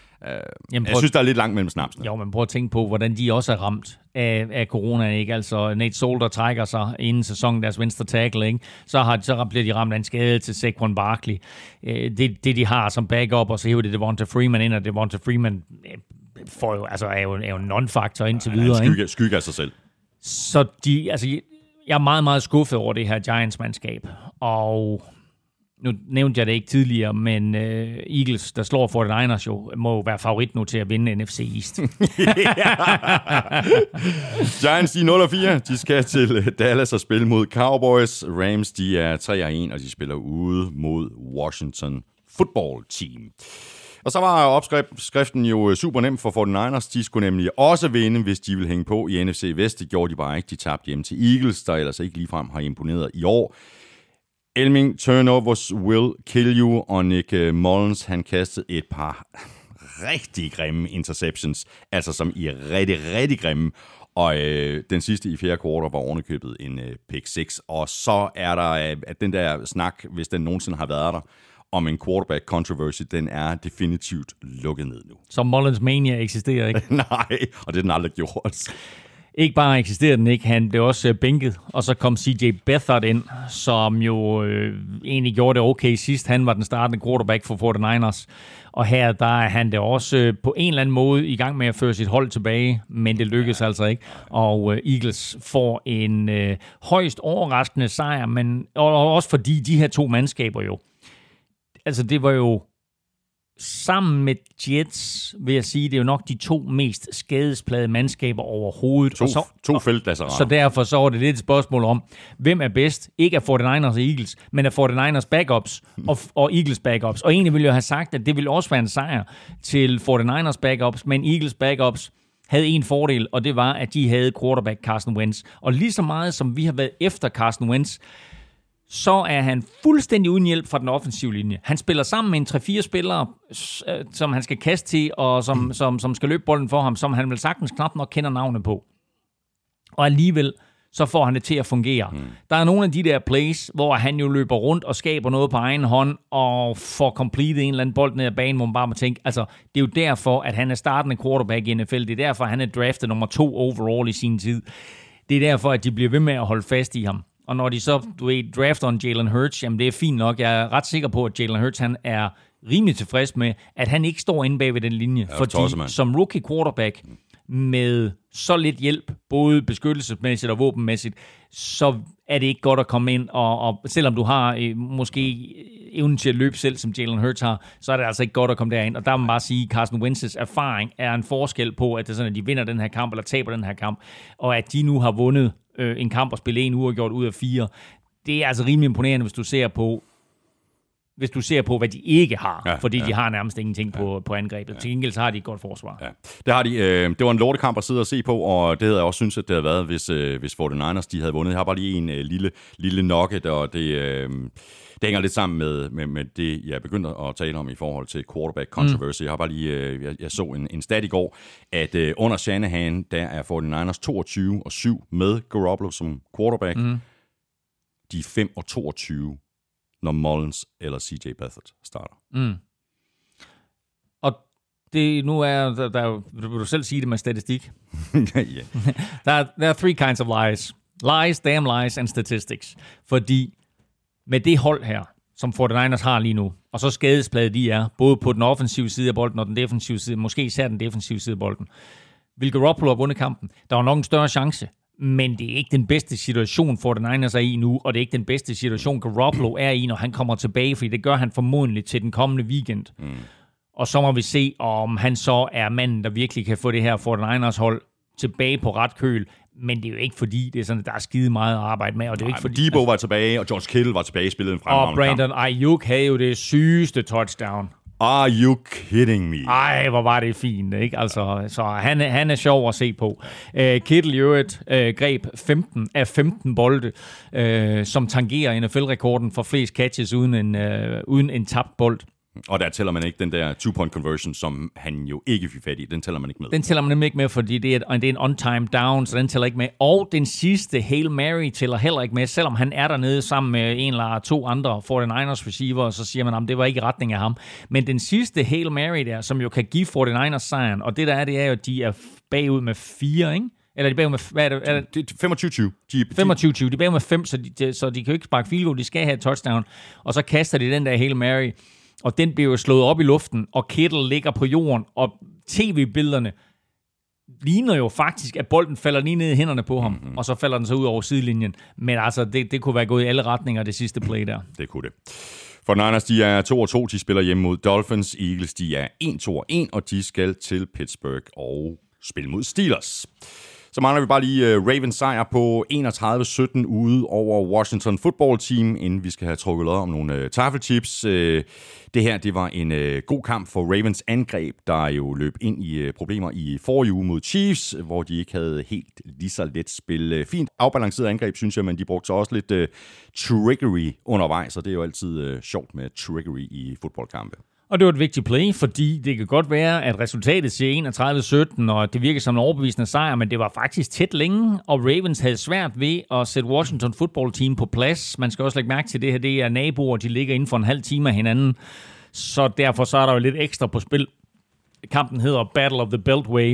Jeg synes, der er lidt langt mellem snapsene. Jo, men prøv at tænke på, hvordan de også er ramt af corona, ikke? Altså, Nate Solder trækker sig inden sæsonen deres venstre tackle, ikke? Så bliver de ramt af en skade til Saquon Barkley. Det de har som backup, og så hiver det Devonta Freeman ind, og Devonta Freeman er jo en non-faktor indtil videre. Han skygger af sig selv. Så jeg er meget, meget skuffet over det her Giants-mandskab, og nu nævnte jeg det ikke tidligere, men Eagles, der slår 49ers jo, må jo være favorit nu til at vinde NFC East. Giants, de er 0-4. De skal til Dallas og spille mod Cowboys. Rams, de er 3-1, og de spiller ude mod Washington Football Team. Og så var opskriften jo super nem for 49ers. De skulle nemlig også vinde, hvis de ville hænge på i NFC Vest. Det gjorde de bare ikke. De tabte hjem til Eagles, der ellers ikke ligefrem har imponeret i år. Elming, turnovers will kill you, og Nick Mullens, han kastede et par rigtig grimme interceptions, altså som i rigtig, rigtig grimme, og den sidste i fjerde kvartal var ovenikøbet en pick 6, og så er der den der snak, hvis den nogensinde har været der, om en quarterback controversy, den er definitivt lukket ned nu. Så Mullens mania eksisterer ikke? Nej, og det er den aldrig gjort. Ikke bare eksisterer den ikke, han blev også bænket, og så kom CJ Beathard ind, som jo egentlig gjorde det okay sidst. Han var den startende quarterback for 49ers, og her der er han det også på en eller anden måde i gang med at føre sit hold tilbage, men det lykkedes altså ikke. Og Eagles får en højst overraskende sejr, men og også fordi de her 2 mandskaber jo, altså det var jo sammen med Jets, vil jeg sige, det er jo nok de 2 mest skadesplagede mandskaber overhovedet. To feltlasserater. Så derfor så var det lidt et spørgsmål om, hvem er bedst? Ikke af 49ers og Eagles, men af 49ers backups og Eagles backups. Og egentlig ville jeg have sagt, at det ville også være en sejr til 49ers backups, men Eagles backups havde en fordel, og det var, at de havde quarterback Carson Wentz. Og lige så meget som vi har været efter Carson Wentz, så er han fuldstændig uden hjælp fra den offensive linje. Han spiller sammen med en 3-4 spillere, som han skal kaste til, og som skal løbe bolden for ham, som han vel sagtens knap nok kender navnet på. Og alligevel, så får han det til at fungere. Der er nogle af de der plays, hvor han jo løber rundt og skaber noget på egen hånd, og får completed en eller anden bold ned ad banen, hvor man bare må tænke, altså, det er jo derfor, at han er startende quarterback i NFL. Det er derfor, at han er draftet nummer 2 overall i sin tid. Det er derfor, at de bliver ved med at holde fast i ham. Og når de så drafter en Jalen Hurts, jamen det er fint nok. Jeg er ret sikker på, at Jalen Hurts han er rimelig tilfreds med, at han ikke står inde bag ved den linje. Ja, fordi som rookie quarterback med så lidt hjælp, både beskyttelsesmæssigt og våbenmæssigt, så er det ikke godt at komme ind, og selvom du har måske evnen til at løbe selv, som Jalen Hurts har, så er det altså ikke godt at komme derind. Og der må man bare sige, at Carson Wentz's erfaring er en forskel på, at det er sådan, at de vinder den her kamp, eller taber den her kamp, og at de nu har vundet en kamp og spille en uafgjort ud af 4. Det er altså rimelig imponerende, hvis du ser på, hvad de ikke har, fordi de har nærmest ingenting på angrebet. Til gengæld så har de et godt forsvar. Ja. Det har de. Det var en lortekamp at sidde og se på, og det havde jeg også synes, at det havde været, hvis 49ers de havde vundet. Jeg har bare lige en lille nugget, og det hænger lidt sammen med det, jeg begyndte at tale om i forhold til quarterback controversy. Jeg har bare lige, jeg så en stat i går, at under Shanahan, der er 49ers 22-7 med Garoppolo som quarterback. De er 5-22 når Mullins eller CJ Beathard starter. Og det nu er, der vil du selv sige det med statistik. Der er 3 kinds of lies. Lies, damn lies and statistics. Fordi med det hold her, som 49ers har lige nu, og så skadespladet de er, både på den offensive side af bolden og den defensive side, måske især den defensive side af bolden, vil Garoppolo have vundet kampen. Der var nok en større chance. Men det er ikke den bedste situation, 49ers er i nu, og det er ikke den bedste situation, Garoppolo er i, når han kommer tilbage, fordi det gør han formodentlig til den kommende weekend. Og så må vi se, om han så er manden, der virkelig kan få det her 49ers hold tilbage på ret køl. Men det er jo ikke fordi, det er sådan, der er skide meget at arbejde med. Og det er ikke fordi, Debo var tilbage, og George Kittle var tilbage i spillet en fremragende kamp. Og Brandon Ayuk havde jo det sygeste touchdown. Are you kidding me? Ej, hvor var det fint, ikke? Altså, så han er sjov at se på. Kittle i øvrigt greb 15 af 15 bolde, som tangerer NFL-rekorden for flest catches uden en tabt bold. Og der tæller man ikke den der 2-point conversion, som han jo ikke fik fat i. Den tæller man ikke med. Den tæller man nemlig ikke med, fordi det er en on-time down, så den tæller ikke med. Og den sidste, Hail Mary, tæller heller ikke med, selvom han er dernede sammen med en eller 2 andre 49ers receiver, så siger man, at det var ikke i retning af ham. Men den sidste Hail Mary der, som jo kan give 49ers sejren, og det der er, det er jo, at de er bagud med 4, ikke? Eller de er bagud med, hvad er det? 25-20. 25-20. De er bagud med 5, så de kan jo ikke sparke field goal, de skal have et touchdown. Og så kaster de den der Hail Mary, og den bliver jo slået op i luften, og Kittle ligger på jorden, og tv-billederne ligner jo faktisk, at bolden falder lige ned i hænderne på ham, og så falder den så ud over sidelinjen. Men altså, det kunne være gået i alle retninger, det sidste play der. Det kunne det. For Niners, de er 2-2, de spiller hjemme mod Dolphins. Eagles, de er 1-2-1, og de skal til Pittsburgh og spille mod Steelers. Så mangler vi bare lige Ravens sejr på 31-17 ude over Washington Football Team, inden vi skal have trukket lod om nogle taffelchips. Det her, det var en god kamp for Ravens angreb, der jo løb ind i problemer i forrige uge mod Chiefs, hvor de ikke havde helt lige så let spil. Fint afbalanceret angreb, synes jeg, men de brugte så også lidt trickery undervejs, og det er jo altid sjovt med trickery i fodboldkampe. Og det var et vigtigt play, fordi det kan godt være, at resultatet siger 31-17, og det virker som en overbevisende sejr, men det var faktisk tæt længe, og Ravens havde svært ved at sætte Washington Football Team på plads. Man skal også lægge mærke til det her, det er naboer, de ligger inden for en halv time af hinanden, så derfor så er der jo lidt ekstra på spil. Kampen hedder Battle of the Beltway,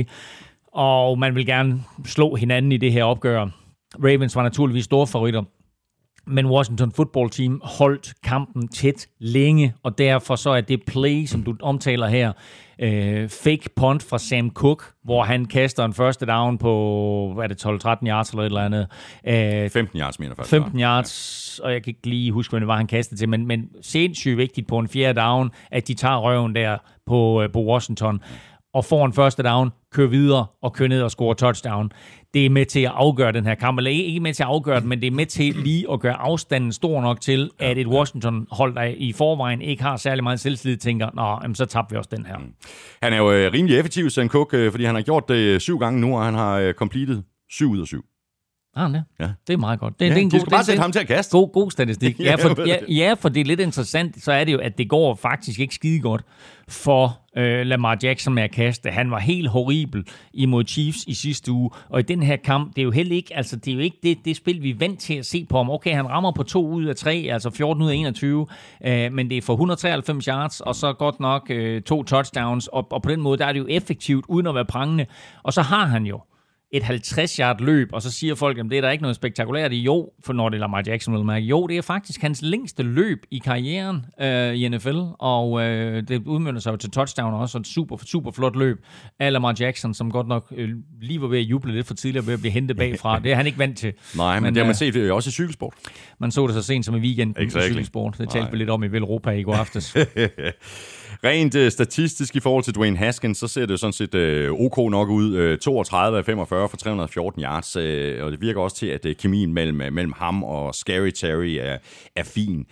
og man vil gerne slå hinanden i det her opgør. Ravens var naturligvis store favoritter, Men Washington Football Team holdt kampen tæt længe, og derfor så er det play, som du omtaler her, fake punt fra Sam Cook, hvor han kaster en første down på, hvad er det, 12-13 yards eller et eller andet. 15 yards, mener jeg. 15 yards, og jeg kan ikke lige huske, hvad det var, han kastede til, men sindssygt vigtigt på en fjerde down, at de tager røven der på Washington, og får en første down, kører videre og kører ned og scorer touchdown. Det er med til at afgøre den her kamp, eller ikke med til at afgøre den, men det er med til lige at gøre afstanden stor nok til, at et Washington-hold, der i forvejen ikke har særlig meget selvtillid, tænker, så tabte vi også den her. Han er jo rimelig effektiv, Sam Cook, fordi han har gjort det 7 gange nu, og han har completed 7 ud af 7. Det? Ja. Det er meget godt. Det er en god, skal bare sætte ham til at kaste. God statistik. For det er lidt interessant, så er det jo, at det går faktisk ikke skide godt for Lamar Jackson med at kaste. Han var helt horribel imod Chiefs i sidste uge, og i den her kamp, det er jo heller ikke, altså det er jo ikke det spil, vi er vant til at se på ham. Okay, han rammer på 2 ud af 3, altså 14 ud af 21, men det er for 193 yards, og så godt nok 2 touchdowns, og på den måde, der er det jo effektivt, uden at være prangende. Og så har han jo et 50-yard løb, og så siger folk, at det er der ikke noget spektakulært i. Jo, for når det er Lamar Jackson vil mærke. Jo, det er faktisk hans længste løb i karrieren i NFL, og det udmønter sig jo til touchdown også, et super flot løb af Lamar Jackson, som godt nok lige var ved at juble lidt for tidligere ved at blive hentet bagfra. Det er han ikke vant til. Nej, men det har man set også i cykelsport. Man så det så sent som i weekenden i cykelsport. Det talte vi lidt om i Velropa i går aftes. Rent statistisk i forhold til Dwayne Haskins, så ser det jo sådan set ok nok ud. 32 af 45 for 314 yards, og det virker også til, at kemien mellem ham og Scary Terry er fin.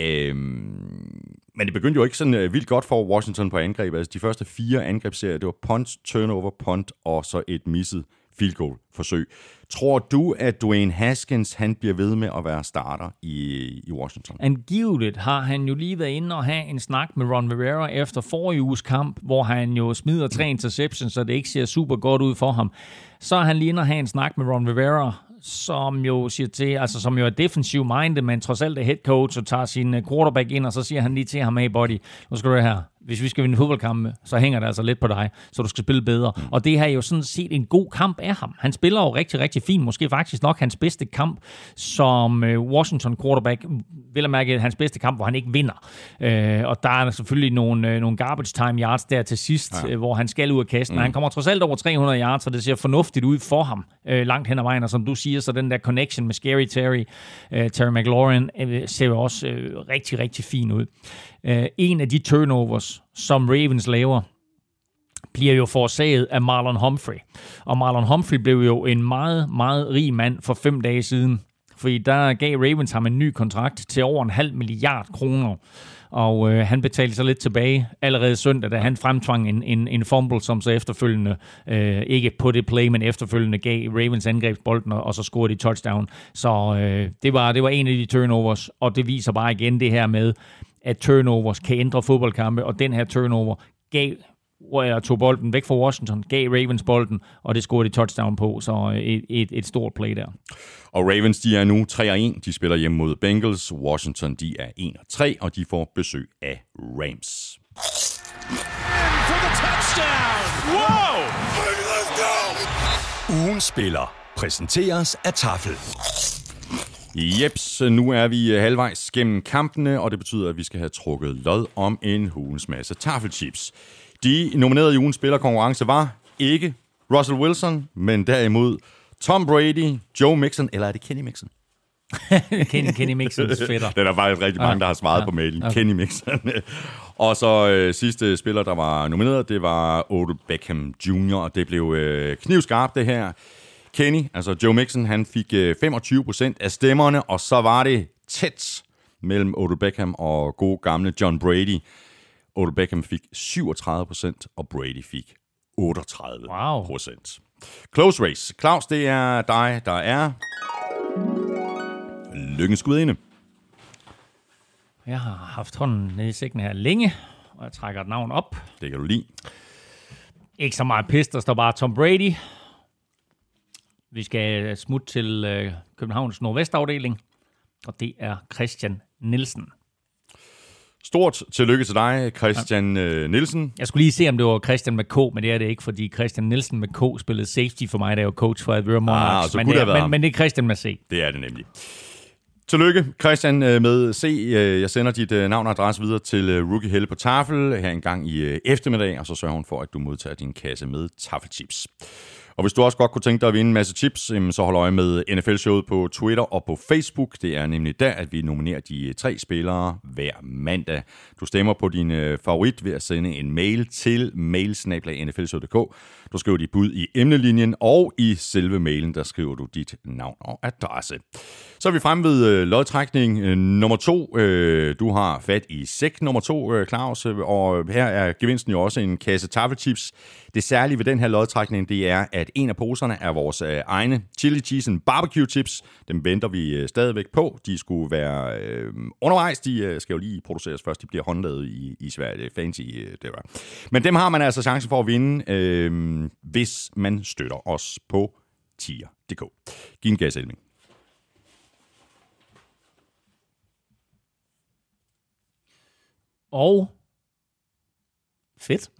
Men det begyndte jo ikke sådan vildt godt for Washington på angreb. Altså de første 4 angrebsserier, det var punt, turnover, punt og så et misset field goal forsøg. Tror du, at Dwayne Haskins han bliver ved med at være starter i Washington? Angiveligt har han jo lige været inde og have en snak med Ron Rivera efter forrige uges kamp, hvor han jo smider 3 interceptions, så det ikke ser super godt ud for ham. Så er han lige inde og have en snak med Ron Rivera, som jo siger til, altså som jo er defensive minded, men trods alt er head coach og tager sin quarterback ind, og så siger han lige til ham, hey buddy, nu skal du her. Hvis vi skal vinde fodboldkampe, så hænger det altså lidt på dig, så du skal spille bedre. Og det her er jo sådan set en god kamp af ham. Han spiller jo rigtig, rigtig fint. Måske faktisk nok hans bedste kamp som Washington quarterback. Vil jeg mærke hans bedste kamp, hvor han ikke vinder. Og der er selvfølgelig nogle garbage time yards der til sidst, hvor han skal ud af kasten. Han kommer trods alt over 300 yards, så det ser fornuftigt ud for ham langt hen ad vejen. Og som du siger, så den der connection med Scary Terry, Terry McLaurin, ser jo også rigtig, rigtig fin ud. En af de turnovers, som Ravens laver, bliver jo forårsaget af Marlon Humphrey. Og Marlon Humphrey blev jo en meget, meget rig mand for 5 dage siden. Fordi der gav Ravens ham en ny kontrakt til over 0,5 milliard kroner. Og han betalte sig lidt tilbage allerede søndag, da han fremtvang en fumble, som så efterfølgende, ikke på det play, men efterfølgende gav Ravens angrebsbolden, og så scorede de touchdown. Så det var en af de turnovers, og det viser bare igen det her med, at turnovers kan ændre fodboldkampe, og den her turnover gav, hvor jeg tog bolden væk fra Washington, gav Ravens bolden, og det scorede de touchdown på, så et stort play der. Og Ravens, de er nu 3-1, de spiller hjemme mod Bengals, Washington, de er 1-3, og de får besøg af Rams. Ugens spiller præsenteres af Tafel. Jeps, nu er vi halvvejs gennem kampene, og det betyder, at vi skal have trukket lod om en hulens masse tafelchips. De nominerede i ugens spillerkonkurrence var ikke Russell Wilson, men derimod Tom Brady, Joe Mixon, eller er det Kenny Mixon? Kenny Mixons fætter. Der er faktisk rigtig mange, der har svaret på mailen. Okay. Kenny Mixon. Og så sidste spiller, der var nomineret, det var Odell Beckham Jr., og det blev knivskarpt det her. Kenny, altså Joe Mixon, han fik 25% af stemmerne, og så var det tæt mellem Odell Beckham og gode gamle John Brady. Odell Beckham fik 37%, og Brady fik 38%. Wow. Close race. Claus, det er dig, der er lykkens gudinde. Jeg har haft hånden nede i sækken her længe, og jeg trækker et navn op. Det kan du lide. Ikke så meget pis, der står bare Tom Brady. Vi skal smutte til Københavns Nordvestafdeling, og det er Christian Nielsen. Stort tillykke til dig, Christian Nielsen. Jeg skulle lige se, om det var Christian med K, men det er det ikke, fordi Christian Nielsen med K spillede safety for mig, der er jo coach for Avedøre Monarchs. Men det er Christian med C. Det er det nemlig. Tillykke, Christian, med C. Jeg sender dit navn og adresse videre til Rookie Helle på Tafel her en gang i eftermiddag, og så sørger hun for, at du modtager din kasse med taffelchips. Og hvis du også godt kunne tænke dig at vinde en masse chips, så hold øje med NFL-showet på Twitter og på Facebook. Det er nemlig der, at vi nominerer de 3 spillere hver mandag. Du stemmer på din favorit ved at sende en mail til mail@nflshowet.dk. Du skriver dit bud i emnelinjen, og i selve mailen, der skriver du dit navn og adresse. Så er vi fremme ved lodtrækning nummer 2. Du har fat i sæk nummer 2, Claus, og her er gevinsten jo også en kasse taffelchips. Det særlige ved den her lodtrækning, det er, at en af poserne er vores egne chili cheese and barbecue chips. Dem venter vi stadigvæk på. De skulle være undervejs. De skal jo lige produceres først. De bliver håndlavet i Sverige. Fancy, det var. Men dem har man altså chancen for at vinde, hvis man støtter os på tier.dk. Giv en gas, Elming. Og fedt.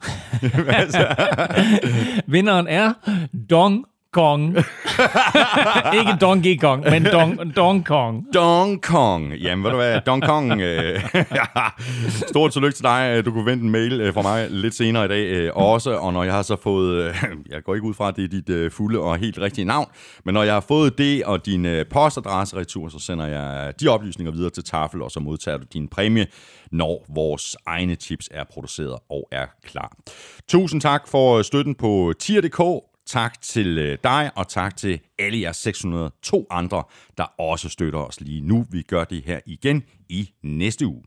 Vinderen er Dong Kong. Ikke Donkey Kong, men Dong Kong. Dong Kong. Jamen, ved du hvad? Dong Kong. Stort tillykke til dig. Du kunne vente en mail fra mig lidt senere i dag også. Og når jeg har så fået... jeg går ikke ud fra, at det er dit fulde og helt rigtige navn. Men når jeg har fået det og din postadresse retur, så sender jeg de oplysninger videre til Tafel, og så modtager du din præmie, når vores egne chips er produceret og er klar. Tusind tak for støtten på tier.dk. Tak til dig, og tak til alle jer 602 andre, der også støtter os lige nu. Vi gør det her igen i næste uge.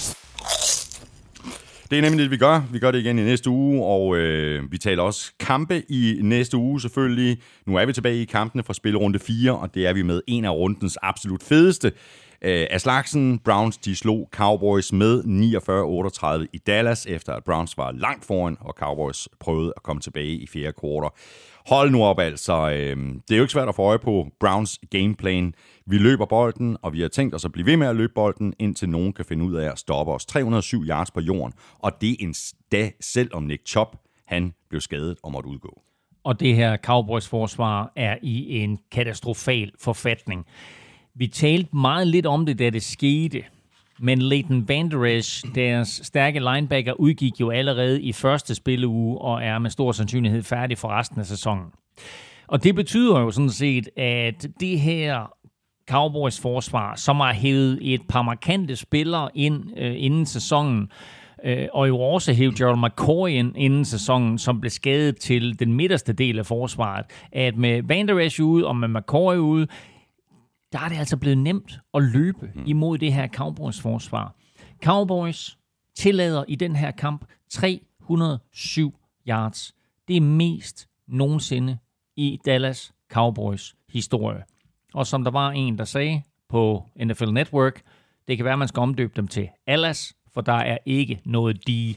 Det er nemlig det, vi gør. Vi gør det igen i næste uge, og vi taler også kampe i næste uge selvfølgelig. Nu er vi tilbage i kampene fra spillerunde 4, og det er vi med en af rundens absolut fedeste af slagsen. Browns, de slog Cowboys med 49-38 i Dallas, efter at Browns var langt foran, og Cowboys prøvede at komme tilbage i fjerde kvartal. Hold nu op altså. Det er jo ikke svært at få øje på Browns gameplan. Vi løber bolden, og vi har tænkt os at blive ved med at løbe bolden, indtil nogen kan finde ud af at stoppe os. 307 yards på jorden, og det er en dag, selvom Nick Chubb, han blev skadet og måtte udgå. Og det her Cowboys-forsvar er i en katastrofal forfatning. Vi talte meget lidt om det, da det skete, men Leighton Vander Esch, deres stærke linebacker, udgik jo allerede i første spilleuge og er med stor sandsynlighed færdig for resten af sæsonen. Og det betyder jo sådan set, at det her Cowboys forsvar, som har hævet et par markante spillere ind inden sæsonen, og jo også hævet Gerald McCoy ind inden sæsonen, som blev skadet til den midterste del af forsvaret, at med Vander Esch ude og med McCoy ude, der er det altså blevet nemt at løbe imod det her Cowboys-forsvar. Cowboys tillader i den her kamp 307 yards. Det er mest nogensinde i Dallas Cowboys historie. Og som der var en, der sagde på NFL Network, det kan være, at man skal omdøbe dem til Alas, for der er ikke noget de.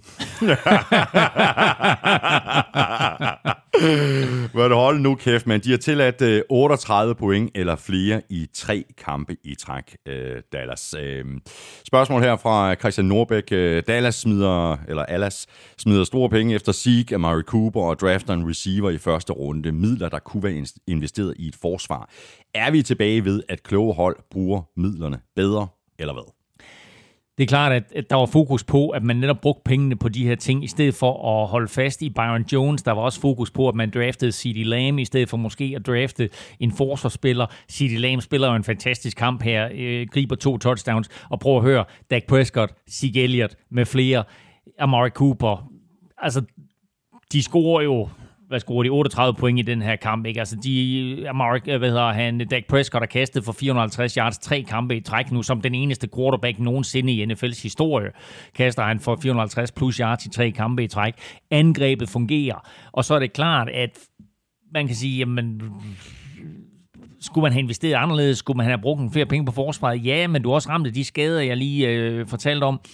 Hvor det holde nu kæft, men de har tilladt 38 point eller flere i 3 kampe i træk, Dallas. Spørgsmål her fra Christian Nordbæk. Dallas smider store penge efter Zeke, Amari Cooper og drafter en receiver i første runde. Midler, der kunne være investeret i et forsvar. Er vi tilbage ved, at kloge hold bruger midlerne bedre, eller hvad? Det er klart, at der var fokus på, at man netop brugte pengene på de her ting, i stedet for at holde fast i Byron Jones. Der var også fokus på, at man draftede CeeDee Lamb, i stedet for måske at drafte en forsvarsspiller. CeeDee Lamb spiller jo en fantastisk kamp her, griber 2 touchdowns, og prøv at høre, Dak Prescott, Zeke Elliott med flere, Amari Cooper. Altså, de scorer jo... Hvad scorer de? 38 point i den her kamp, ikke? Altså, Dak Prescott har kastet for 450 yards 3 kampe i træk nu, som den eneste quarterback nogensinde i NFL's historie. Kaster han for 450 plus yards i 3 kampe i træk. Angrebet fungerer. Og så er det klart, at man kan sige, jamen... Skulle man have investeret anderledes? Skulle man have brugt flere penge på forsvaret? Ja, men du har også ramt af de skader, jeg lige fortalte om.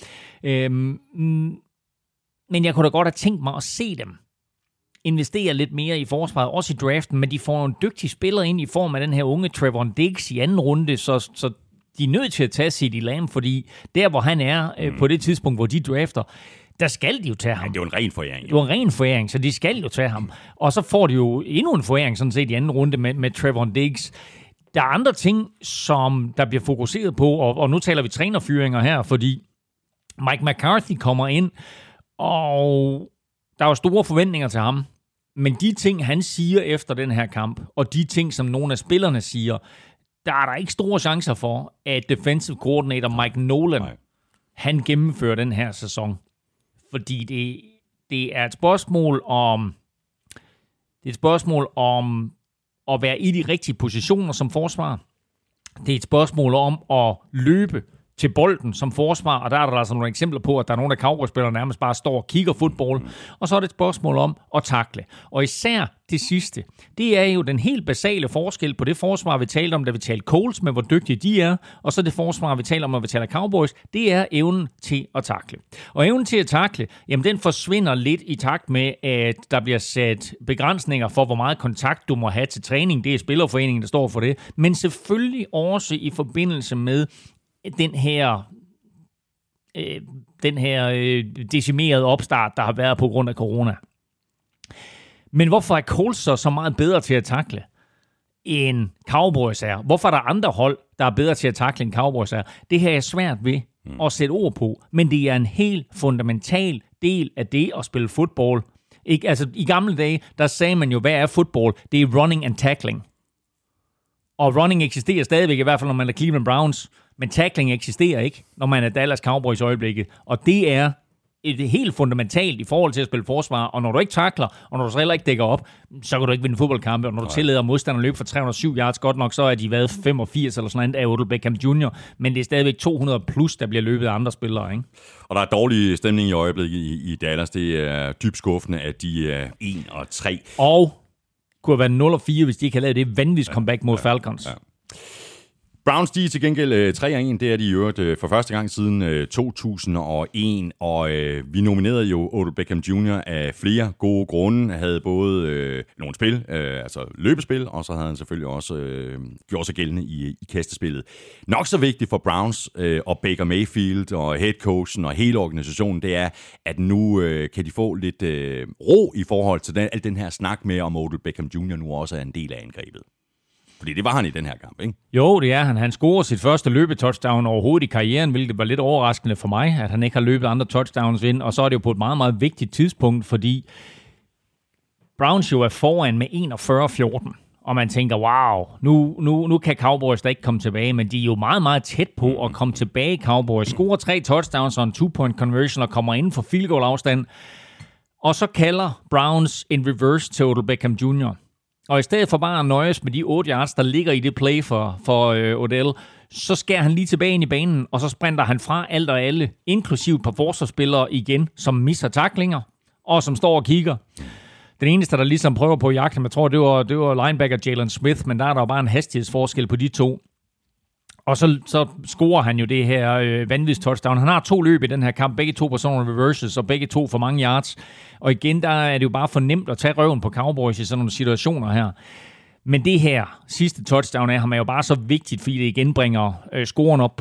Men jeg kunne da godt have tænkt mig at se dem investere lidt mere i forsvaret, også i draften, men de får en dygtig spiller ind i form af den her unge Trevon Diggs i anden runde, så de er nødt til at tage CeeDee Lamb, fordi der, hvor han er på det tidspunkt, hvor de drafter, der skal de jo tage ham. Ja, det er jo en ren foræring. Det er en ren foræring, så de skal jo tage ham. Og så får de jo endnu en foræring, sådan set, i anden runde med Trevon Diggs. Der er andre ting, som der bliver fokuseret på, og nu taler vi trænerfyringer her, fordi Mike McCarthy kommer ind, og der er jo store forventninger til ham. Men de ting, han siger efter den her kamp, og de ting, som nogle af spillerne siger, der er der ikke store chancer for, at defensive coordinator Mike Nolan, han gennemfører den her sæson. Fordi det er et spørgsmål om at være i de rigtige positioner som forsvar. Det er et spørgsmål om at løbe til bolden som forsvar, og der er der altså nogle eksempler på, at der er nogle af Cowboys-spillere nærmest bare står og kigger fodbold, og så er det et spørgsmål om at takle. Og især det sidste, det er jo den helt basale forskel på det forsvar, vi talte om, da vi talte Colts, med hvor dygtige de er, og så det forsvar, vi taler om, når vi taler Cowboys, det er evnen til at takle. Og evnen til at takle, jamen den forsvinder lidt i takt med, at der bliver sat begrænsninger for, hvor meget kontakt du må have til træning. Det er Spillerforeningen, der står for det, men selvfølgelig også i forbindelse med den her decimerede opstart, der har været på grund af corona. Men hvorfor er Colts så meget bedre til at takle, end Cowboys er? Hvorfor er der andre hold, der er bedre til at takle, end Cowboys er? Det her er svært ved at sætte ord på, men det er en helt fundamental del af det at spille fodbold. Ikke? Altså, i gamle dage, der sagde man jo, hvad er fodbold? Det er running and tackling. Og running eksisterer stadigvæk, i hvert fald når man er Cleveland Browns, men tackling eksisterer ikke, når man er Dallas Cowboys i øjeblikket. Og det er et helt fundamentalt i forhold til at spille forsvar, og når du ikke tackler, og når du så heller ikke dækker op, så kan du ikke vinde fodboldkampe, og når du tillader modstanderen løbe for 307 yards, godt nok, så er de været 85 eller sådan noget af Odell Beckham Jr., men det er stadigvæk 200 plus, der bliver løbet af andre spillere, ikke? Og der er dårlig stemning i øjeblikket i Dallas. Det er dybt skuffende, at de er 1-3. Og kunne have været 0-4, hvis de ikke havde lavet det vanvittigt comeback mod Falcons. Ja. Browns, de er til gengæld 3-1. Det er de i øvrigt for første gang siden 2001. Og vi nominerede jo Odell Beckham Jr. af flere gode grunde. Han havde både nogle spil, altså løbespil, og så havde han selvfølgelig også gjort sig gældende i kastespillet. Nok så vigtigt for Browns og Baker Mayfield og headcoachen og hele organisationen, det er, at nu kan de få lidt ro i forhold til al den her snak med, om Odell Beckham Jr. nu også er en del af angrebet. Fordi det var han i den her kamp, ikke? Jo, det er han. Han scorer sit første løbetouchdown overhovedet i karrieren, hvilket var lidt overraskende for mig, at han ikke har løbet andre touchdowns ind. Og så er det jo på et meget, meget vigtigt tidspunkt, fordi Browns jo er foran med 41-14. Og man tænker, wow, nu kan Cowboys da ikke komme tilbage, men de er jo meget, meget tæt på at komme tilbage. Cowboys scorer 3 touchdowns og en 2-point conversion og kommer inden for field goal afstand. Og så kalder Browns en reverse til Odell Beckham Jr., og i stedet for bare at nøjes med de 8 yards, der ligger i det play for Odell, så skærer han lige tilbage ind i banen, og så sprinter han fra alt og alle, inklusive et par forsvarsspillere igen, som misser tacklinger, og som står og kigger. Den eneste, der ligesom prøver på at jagte, jeg tror, det var linebacker Jalen Smith, men der er der jo bare en hastighedsforskel på de to. Og så scorer han jo det her vanvittigt touchdown. Han har 2 løb i den her kamp, begge 2 personer reverses, og begge 2 for mange yards. Og igen, der er det jo bare for nemt at tage røven på Cowboys i sådan nogle situationer her. Men det her sidste touchdown af ham er jo bare så vigtigt, fordi det igen bringer scoren op på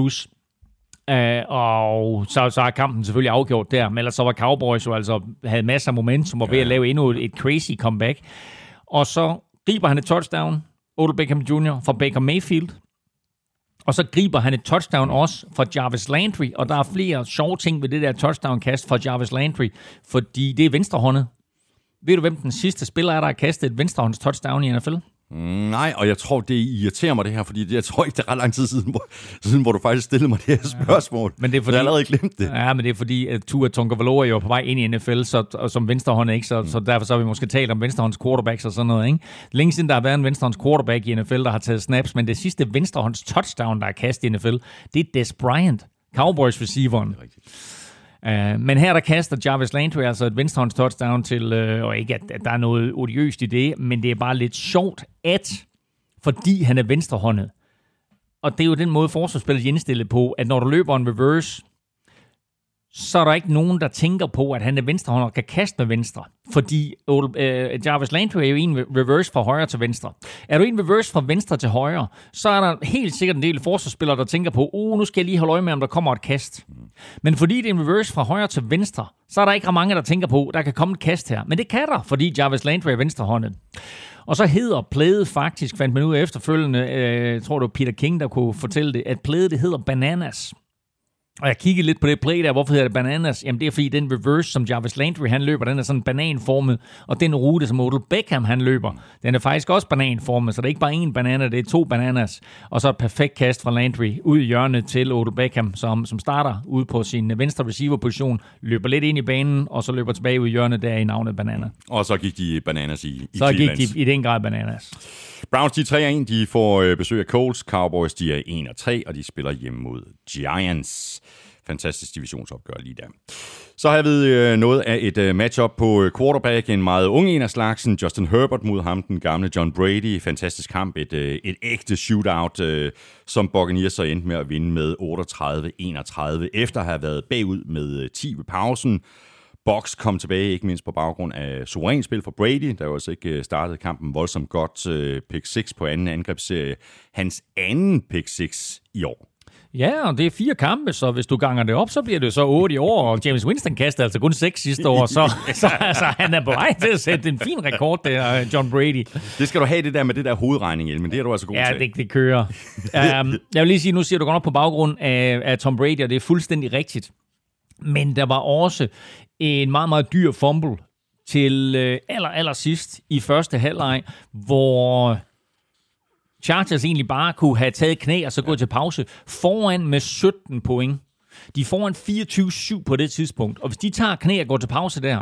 10+. Og så er kampen selvfølgelig afgjort der. Men ellers så var Cowboys jo altså havde masser af momentum og ved at lave endnu et crazy comeback. Og så griber han et touchdown, Odell Beckham Jr. fra Baker Mayfield. Og så griber han et touchdown også fra Jarvis Landry, og der er flere sjove ting ved det der touchdown-kast fra Jarvis Landry, fordi det er venstrehåndet. Ved du, hvem den sidste spiller er, der har kastet et venstrehånds touchdown i NFL? Nej, og jeg tror, det irriterer mig det her, fordi jeg tror ikke, det er ret lang tid siden, hvor du faktisk stillede mig det her spørgsmål. Men det er fordi, jeg har allerede glemt det. Ja, men det er fordi, at Tua Tagovailoa er jo på vej ind i NFL, og som venstrehånd, ikke? Så derfor så har vi måske talt om venstrehånds quarterbacks og sådan noget, ikke? Længe siden der har været en venstrehånds quarterback i NFL, der har taget snaps, men det sidste venstrehånds touchdown, der er kastet i NFL, det er Dez Bryant, Cowboys receiveren. Det er rigtigt. Men her der kaster Jarvis Landry altså et venstrehånds touchdown til, og ikke at der er noget odiøst i det, men det er bare lidt sjovt, fordi han er venstrehåndet. Og det er jo den måde, forsvarsspillet er indstillet på, at når du løber en reverse, så er der ikke nogen, der tænker på, at han er venstrehåndet og kan kaste med venstre. Fordi Jarvis Landry er jo en reverse fra højre til venstre. Er du en reverse fra venstre til højre, så er der helt sikkert en del forsvarsspillere, der tænker på, nu skal jeg lige holde øje med, om der kommer et kast. Men fordi det er en reverse fra højre til venstre, så er der ikke ret mange, der tænker på, der kan komme et kast her. Men det kan der, fordi Jarvis Landry er venstrehåndet. Og så hedder playet faktisk, fandt man ud af efterfølgende, jeg tror det var Peter King, der kunne fortælle det, at playet det hedder Bananas. Og jeg kiggede lidt på det play der, hvorfor hedder det Bananas? Jamen det er fordi den reverse, som Jarvis Landry han løber, den er sådan bananformet, og den rute, som Odell Beckham han løber, den er faktisk også bananformet, så det er ikke bare én banana, det er 2 bananas. Og så et perfekt kast fra Landry ud i hjørnet til Odell Beckham, som starter ude på sin venstre receiver-position, løber lidt ind i banen, og så løber tilbage ud i hjørnet der i navnet Banana. Og så gik de bananas i så Cleveland. Gik de i den grad bananas. Browns, de er 3-1, de får besøg af Colts. Cowboys, de er 1-3, og de spiller hjemme mod Giants. Fantastisk divisionsopgør lige der. Så har vi noget af et matchup på quarterback. En meget ung en af slagsen. Justin Herbert mod ham, den gamle John Brady. Fantastisk kamp. Et ægte shootout, som Buccaneers så endte med at vinde med 38-31, efter at have været bagud med 10 ved pausen. Bucs kom tilbage, ikke mindst på baggrund af suveræn spil for Brady, der jo også ikke startede kampen voldsomt godt. Pick 6 på anden angrebsserie. Hans anden pick 6 i år. Ja, og det er 4 kampe, så hvis du ganger det op, så bliver det så 8 i år, og James Winston kastede altså kun 6 sidste år, så altså, han er på vej til at sætte en fin rekord der, John Brady. Det skal du have det der med det der hovedregning, men det er du altså god til. Ja, det kører. Jeg vil lige sige, nu siger du godt nok på baggrund af Tom Brady, og det er fuldstændig rigtigt. Men der var også en meget, meget dyr fumble til aller sidst i første halvleg, hvor Chargers egentlig bare kunne have taget knæ og så gået til pause foran med 17 point. De er foran 24-7 på det tidspunkt. Og hvis de tager knæ og går til pause der,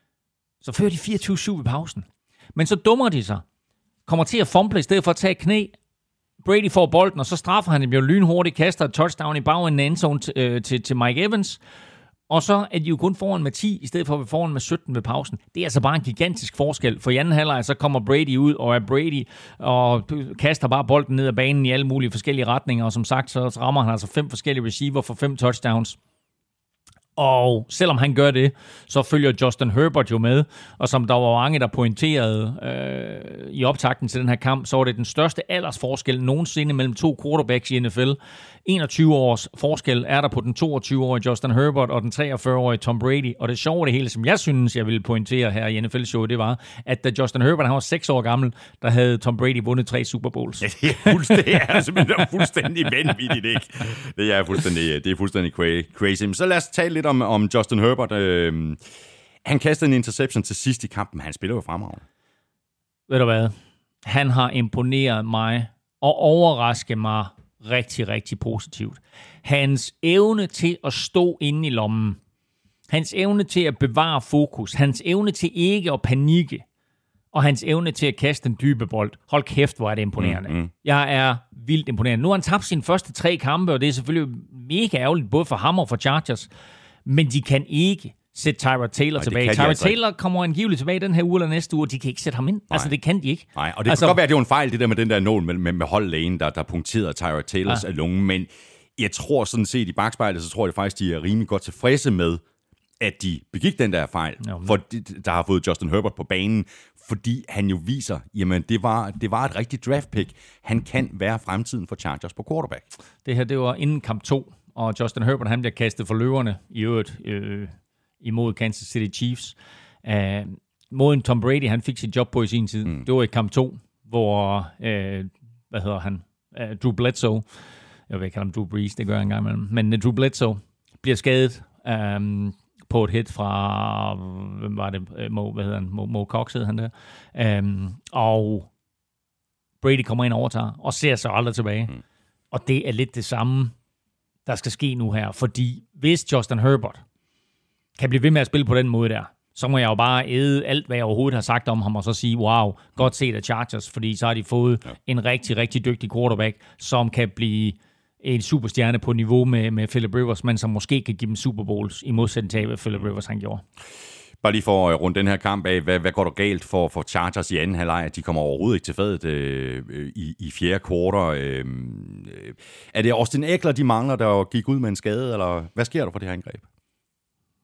så fører de 24-7 i pausen. Men så dummer de sig. Kommer til at fumble i stedet for at tage knæ. Brady får bolden, og så straffer han dem jo lynhurtigt, kaster et touchdown i bagenden af endzone til Mike Evans. Og så er de jo kun foran med 10, i stedet for at være foran med 17 ved pausen. Det er altså bare en gigantisk forskel. For i anden halvleg, så kommer Brady ud og er Brady, og kaster bare bolden ned ad banen i alle mulige forskellige retninger. Og som sagt, så rammer han altså 5 forskellige receiver for 5 touchdowns. Og selvom han gør det, så følger Justin Herbert jo med. Og som der var mange, der pointerede i optakten til den her kamp, så var det den største aldersforskel nogensinde mellem 2 quarterbacks i NFL. 21 års forskel er der på den 22-årige Justin Herbert og den 43-årige Tom Brady. Og det sjove det hele, som jeg synes, jeg ville pointere her i NFL-showet, det var, at da Justin Herbert han var 6 år gammel, der havde Tom Brady vundet 3 Super Bowls. Ja, det er simpelthen fuldstændig vanvittigt, ikke? Det er fuldstændig crazy. Så lad os tale lidt om Justin Herbert. Han kastede en interception til sidst i kampen. Han spiller jo fremragende. Ved du hvad? Han har imponeret mig og overrasket mig rigtig, rigtig positivt. Hans evne til at stå inde i lommen, hans evne til at bevare fokus, hans evne til ikke at panikke, og hans evne til at kaste en dybe bold. Hold kæft, hvor er det imponerende. Jeg er vildt imponerende. Nu har han tabt sine første 3 kampe, og det er selvfølgelig mega ærgerligt, både for ham og for Chargers, men de kan ikke sætte Tyrod Taylor tilbage. Tyrod Taylor kommer angiveligt tilbage den her uge eller næste uge, og de kan ikke sætte ham ind. Nej. Altså, det kan de ikke. Nej, og det kan godt være, at det var en fejl, det der med den der nål med holdlægen, der punkterede Tyrod Taylors lunge, men jeg tror sådan set i bagspejlet, så tror jeg faktisk, de er rimelig godt tilfredse med, at de begik den der fejl, for der har fået Justin Herbert på banen, fordi han jo viser, jamen det var et rigtigt draft pick. Han kan være fremtiden for Chargers på quarterback. Det her, det var inden kamp 2, og Justin Herbert, han bliver kastet for løverne i øvrigt imod Kansas City Chiefs. Måden Tom Brady, han fik sit job på i sin tid, det var i kamp 2, hvor, Drew Bledsoe, jeg vil ikke kalde ham Drew Brees, det gør jeg engang imellem, men Drew Bledsoe bliver skadet på et hit fra, hvem var det, Mo Cox hed han der, og Brady kommer ind og overtager, og ser sig aldrig tilbage. Og det er lidt det samme, der skal ske nu her, fordi hvis Justin Herbert kan blive ved med at spille på den måde der, så må jeg jo bare æde alt, hvad jeg overhovedet har sagt om ham, og så sige, wow, godt set af Chargers, fordi så har de fået en rigtig, rigtig dygtig quarterback, som kan blive en superstjerne på niveau med Philip Rivers, men som måske kan give dem Super Bowls, i modsætning til, hvad Philip Rivers han gjorde. Bare lige for at runde den her kamp af, hvad går der galt for Chargers i anden halvleg? De kommer overhovedet ikke til fadet i fjerde kvartal. Er det Austin Ekeler, de mangler, der gik ud med en skade, eller hvad sker der for det her angreb?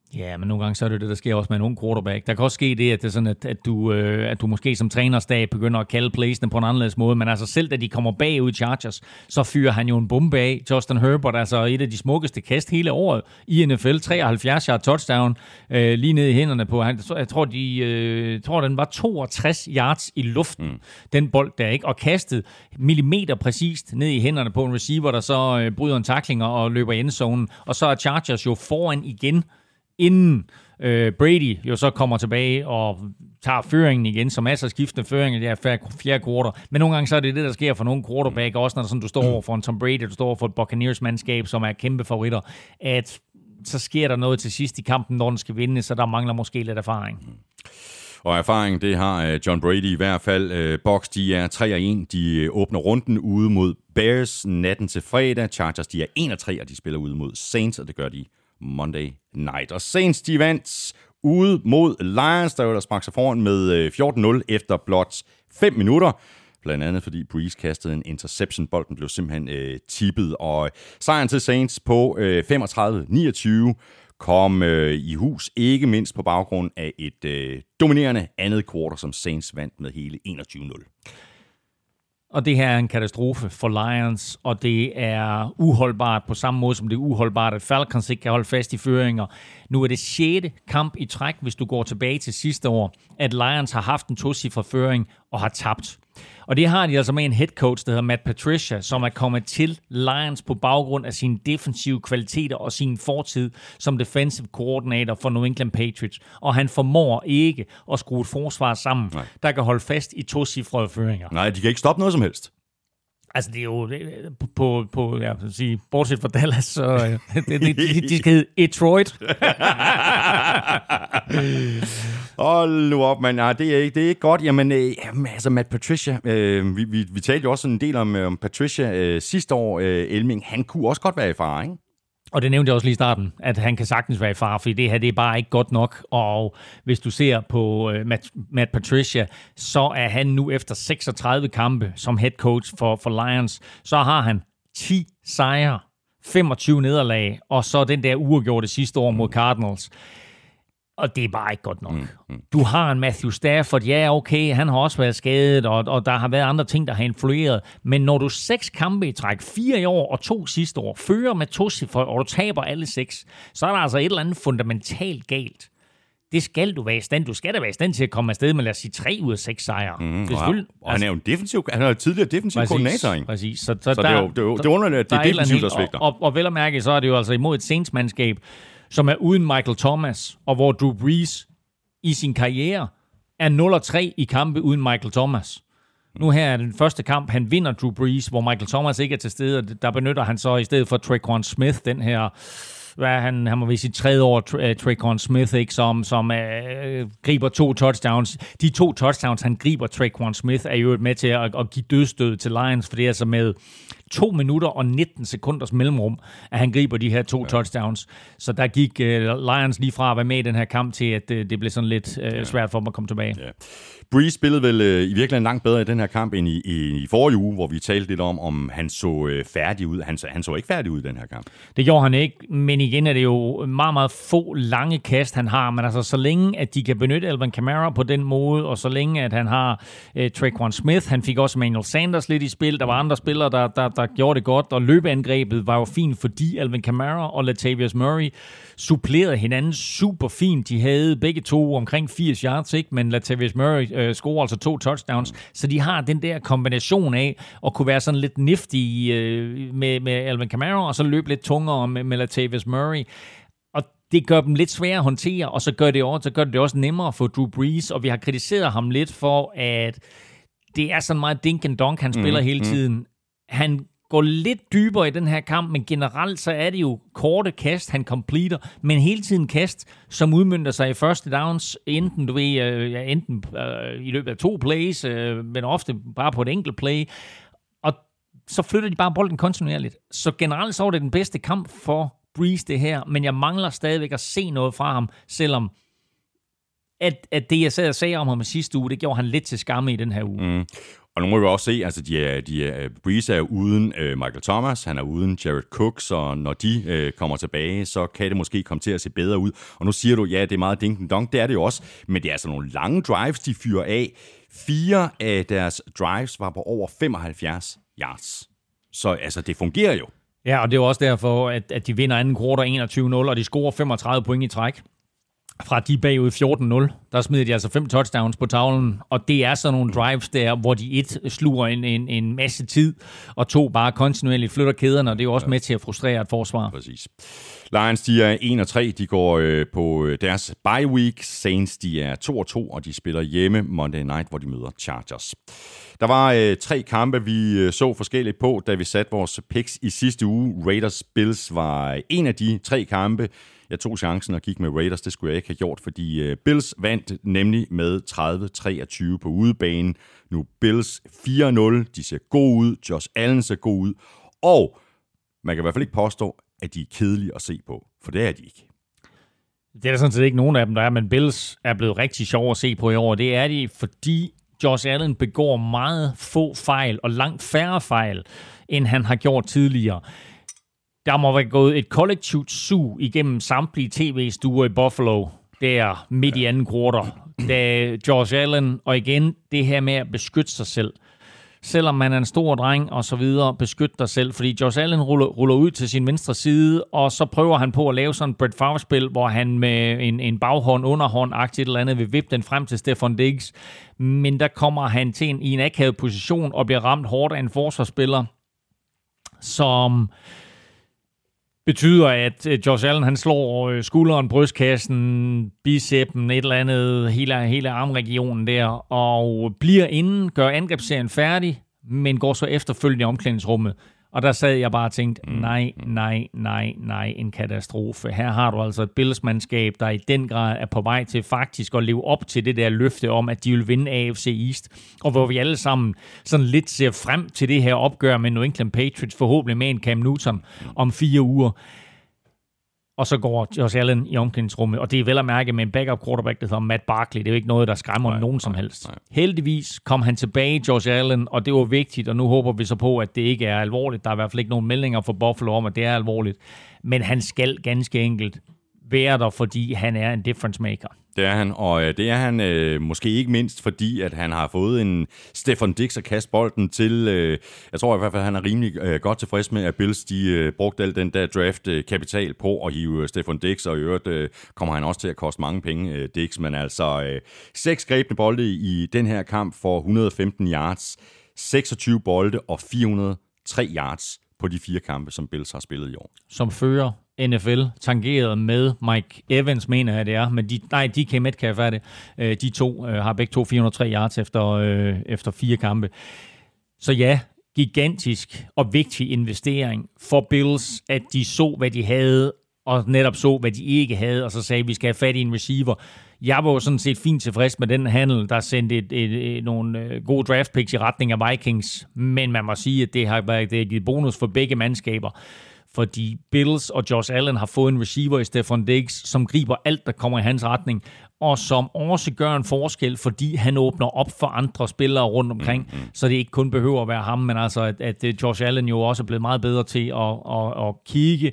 Ja, men nogle gange så er det det, der sker også med en ung quarterback. Der kan også ske det, at det er sådan, at du måske som trænerstab begynder at kalde playsene på en anderledes måde, men altså selv da de kommer bagud i Chargers, så fyrer han jo en bombe af. Justin Herbert, altså et af de smukkeste kast hele året i NFL, 73-yard touchdown, lige ned i hænderne på. Jeg tror, den var 62 yards i luften, den bold der, ikke? Og kastet millimeter præcist ned i hænderne på en receiver, der så bryder en tackling og løber i endzonen. Og så er Chargers jo foran igen, inden Brady jo så kommer tilbage og tager føringen igen, så masser af skiftende føringer, det er fjerde quarter. Men nogle gange så er det det, der sker for nogle quarterback, også når sådan, du står over for en Tom Brady, du står over for et Buccaneers-mandskab, som er kæmpe favoritter, at så sker der noget til sidst i kampen, når den skal vinde, så der mangler måske lidt erfaring. Og erfaring, det har John Brady i hvert fald. Bucs, de er 3-1. De åbner runden ude mod Bears natten til fredag. Chargers, de er 1-3, og de spiller ude mod Saints, og det gør de Monday night. Og Saints, de vandt ude mod Lions, der jo der sprang sig foran med 14-0 efter blot 5 minutter. Blandt andet fordi Breeze kastede en interception. Bolden blev simpelthen tippet. Og sejren til Saints på 35-29 kom i hus, ikke mindst på baggrund af et dominerende andet quarter, som Saints vandt med hele 21-0. Og det her er en katastrofe for Lions, og det er uholdbart på samme måde, som det er uholdbart, at Falcons ikke kan holde fast i føringer. Nu er det 6. kamp i træk, hvis du går tilbage til sidste år, at Lions har haft en tocifret føring og har tabt. Og det har de altså med en head coach, der hedder Matt Patricia, som er kommet til Lions på baggrund af sine defensive kvaliteter og sin fortid som defensive coordinator for New England Patriots. Og han formår ikke at skrue et forsvar sammen, der kan holde fast i tocifrede føringer. Nej, de kan ikke stoppe noget som helst. Altså, det er jo på jeg vil sige, bortset fra Dallas, så de skal hedde Detroit. Hold nu op, mand. Det er ikke godt. Jamen, altså Matt Patricia, vi talte jo også en del om Patricia sidste år, Elming. Han kunne også godt være i fare, ikke? Og det nævnte jeg også lige i starten, at han kan sagtens være i fare, fordi det her, det er bare ikke godt nok. Og hvis du ser på Matt Patricia, så er han nu efter 36 kampe som head coach for Lions, så har han 10 sejre, 25 nederlag, og så den der uafgjorte sidste år mod Cardinals. Og det er bare ikke godt nok. Du har en Matthew Stafford, ja okay, han har også været skadet, og der har været andre ting, der har influeret. Men når du 6 kampe i træk, 4 i år og 2 sidste år, fører med tocifre, og du taber alle 6, så er der altså et eller andet fundamentalt galt. Det skal du være i stand. Du skal da være i stand til at komme afsted med, lad os sige, 3 ud af 6 sejre. Og han er jo en defensiv, han er jo tidligere defensiv koordinator, ikke? Præcis. Så det er underligt, at det er defensivt, der svigter. Og vel at mærke, så er det jo altså imod et Saints-mandskab, som er uden Michael Thomas, og hvor Drew Brees i sin karriere er 0-3 i kampe uden Michael Thomas. Nu her er den første kamp, han vinder Drew Brees, hvor Michael Thomas ikke er til stede, og der benytter han så i stedet for Tre'Quan Smith, den her, han må vise sit 3. år, Tre'Quan Smith, ikke, som griber 2 touchdowns. De 2 touchdowns, han griber Tre'Quan Smith, er jo med til at give dødstød til Lions, for det er altså med 2 minutter og 19 sekunders mellemrum, at han griber de her 2 touchdowns. Så der gik Lions lige fra at være med i den her kamp til, at det blev sådan lidt svært for dem at komme tilbage. Ja. Brees spillede vel i virkeligheden langt bedre i den her kamp end i forrige uge, hvor vi talte lidt om han så færdig ud. Han så ikke færdig ud i den her kamp. Det gjorde han ikke, men igen er det jo meget, meget få lange kast, han har. Men altså, så længe at de kan benytte Alvin Kamara på den måde, og så længe at han har Tre'Quan Smith, han fik også Emmanuel Sanders lidt i spil. Der var andre spillere, der gjorde det godt, og løbeangrebet var jo fint, fordi Alvin Kamara og Latavius Murray supplerede hinanden super fint. De havde begge to omkring 80 yards, ikke? Men Latavius Murray scorer altså 2 touchdowns, så de har den der kombination af at kunne være sådan lidt nifty med Alvin Kamara, og så løbe lidt tungere med Latavius Murray. Og det gør dem lidt sværere at håndtere, og så gør det også nemmere for Drew Brees, og vi har kritiseret ham lidt for, at det er sådan meget dink and dunk, han spiller hele tiden. Han går lidt dybere i den her kamp, men generelt så er det jo korte kast, han completer, men hele tiden kast, som udmønter sig i første downs, enten i løbet af 2 plays, men ofte bare på et enkelt play, og så flytter de bare bolden kontinuerligt. Så generelt så er det den bedste kamp for Brees det her, men jeg mangler stadigvæk at se noget fra ham, selvom at det, jeg sad og sagde om ham i sidste uge, det gjorde han lidt til skamme i den her uge. Og nu må vi også se, altså Breeze er uden Michael Thomas, han er uden Jared Cook, så når de kommer tilbage, så kan det måske komme til at se bedre ud. Og nu siger du, ja, det er meget ding-dong, det er det jo også, men det er altså nogle lange drives, de fyrer af. 4 af deres drives var på over 75 yards. Så altså, det fungerer jo. Ja, og det er også derfor, at de vinder anden kvartal 21-0, og de scorer 35 point i træk. Fra de bagud 14-0, der smider de altså 5 touchdowns på tavlen, og det er sådan nogle drives der, hvor de sluger en masse tid, og 2 bare kontinuerligt flytter kæderne, og det er jo også med til at frustrere et forsvar. Præcis. Lions, de er 1-3, de går på deres bye week. Saints, de er 2-2, og de spiller hjemme Monday Night, hvor de møder Chargers. Der var 3 kampe, vi så forskelligt på, da vi satte vores picks i sidste uge. Raiders-Bills var en af de 3 kampe. Jeg tog chancen og gik med Raiders, det skulle jeg ikke have gjort, fordi Bills vandt nemlig med 30-23 på udebane. Nu Bills 4-0, de ser gode ud, Josh Allen ser god ud, og man kan i hvert fald ikke påstå, at de er kedelige at se på, for det er de ikke. Det er der sådan set ikke nogen af dem, der er, men Bills er blevet rigtig sjov at se på i år. Det er de, fordi Josh Allen begår meget få fejl, og langt færre fejl, end han har gjort tidligere. Der må være gået et kollektivt sug igennem samtlige tv-stuer i Buffalo, der midt i anden kvartal, da Josh Allen, og igen det her med at beskytte sig selv. Selvom man er en stor dreng og så videre, beskytte dig selv, fordi Josh Allen ruller ud til sin venstre side, og så prøver han på at lave sådan et Brett Favre-spil, hvor han med en baghånd, underhånd-agtigt eller andet vil vippe den frem til Stefon Diggs, men der kommer han til i en akavet position og bliver ramt hårdt af en forsvarsspiller, som betyder, at Josh Allen han slår skulderen, brystkassen, biceppen, et eller andet, hele armregionen der, og bliver inden, gør angrebsserien færdig, men går så efterfølgende i omklædningsrummet. Og der sad jeg bare og tænkte, nej, en katastrofe. Her har du altså et Bills-mandskab, der i den grad er på vej til faktisk at leve op til det der løfte om, at de vil vinde AFC East. Og hvor vi alle sammen sådan lidt ser frem til det her opgør med New England Patriots, forhåbentlig med en Cam Newton om 4 uger. Og så går Josh Allen i omklædningsrummet, og det er vel at mærke med en backup quarterback, der hedder Matt Barkley. Det er jo ikke noget, der skræmmer nogen som helst. Heldigvis kom han tilbage, Josh Allen, og det var vigtigt, og nu håber vi så på, at det ikke er alvorligt. Der er i hvert fald ikke nogen meldinger fra Buffalo om, at det er alvorligt. Men han skal ganske enkelt være der, fordi han er en difference maker. Det er han, og det er han måske ikke mindst, fordi at han har fået en Stefon Diggs at kaste bolden til. Jeg tror i hvert fald, at han er rimelig godt tilfreds med, at Bills de brugte al den der draft-kapital på at hive Stefon Diggs, og i øvrigt kommer han også til at koste mange penge, Diggs. Men altså 6 grebne bolde i den her kamp for 115 yards, 26 bolde og 403 yards på de 4 kampe, som Bills har spillet i år. Som fører NFL tangeret med Mike Evans, mener jeg det er, men DK Metcalf er det. De to har begge to 403 yards efter 4 kampe. Så ja, gigantisk og vigtig investering for Bills, at de så, hvad de havde, og netop så, hvad de ikke havde, og så sagde, at vi skal have fat i en receiver. Jeg var jo sådan set fint tilfreds med den handel, der sendte nogle gode draft picks i retning af Vikings, men man må sige, at det har givet bonus for begge mandskaber. Fordi Bills og Josh Allen har fået en receiver i Stefon Diggs, som griber alt, der kommer i hans retning, og som også gør en forskel, fordi han åbner op for andre spillere rundt omkring, så det ikke kun behøver at være ham, men altså, at Josh Allen jo også er blevet meget bedre til at kigge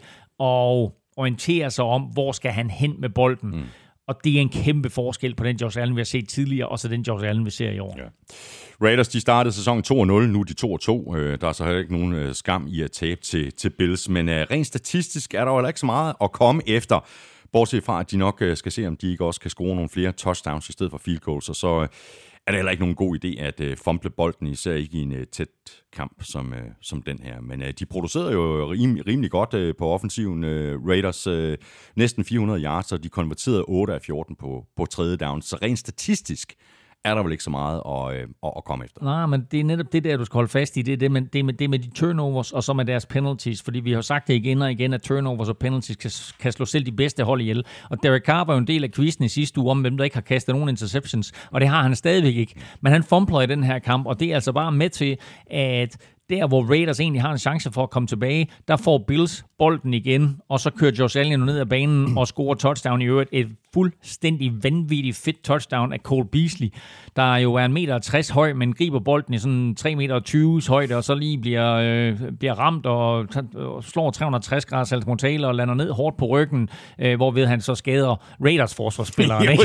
og orientere sig om, hvor skal han hen med bolden. Og det er en kæmpe forskel på den Josh Allen, vi har set tidligere, og så den Josh Allen, vi ser i år. Ja. Raiders, de startede sæsonen 2-0, nu er de 2-2. Der er så heller ikke nogen skam i at tabe til Bills, men rent statistisk er der jo heller ikke så meget at komme efter, bortset fra, at de nok skal se, om de ikke også kan score nogle flere touchdowns i stedet for field goals, og så er det heller ikke nogen god idé at fumble bolden, især ikke i en tæt kamp som den her. Men de producerede jo rimelig godt på offensiven. Raiders næsten 400 yards, og de konverterede 8 af 14 på tredje down. Så rent statistisk er der vel ikke så meget at komme efter. Nej, men det er netop det der, du skal holde fast i. Det er det med de turnovers, og så med deres penalties. Fordi vi har sagt det igen og igen, at turnovers og penalties kan slå selv de bedste hold ihjel. Og Derek Carr var jo en del af quizzen i sidste uge om, hvem der ikke har kastet nogen interceptions. Og det har han stadigvæk ikke. Men han fumbler i den her kamp, og det er altså bare med til, at der hvor Raiders egentlig har en chance for at komme tilbage, der får Bills bolden igen, og så kører Josh Allen ned ad banen og scorer touchdown i øvrigt. Et fuldstændig vanvittigt fedt touchdown af Cole Beasley, der jo er 1,60 meter høj, men griber bolden i sådan 3,20 meter højde, og så lige bliver ramt og slår 360 graders saltomortale og lander ned hårdt på ryggen, hvorved han så skader Raiders forsvarsspillere. Ja,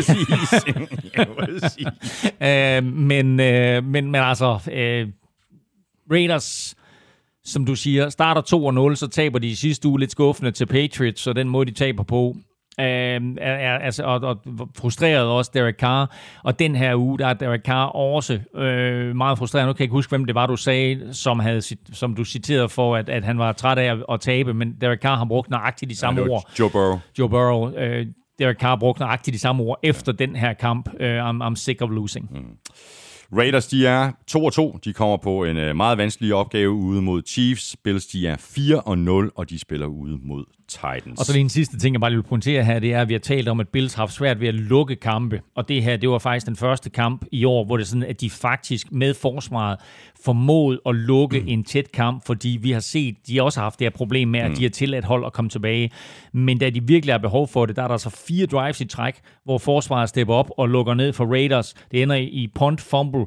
præcis. Men altså, Raiders, som du siger, starter 2-0, så taber de i sidste uge lidt skuffende til Patriots, og den måde, de taber på, og frustreret også Derek Carr. Og den her uge, der er Derek Carr også meget frustreret. Nu kan jeg ikke huske, hvem det var, du sagde, som du citerede for, at han var træt af at tabe, men Derek Carr har brugt nøjagtigt de samme ord. Joe Burrow. Derek Carr brugte nøjagtigt de samme ord efter den her kamp. I'm sick of losing. Raiders, de er 2-2. De kommer på en meget vanskelig opgave ude mod Chiefs. Bills, de er 4-0, og de spiller ude mod Titans. Og så lige en sidste ting, jeg bare vil pointere her, det er, at vi har talt om, at Bills har haft svært ved at lukke kampe. Og det her, det var faktisk den første kamp i år, hvor det er sådan, at de faktisk med forsvaret formåede at lukke en tæt kamp, fordi vi har set, de også har haft det her problem med, at de har tilladt hold at komme tilbage. Men da de virkelig har behov for det, der er der så 4 drives i træk, hvor forsvaret stepper op og lukker ned for Raiders. Det ender i punt, fumble,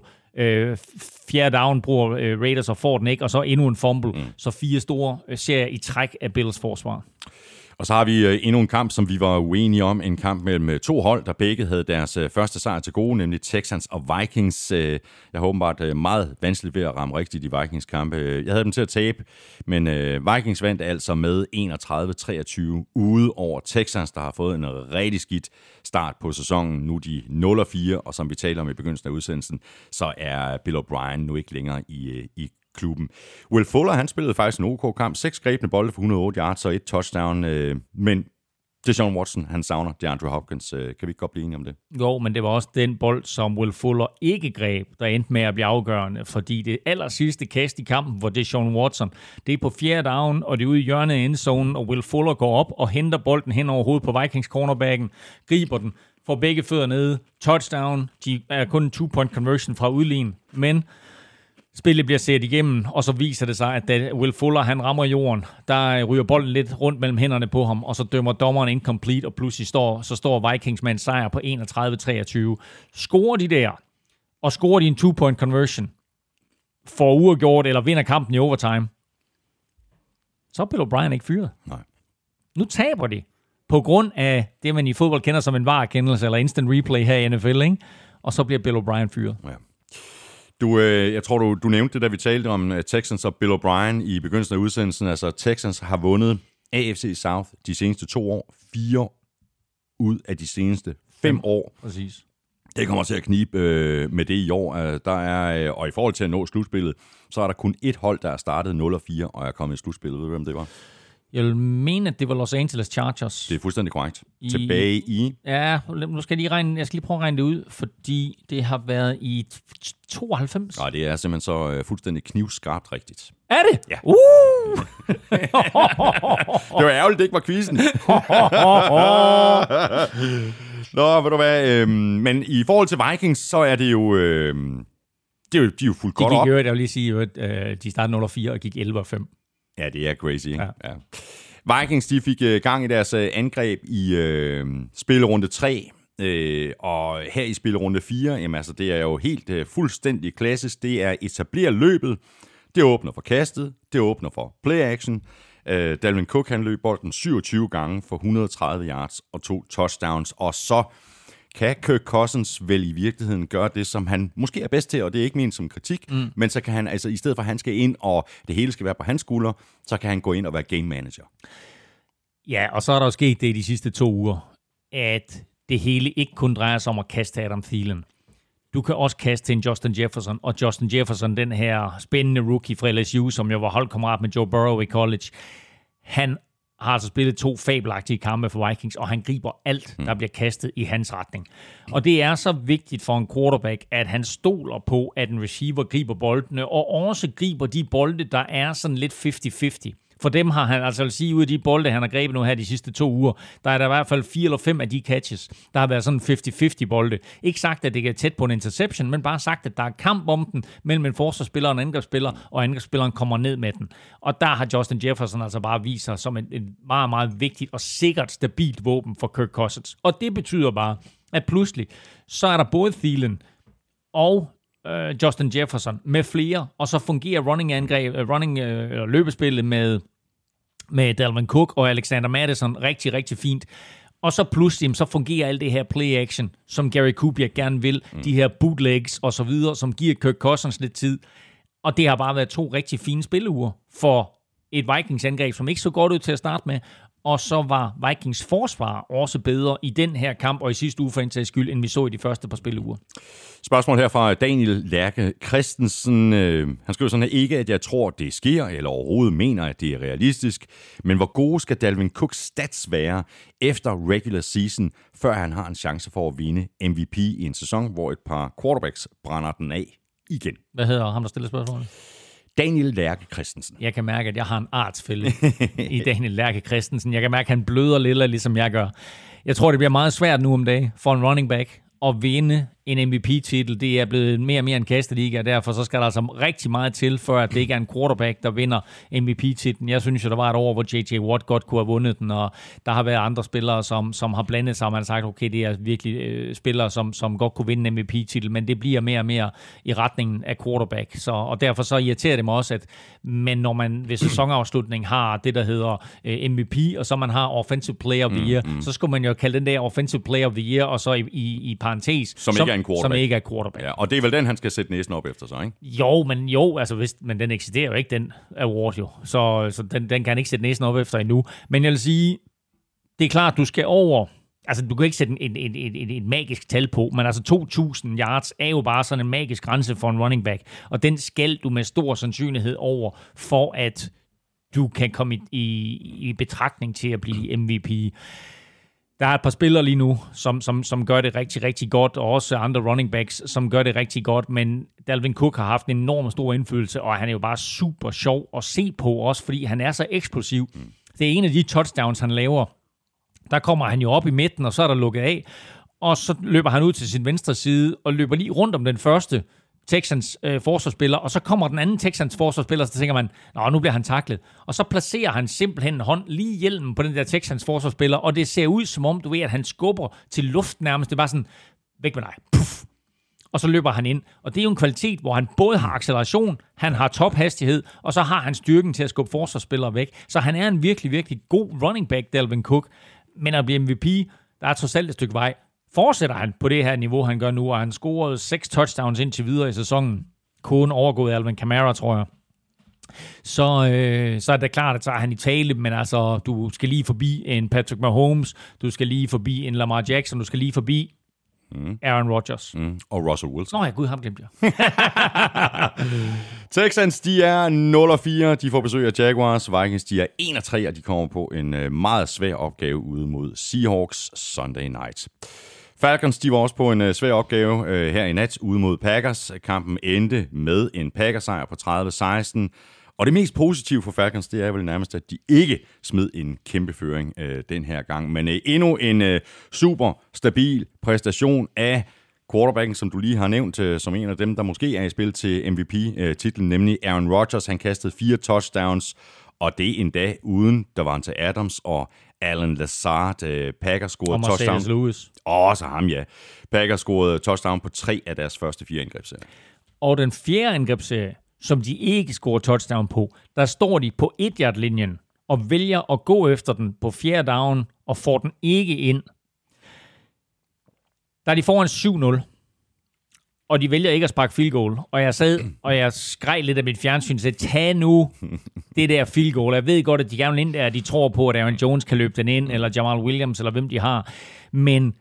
fjerde down bruger Raiders og får den ikke, og så endnu en fumble. Så 4 store serier i træk af Bills forsvar. Og så har vi endnu en kamp, som vi var uenige om. En kamp mellem 2 hold, der begge havde deres første sejr til gode, nemlig Texans og Vikings. Jeg har åbenbart meget vanskeligt ved at ramme rigtigt i Vikings kampe. Jeg havde dem til at tabe, men Vikings vandt altså med 31-23 ude over Texans, der har fået en rigtig skidt start på sæsonen. Nu er de 0-4, og som vi taler om i begyndelsen af udsendelsen, så er Bill O'Brien nu ikke længere i klubben. Will Fuller, han spillede faktisk en OK kamp. 6 grebne bolde for 108 yards og 1 touchdown. Men Deshaun Watson, han savner DeAndre Hopkins. Kan vi ikke godt blive enige om det? Jo, men det var også den bold, som Will Fuller ikke greb, der endte med at blive afgørende. Fordi det aller sidste kast i kampen, hvor Deshaun Watson, det er på 4. down, og det er ude i hjørnet af endzonen, og Will Fuller går op og henter bolden hen over hovedet på Vikings cornerbacken, griber den, får begge fødder nede, touchdown. De er kun en 2-point conversion fra udlign, men spillet bliver set igennem, og så viser det sig, at da Will Fuller han rammer jorden, der ryger bolden lidt rundt mellem hænderne på ham, og så dømmer dommeren incomplete, og pludselig står Vikings med en sejr på 31-23. Scorer de der, og scorer de en 2-point conversion, får uafgjort eller vinder kampen i overtime, så er Bill O'Brien ikke fyret. Nej. Nu taber de, på grund af det, man i fodbold kender som en VAR-kendelse, eller instant replay her i NFL, ikke? Og så bliver Bill O'Brien fyret. Ja. Jeg tror, du nævnte det, da vi talte om Texans og Bill O'Brien i begyndelsen af udsendelsen. Altså, Texans har vundet AFC South de seneste 2 år. 4 ud af de seneste 5 år. Præcis. Det kommer til at knibe med det i år. Og i forhold til at nå slutspillet, så er der kun 1 hold, der er startet 0-4 og er kommet i slutspillet. Ved du, hvem det var? Jeg vil mene, at det var Los Angeles Chargers. Det er fuldstændig korrekt. Tilbage i... Ja, nu skal jeg skal lige prøve at regne det ud, fordi det har været i 92. Nej, det er simpelthen så fuldstændig knivskarpt rigtigt. Er det? Ja. Det var ærgerligt, det ikke var quizzen. Nå, ved du hvad? Men i forhold til Vikings, så er det jo... de er jo fuldt godt op. Jeg vil lige sige, at de startede 0-4 og gik 11-5. Ja, det er crazy, ikke? Ja. Vikings, de fik gang i deres angreb i spillerunde 3, og her i spillerunde 4, jamen altså, det er jo helt fuldstændig klassisk. Det er etablere løbet, det åbner for kastet, det åbner for play-action. Dalvin Cook, han løb bolden 27 gange for 130 yards og 2 touchdowns, og så kan Kirk Cousins vel i virkeligheden gøre det, som han måske er bedst til, og det er ikke ment som kritik, men så kan han altså, i stedet for at han skal ind, og det hele skal være på hans skuldre, så kan han gå ind og være game manager. Ja, og så er der jo sket det i de sidste 2 uger, at det hele ikke kun drejer sig om at kaste Adam Thielen. Du kan også kaste til en Justin Jefferson, og Justin Jefferson, den her spændende rookie fra LSU, som jo var holdkammerat med Joe Burrow i college, han har altså spillet 2 fabelagtige kampe for Vikings, og han griber alt, der bliver kastet i hans retning. Og det er så vigtigt for en quarterback, at han stoler på, at en receiver griber boldene, og også griber de bolde, der er sådan lidt 50-50. For dem har han, altså vil sige, ud af de bolde, han har grebet nu her de sidste 2 uger, der er der i hvert fald 4 eller 5 af de catches, der har været sådan 50-50 bolde. Ikke sagt, at det er tæt på en interception, men bare sagt, at der er kamp om den mellem en forsvarsspiller og en angrebsspiller, og angrebsspilleren kommer ned med den. Og der har Justin Jefferson altså bare vist sig som et meget, meget vigtigt og sikkert, stabilt våben for Kirk Cousins. Og det betyder bare, at pludselig, så er der både Thielen og Justin Jefferson med flere, og så fungerer løbespillet med Dalvin Cook og Alexander Mattison rigtig, rigtig fint. Og så pludselig, så fungerer alt det her play-action, som Gary Kubiak gerne vil, de her bootlegs og så videre, som giver Kirk Cousins lidt tid. Og det har bare været 2 rigtig fine spilleuger for et Vikings-angreb, som ikke så godt ud til at starte med, og så var Vikings forsvar også bedre i den her kamp, og i sidste uge for en sags skyld, end vi så i de første par spilleuger. Spørgsmål her fra Daniel Lærke Christensen. Han skriver sådan her: ikke at jeg tror, det sker, eller overhovedet mener, at det er realistisk, men hvor gode skal Dalvin Cooks stats være efter regular season, før han har en chance for at vinde MVP i en sæson, hvor et par quarterbacks brænder den af igen? Hvad hedder ham, der stiller spørgsmålet? Daniel Lærke Christensen. Jeg kan mærke, at jeg har en artsfælde i Daniel Lærke Christensen. Jeg kan mærke, at han bløder lidt, ligesom jeg gør. Jeg tror, det bliver meget svært nu om dagen for en running back at vinde en MVP-titel. Det er blevet mere og mere en kasteliga, og derfor så skal der altså rigtig meget til, før at det ikke er en quarterback, der vinder MVP-titlen. Jeg synes jo, der var et år, hvor J.J. Watt godt kunne have vundet den, og der har været andre spillere, som har blandet sig, og man har sagt, okay, det er virkelig spillere, som godt kunne vinde en MVP-titel, men det bliver mere og mere i retningen af quarterback. Og derfor så irriterer det mig også, men når man ved sæsonafslutning har det, der hedder MVP, og så man har Offensive Player of the Year, så skulle man jo kalde den der Offensive Player of the Year, og så i parentes, som ikke er quarterback. Ja, og det er vel den, han skal sætte næsen op efter sig, ikke? Men den eksisterer jo ikke, den award jo. Så den kan han ikke sætte næsen op efter endnu. Men jeg vil sige, det er klart, du skal over. Altså, du kan ikke sætte et magisk tal på, men altså 2.000 yards er jo bare sådan en magisk grænse for en running back. Og den skal du med stor sandsynlighed over, for at du kan komme i betragtning til at blive MVP. Der er et par spillere lige nu, som gør det rigtig, rigtig godt, og også andre running backs, som gør det rigtig godt, men Dalvin Cook har haft en enorm stor indflydelse, og han er jo bare super sjov at se på, også fordi han er så eksplosiv. Det er en af de touchdowns, han laver. Der kommer han jo op i midten, og så er der lukket af, og så løber han ud til sin venstre side, og løber lige rundt om den første Texans forsvarsspiller, og så kommer den anden Texans forsvarsspiller, så tænker man, nu bliver han taklet. Og så placerer han simpelthen en hånd lige i hjelmen på den der Texans forsvarsspiller, og det ser ud som om, du ved, at han skubber til luft nærmest. Det er bare sådan, væk med dig. Puff. Og så løber han ind. Og det er jo en kvalitet, hvor han både har acceleration, han har tophastighed, og så har han styrken til at skubbe forsvarsspillere væk. Så han er en virkelig, virkelig god running back, Dalvin Cook. Men at blive MVP, der er trods alt et stykke vej. Fortsætter han på det her niveau, han gør nu, og han scorede 6 touchdowns indtil videre i sæsonen. Kun overgået Alvin Kamara, tror jeg. Så er det klart, at så er han i tale, men altså, du skal lige forbi en Patrick Mahomes, du skal lige forbi en Lamar Jackson, du skal lige forbi Aaron Rodgers. Og Russell Wilson. Nå ja, gud, ham glemte jeg. Texans, de er 0-4. De får besøg af Jaguars. Vikings, de er 1-3, og de kommer på en meget svær opgave ude mod Seahawks Sunday night. Falcons, de var også på en svær opgave her i nat ude mod Packers. Kampen endte med en Packers-sejr på 30-16. Og det mest positive for Falcons, det er vel nærmest, at de ikke smed en kæmpe føring den her gang. Men endnu en super stabil præstation af quarterbacken, som du lige har nævnt, som en af dem, der måske er i spil til MVP-titlen, nemlig Aaron Rodgers. Han kastede 4 touchdowns, og det endda uden Davante Adams og Alan Lazard. Packers scorede touchdown. Lewis. Også ham, ja. Packers scorede touchdown på 3 af deres første 4 angrebsserier. Og den 4. angrebsserie, som de ikke scorer touchdown på, der står de på 1-yard-linjen og vælger at gå efter den på 4. down og får den ikke ind. Der er de foran 7-0, og de vælger ikke at sparke field goal. Og jeg sad, og jeg skreg lidt af mit fjernsyn, så tag nu det der field goal. Jeg ved godt, at de gerne vil ind der, de tror på, at Aaron Jones kan løbe den ind, eller Jamal Williams, eller hvem de har. Men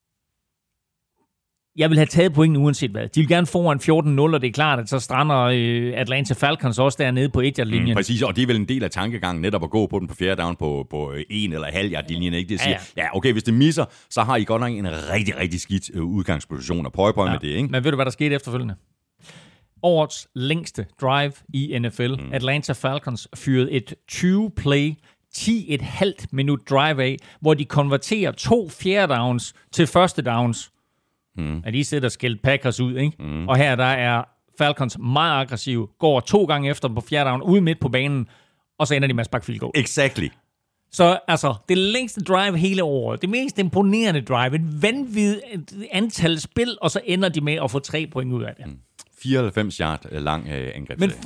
jeg vil have taget pointen uanset hvad. De vil gerne foran 14-0, og det er klart, at så strander Atlanta Falcons også dernede på 1-yard-linjen. Præcis, og det er vel en del af tankegangen netop at gå på den på 4. down på 1 eller halv-yard-linjen. Ikke? Det siger, ja, okay, hvis det misser, så har I godt nok en rigtig, rigtig skidt udgangsposition at pøje med det. Ikke? Men ved du, hvad der skete efterfølgende? årets længste drive i NFL. Atlanta Falcons fyrede et 20-play, 10,5 minut drive af, hvor de konverterer 2 fjerde downs til første downs. At de sidder og skældt Packers ud, ikke? Og her der er Falcons meget aggressive, går 2 gange efter dem på fjerde down, ude midt på banen, og så ender de med at sparke field goal. Exactly. Så altså, det længste drive hele året, det mest imponerende drive, et vanvittigt antal spil, og så ender de med at få 3 point ud af det. 94 yard lang angreb. Men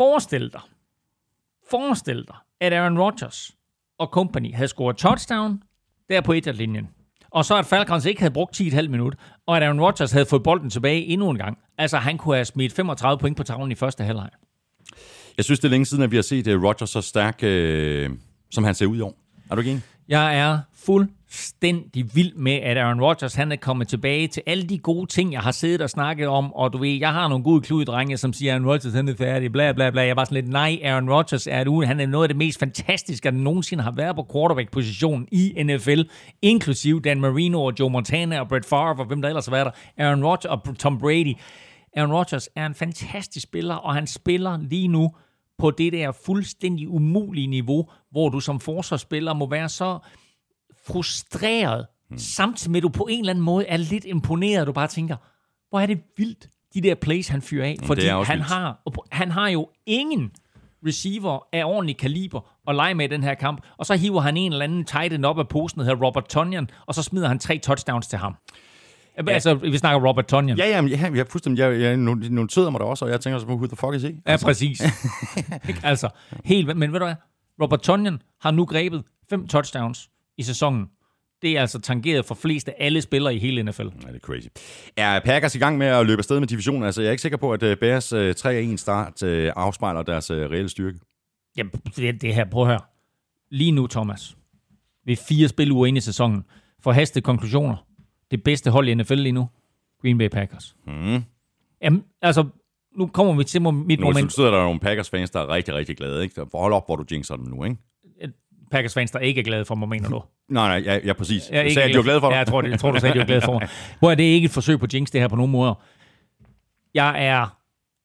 forestil dig, at Aaron Rodgers og company havde scoret touchdown der på 1-linjen, og så at Falcons ikke havde brugt 10,5 minut, og at Aaron Rodgers havde fået bolden tilbage endnu en gang. Altså, han kunne have smidt 35 point på tavlen i første halvleg. Jeg synes, det er længe siden, at vi har set Rodgers så stærk, som han ser ud i år. Er du ikke enig? Jeg er fuldstændig vild med, at Aaron Rodgers han er kommet tilbage til alle de gode ting, jeg har siddet og snakket om, og du ved, jeg har nogle gode kludedrenge, som siger, Aaron Rodgers han er færdig, bla bla bla. Jeg er bare sådan lidt, nej, Aaron Rodgers han er noget af det mest fantastiske, der nogensinde har været på quarterback-positionen i NFL, inklusive Dan Marino og Joe Montana og Brett Favre, og hvem der ellers har været der, Aaron Rodgers og Tom Brady. Aaron Rodgers er en fantastisk spiller, og han spiller lige nu på det der fuldstændig umulige niveau, hvor du som forsvarsspiller må være så frustreret, samtidig med at du på en eller anden måde er lidt imponeret, du bare tænker, hvor er det vildt, de der plays, han fyrer af, fordi han har jo ingen receiver af ordentlig kaliber at lege med i den her kamp, og så hiver han en eller anden tight end op af posten, der hedder Robert Tonyan, og så smider han 3 touchdowns til ham. Ja. Altså, vi snakker Robert Tonyan. Jeg noterede mig der også, og jeg tænker så på, who the fuck is he? Ja, præcis. Altså, helt, men ved du hvad? Robert Tonyan har nu grebet 5 touchdowns i sæsonen. Det er altså tangeret for flest af alle spillere i hele NFL. Ja, det er crazy. Er Packers i gang med at løbe afsted med divisionen? Altså, jeg er ikke sikker på, at Bears 3-1 start afspejler deres reelle styrke. Jamen, det her, prøv at høre. Lige nu, Thomas, vi er 4 spiluger inde i sæsonen. Forhastede konklusioner. Det bedste hold i NFL lige nu. Green Bay Packers. Jamen, altså, nu kommer vi til mit moment. Nu sidder der nogle Packers-fans, der er rigtig, rigtig glade, ikke? Hold op, hvor du jinxer dem nu, ikke? Packers-fans, der ikke er glade for mig, mener du? Nej, ja, præcis. Jeg sagde, at de var glade for dig. Ja, jeg tror, du sagde, at de var glade for mig. Hvor er det ikke et forsøg på jinx, det her på nogen måder? Jeg er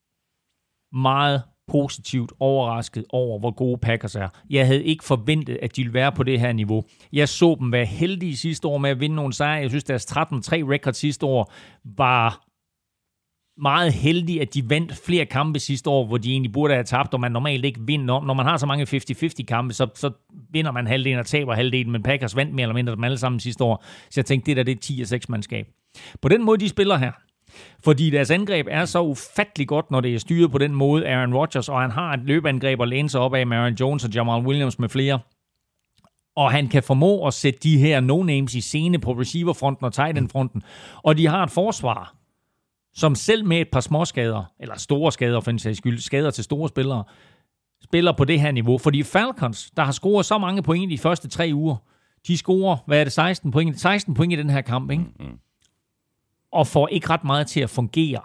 meget positivt overrasket over, hvor gode Packers er. Jeg havde ikke forventet, at de ville være på det her niveau. Jeg så dem være heldige sidste år med at vinde nogle sejre. Jeg synes, deres 13-3 record sidste år var meget heldige, at de vandt flere kampe sidste år, hvor de egentlig burde have tabt, og man normalt ikke vinder. Når man har så mange 50-50 kampe, så vinder man halvdelen og taber halvdelen, men Packers vandt mere eller mindre dem alle sammen sidste år. Så jeg tænkte, det er 10-6-mandskab. På den måde, de spiller her, fordi deres angreb er så ufattelig godt, når det er styret på den måde, Aaron Rodgers, og han har et løbeangreb at læne sig op af med Aaron Jones og Jamal Williams med flere. Og han kan formå at sætte de her no-names i scene på receiverfronten og tight end-fronten. Og de har et forsvar, som selv med et par småskader, eller store skader for en sags skyld, skader til store spillere, spiller på det her niveau. Fordi Falcons, der har scoret så mange point i de første 3 uger, de scorer, 16 point? 16 point i den her kamp, ikke? Og får ikke ret meget til at fungere.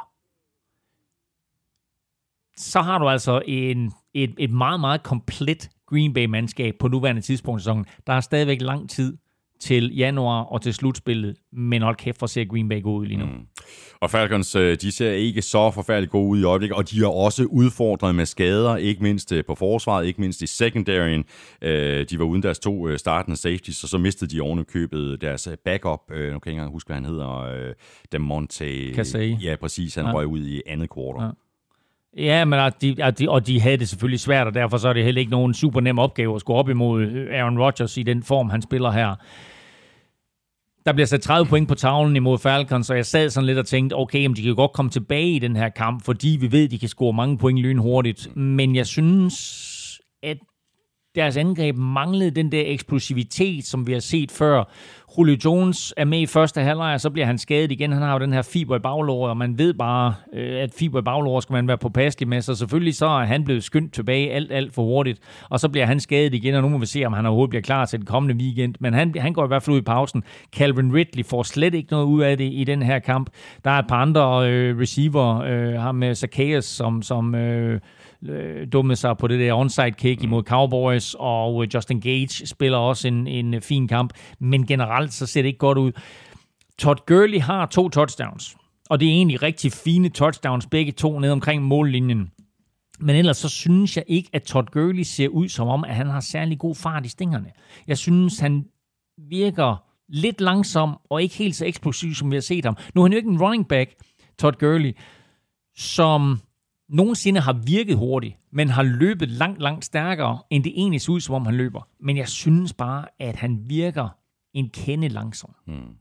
Så har du altså et meget, meget komplet Green Bay-mandskab på nuværende tidspunkt i sæsonen. Der er stadigvæk lang tid til januar og til slutspillet, men hold kæft, for at se Green Bay gå ud lige nu. Og Falcons, de ser ikke så forfærdeligt gode ud i øjeblikket, og de er også udfordret med skader, ikke mindst på forsvaret, ikke mindst i secondaryen. De var uden deres 2 startende safeties, og så mistede de ovenikøbet deres backup. Nu kan jeg ikke engang huske, hvad han hedder. Demonte Kasey. Ja, præcis. Han røg ud i andet kvartal. Ja, men de havde det selvfølgelig svært, og derfor så er det heller ikke nogen super nem opgave at skulle op imod Aaron Rodgers i den form, han spiller her. Der bliver sat 30 point på tavlen imod Falcons, og jeg sad sådan lidt og tænkte, okay, men de kan jo godt komme tilbage i den her kamp, fordi vi ved, at de kan score mange point lynhurtigt. Men jeg synes, at deres angreb manglede den der eksplosivitet, som vi har set før. Julio Jones er med i første halvleg, og så bliver han skadet igen. Han har jo den her fiber i baglåret, og man ved bare, at fiber i baglåret skal man være påpasselig med. Så selvfølgelig så er han blevet skyndt tilbage alt for hurtigt, og så bliver han skadet igen, og nu må vi se, om han overhovedet bliver klar til den kommende weekend. Men han går i hvert fald ud i pausen. Calvin Ridley får slet ikke noget ud af det i den her kamp. Der er et par andre receiver, ham med Zacchaeus, som dummede sig på det der onside kick imod Cowboys, og Justin Gage spiller også en fin kamp, men generelt så ser det ikke godt ud. Todd Gurley har 2 touchdowns. Og det er egentlig rigtig fine touchdowns, begge to ned omkring mållinjen. Men ellers så synes jeg ikke, at Todd Gurley ser ud som om, at han har særlig god fart i stingerne. Jeg synes, han virker lidt langsom og ikke helt så eksplosiv, som vi har set ham. Nu er han jo ikke en running back, Todd Gurley, som nogensinde har virket hurtigt, men har løbet langt stærkere, end det egentlig ser ud, som om han løber. Men jeg synes bare, at han virker en kende langsom.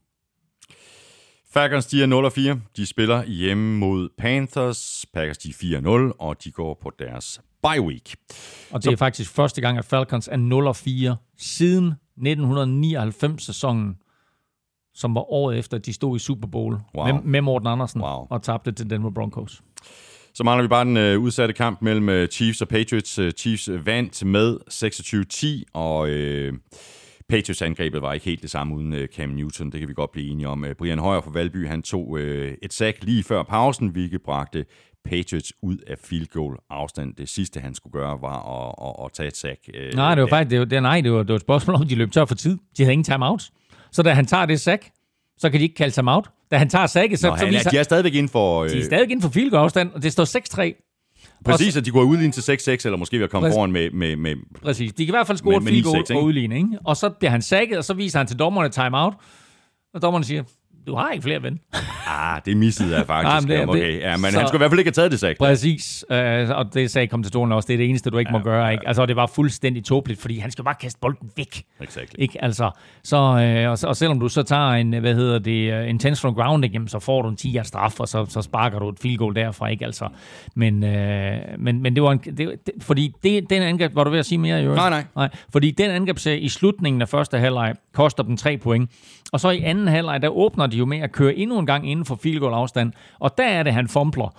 Falcons, de er 0-4. De spiller hjemme mod Panthers. Packers, de er 4-0, og de går på deres bye week. Og det er faktisk første gang, at Falcons er 0-4 siden 1999-sæsonen, som var året efter, at de stod i Super Bowl med Morten Andersen og tabte til Denver Broncos. Så mangler vi bare den udsatte kamp mellem Chiefs og Patriots. Chiefs vandt med 26-10, og Patriots-angrebet var ikke helt det samme uden Cam Newton. Det kan vi godt blive enige om. Brian Hoyer fra Valby, han tog et sack lige før pausen, hvilket bragte Patriots ud af field goal afstand. Det sidste, han skulle gøre, var at tage et sack. Nej, det var faktisk det var et spørgsmål om, de løb tør for tid. De havde ingen timeouts. Så da han tager det sack, så kan de ikke kalde timeout. Da han tager sacket, så viser de er stadigvæk inden for... De er stadigvæk inden for field goal afstand, og det står 6-3. Præcis, at de går udlignet til 6-6, eller måske ved at komme foran med... Præcis, de kan i hvert fald score et field goal og udligne, ikke? Og så bliver han sacket, og så viser han til dommerne timeout, og dommerne siger, du har ikke flere ven. Det missede jeg faktisk. Men han skulle i hvert fald ikke have taget det sag. Præcis, og det sagde kom til stolen også. Det er det eneste, du ikke må gøre. Ikke? Altså, det var fuldstændig tåbeligt, fordi han skal bare kaste bolden væk. Exactly. Ikke? Altså, og selvom du så tager en intentional grounding, jamen, så får du en 10-yard straf, og så sparker du et field goal derfra. Ikke? Altså, men det var fordi den angreb, var du ved at sige mere i øvrigt? Nej. Fordi den angrebsserie i slutningen af første halvleg koster dem 3 point. Og så i anden halvleg, der åbner de jo med at køre endnu en gang inden for field goal afstand. Og der er det, han fumbler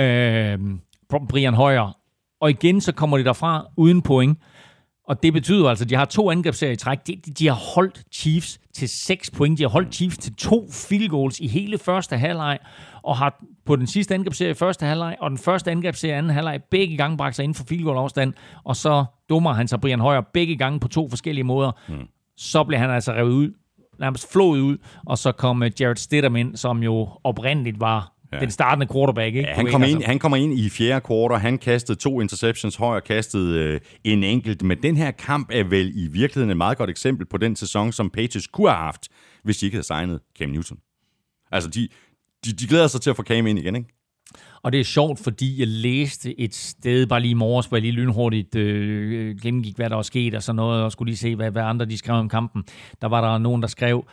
Brian Hoyer. Og igen, så kommer de derfra uden point. Og det betyder altså, at de har 2 angrebsserier i træk. De har holdt Chiefs til 6 point. De har holdt Chiefs til 2 field goals i hele første halvleg. Og har på den sidste angrebsserie i første halvleg, og den første angrebsserie i anden halvleg, begge gange bragt sig inden for field goal afstand. Og så dummer han sig Brian Hoyer begge gange på 2 forskellige måder. Så bliver han altså revet ud, nærmest flået ud, og så kom Jarrett Stidham ind, som jo oprindeligt var den startende quarterback. Ikke? Han kommer ind i fjerde kvartal, han kastede 2 interceptions, Hoyer kastede en enkelt, men den her kamp er vel i virkeligheden et meget godt eksempel på den sæson, som Patriots kunne have haft, hvis de ikke havde signet Cam Newton. Altså, de glæder sig til at få Cam ind igen, ikke? Og det er sjovt, fordi jeg læste et sted, bare lige i morges, hvor jeg lige lynhurtigt gennemgik, hvad der var sket og sådan noget, og skulle lige se, hvad andre de skrev om kampen. Der var der nogen, der skrev,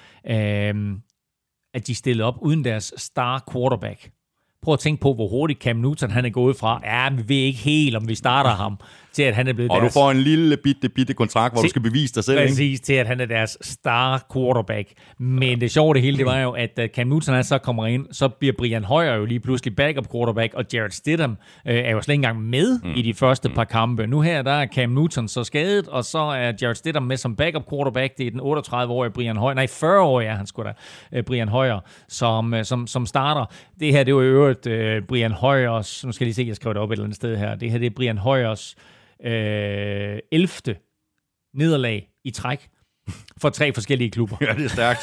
at de stillede op uden deres star quarterback. Prøv at tænke på, hvor hurtigt Cam Newton han er gået fra. Ja, vi ved ikke helt, om vi starter ham, til at han er blevet og deres... Og du får en lille bitte kontrakt, hvor du skal bevise dig selv. Præcis, ikke? Til at han er deres star quarterback. Men det sjove det hele, det var jo, at Cam Newton han så kommer ind, så bliver Brian Hoyer jo lige pludselig backup quarterback, og Jarrett Stidham er jo slet ikke engang med i de første par kampe. Nu her, der er Cam Newton så skadet, og så er Jarrett Stidham med som backup quarterback. Det er den 38-årige Brian Hoyer, 40-årige er han sgu da, Brian Hoyer, som starter. Det her, det var jo øvrigt Brian Hoyers, nu skal jeg lige se, jeg skrev det op et eller andet sted her. Det her, det er Brian Hoyers 11. nederlag i træk for 3 forskellige klubber. Ja, det er stærkt.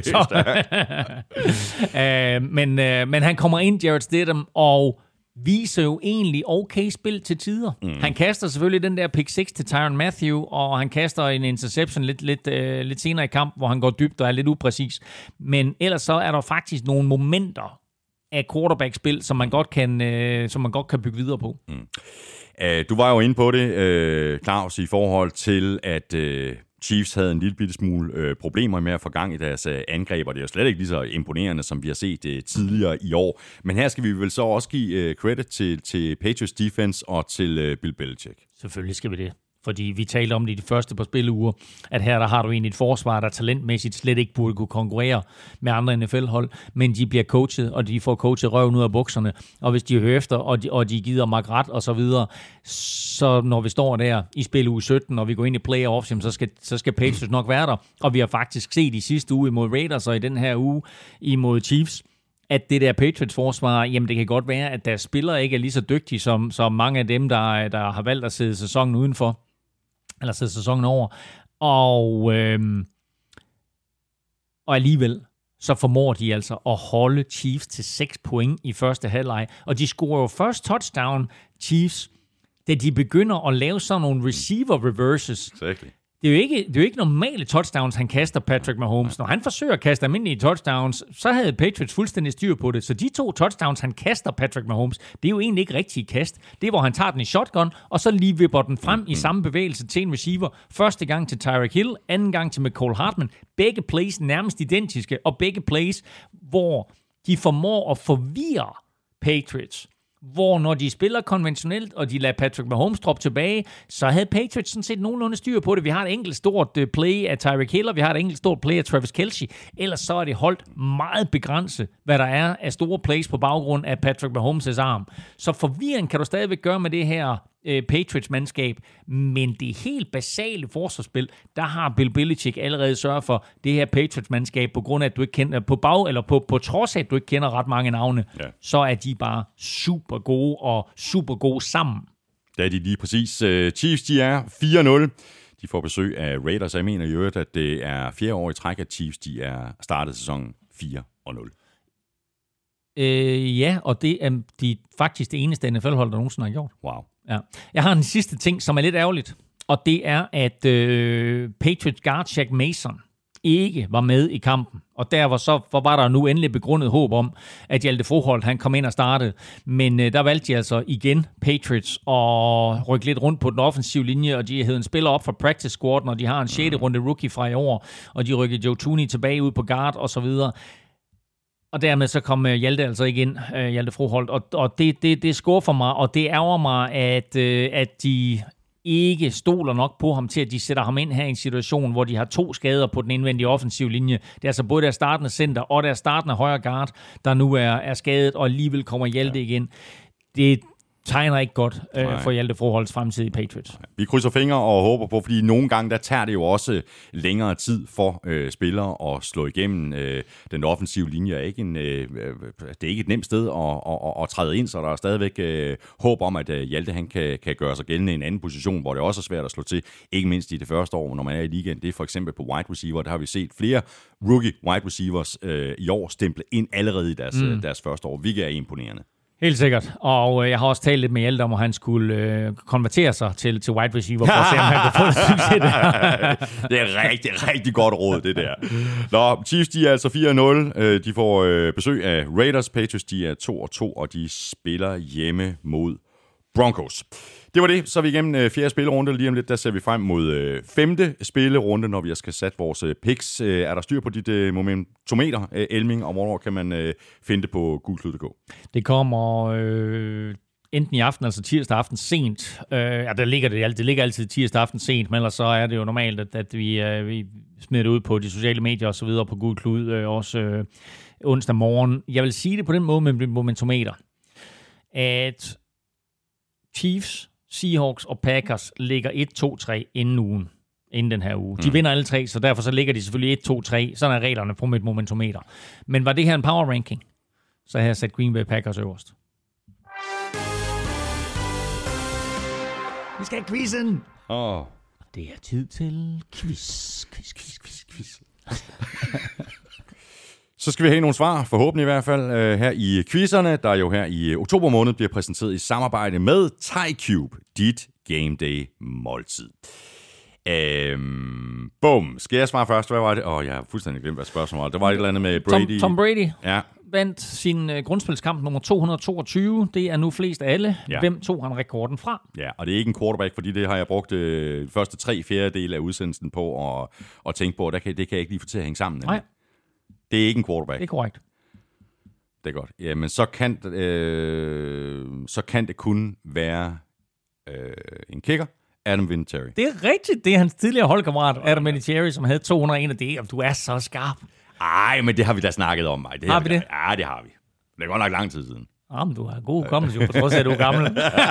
Men han kommer ind, Jarrett Stidham, og viser jo egentlig okay spil til tider. Han kaster selvfølgelig den der pick 6 til Tyrann Mathieu, og han kaster en interception lidt senere i kamp, hvor han går dybt og er lidt upræcis. Men ellers så er der faktisk nogle momenter af quarterback-spil, som man godt kan bygge videre på. Du var jo inde på det, Claus, i forhold til, at Chiefs havde en lille bitte smule problemer med at få gang i deres angreb, og det er jo slet ikke lige så imponerende, som vi har set tidligere i år. Men her skal vi vel så også give credit til Patriots defense og til Bill Belichick. Selvfølgelig skal vi det. Fordi vi talte om det i de første par spilleuger, at her der har du egentlig et forsvar, der talentmæssigt slet ikke burde kunne konkurrere med andre NFL-hold, men de bliver coachet, og de får coachet røven ud af bukserne, og hvis de hører efter, og de gider mag ret og så videre, så når vi står der i spilleuge 17, og vi går ind i playoffs, så skal Patriots nok være der, og vi har faktisk set i sidste uge imod Raiders, og i den her uge imod Chiefs, at det der Patriots-forsvar, jamen det kan godt være, at deres spillere ikke er lige så dygtige som mange af dem, der har valgt at sidde sæsonen udenfor, eller sidde sæsonen over. Og alligevel, så formår de altså at holde Chiefs til 6 point i første halvleg. Og de scorer jo først touchdown, Chiefs, da de begynder at lave sådan nogle receiver reverses. Exactly. Det er jo ikke normale touchdowns, han kaster, Patrick Mahomes. Når han forsøger at kaste almindelige touchdowns, så havde Patriots fuldstændig styr på det. Så de 2 touchdowns, han kaster, Patrick Mahomes, det er jo egentlig ikke rigtige kast. Det er, hvor han tager den i shotgun, og så lige vipper den frem i samme bevægelse til en receiver. Første gang til Tyreek Hill, anden gang til McCall Hartman. Begge plays nærmest identiske, og begge plays, hvor de formår at forvirre Patriots. Hvor når de spiller konventionelt, og de lader Patrick Mahomes droppe tilbage, så havde Patriots sådan set nogenlunde styr på det. Vi har et enkelt stort play af Tyreek Hill, og vi har et enkelt stort play af Travis Kelce. Ellers så er det holdt meget begrænset, hvad der er af store plays på baggrund af Patrick Mahomes' arm. Så forvirring kan du stadigvæk gøre med det her Patriots-mandskab, men det helt basale forsvarsspil, der har Bill Belichick allerede sørget for det her Patriots-mandskab, på grund af, at du ikke kender, på trods af, at du ikke kender ret mange navne, så er de bare super gode og super gode sammen. Det er de lige præcis. Chiefs, de er 4-0. De får besøg af Raiders. Jeg mener i øvrigt, at det er 4 år i træk, at Chiefs, de er startet sæsonen 4-0. Ja, og det er faktisk det eneste NFL-hold, der nogensinde har gjort. Wow. Ja. Jeg har en sidste ting, som er lidt ærgerligt, og det er, at Patriots guard Shaq Mason ikke var med i kampen. Og derfor var der nu endelig begrundet håb om, at Hjalte Froholt, han kom ind og startede. Men der valgte de altså igen, Patriots, at rykke lidt rundt på den offensive linje, og de havde en spiller op for practice squaden, og de har en 6. runde rookie fra i år, og de rykkede Joe Thuney tilbage ud på guard, og så videre. Og dermed så kom Hjalte altså ikke ind, Hjalte Froholt, og det skuffer mig, og det ærger mig, at de ikke stoler nok på ham til, at de sætter ham ind her i en situation, hvor de har 2 skader på den indvendige offensive linje. Det er altså både deres startende center og deres startende højre guard, der nu er skadet, og alligevel kommer Hjalte igen. Det tegner ikke godt for Hjalte Froholts fremtid i Patriots. Vi krydser fingre og håber på, fordi nogle gange, der tager det jo også længere tid for spillere at slå igennem den offensive linje. Det er ikke et nemt sted at træde ind, så der er stadigvæk håb om, at Hjalte han kan gøre sig gældende i en anden position, hvor det også er svært at slå til, ikke mindst i det første år, når man er i ligaen. Det er for eksempel på wide receiver, der har vi set flere rookie wide receivers i år stemple ind allerede i deres første år, hvilket er imponerende. Helt sikkert, og jeg har også talt lidt med Hjalte om, at han skulle konvertere sig til wide receiver, for at se, om han kunne få en succes der. Det er rigtig, rigtig godt råd, det der. Nå, Chiefs, de er altså 4-0. De får besøg af Raiders. Patriots, de er 2-2, og de spiller hjemme mod Broncos. Det var det. Så er vi igennem 4. spillerunde. Lige om lidt, der ser vi frem mod 5. spillerunde, når vi skal sat vores picks. Er der styr på dit momentometer, Elming, og hvornår kan man finde det på gulklud.dk? Det kommer enten i aften, altså tirsdag aften sent. Det ligger altid tirsdag aften sent, men ellers så er det jo normalt, at vi smider det ud på de sociale medier og så videre på gulklud, også onsdag morgen. Jeg vil sige det på den måde med momentometer, at Chiefs, Seahawks og Packers ligger 1-2-3 inden den her uge. De vinder alle 3, så derfor så ligger de selvfølgelig 1-2-3. Sådan er reglerne på mit momentometer. Men var det her en power ranking, så har jeg sat Green Bay Packers øverst. Vi skal have quizzen! Det er tid til quiz. Så skal vi have nogle svar, forhåbentlig i hvert fald, her i quizzerne, der jo her i oktober måned bliver præsenteret i samarbejde med TyCube, dit Game Day måltid. Bum. Skal jeg svare først? Hvad var det? Jeg har fuldstændig glemt, hvad spørgsmålet var. Det var et eller andet med Brady. Tom Brady ja. vandt sin grundspilskamp nummer 222. Det er nu flest af alle. Ja. Hvem tog han rekorden fra? Ja, og det er ikke en quarterback, fordi det har jeg brugt de første 3/4 af udsendelsen på at tænke på. Det kan jeg ikke lige få til at hænge sammen. Nej. Det er ikke en quarterback. Det er korrekt. Det er godt. Jamen, så kan det kun være en kicker. Adam Vinatieri. Det er rigtigt. Det er hans tidligere holdkammerat, Adam Vinatieri, som havde 201 af det. Du er så skarp. Ej, men det har vi da snakket om. Ej, har vi det? Ja, det har vi. Det er godt nok lang tid siden. Jamen, du har god hukommelse, på trods af, at du er gammel.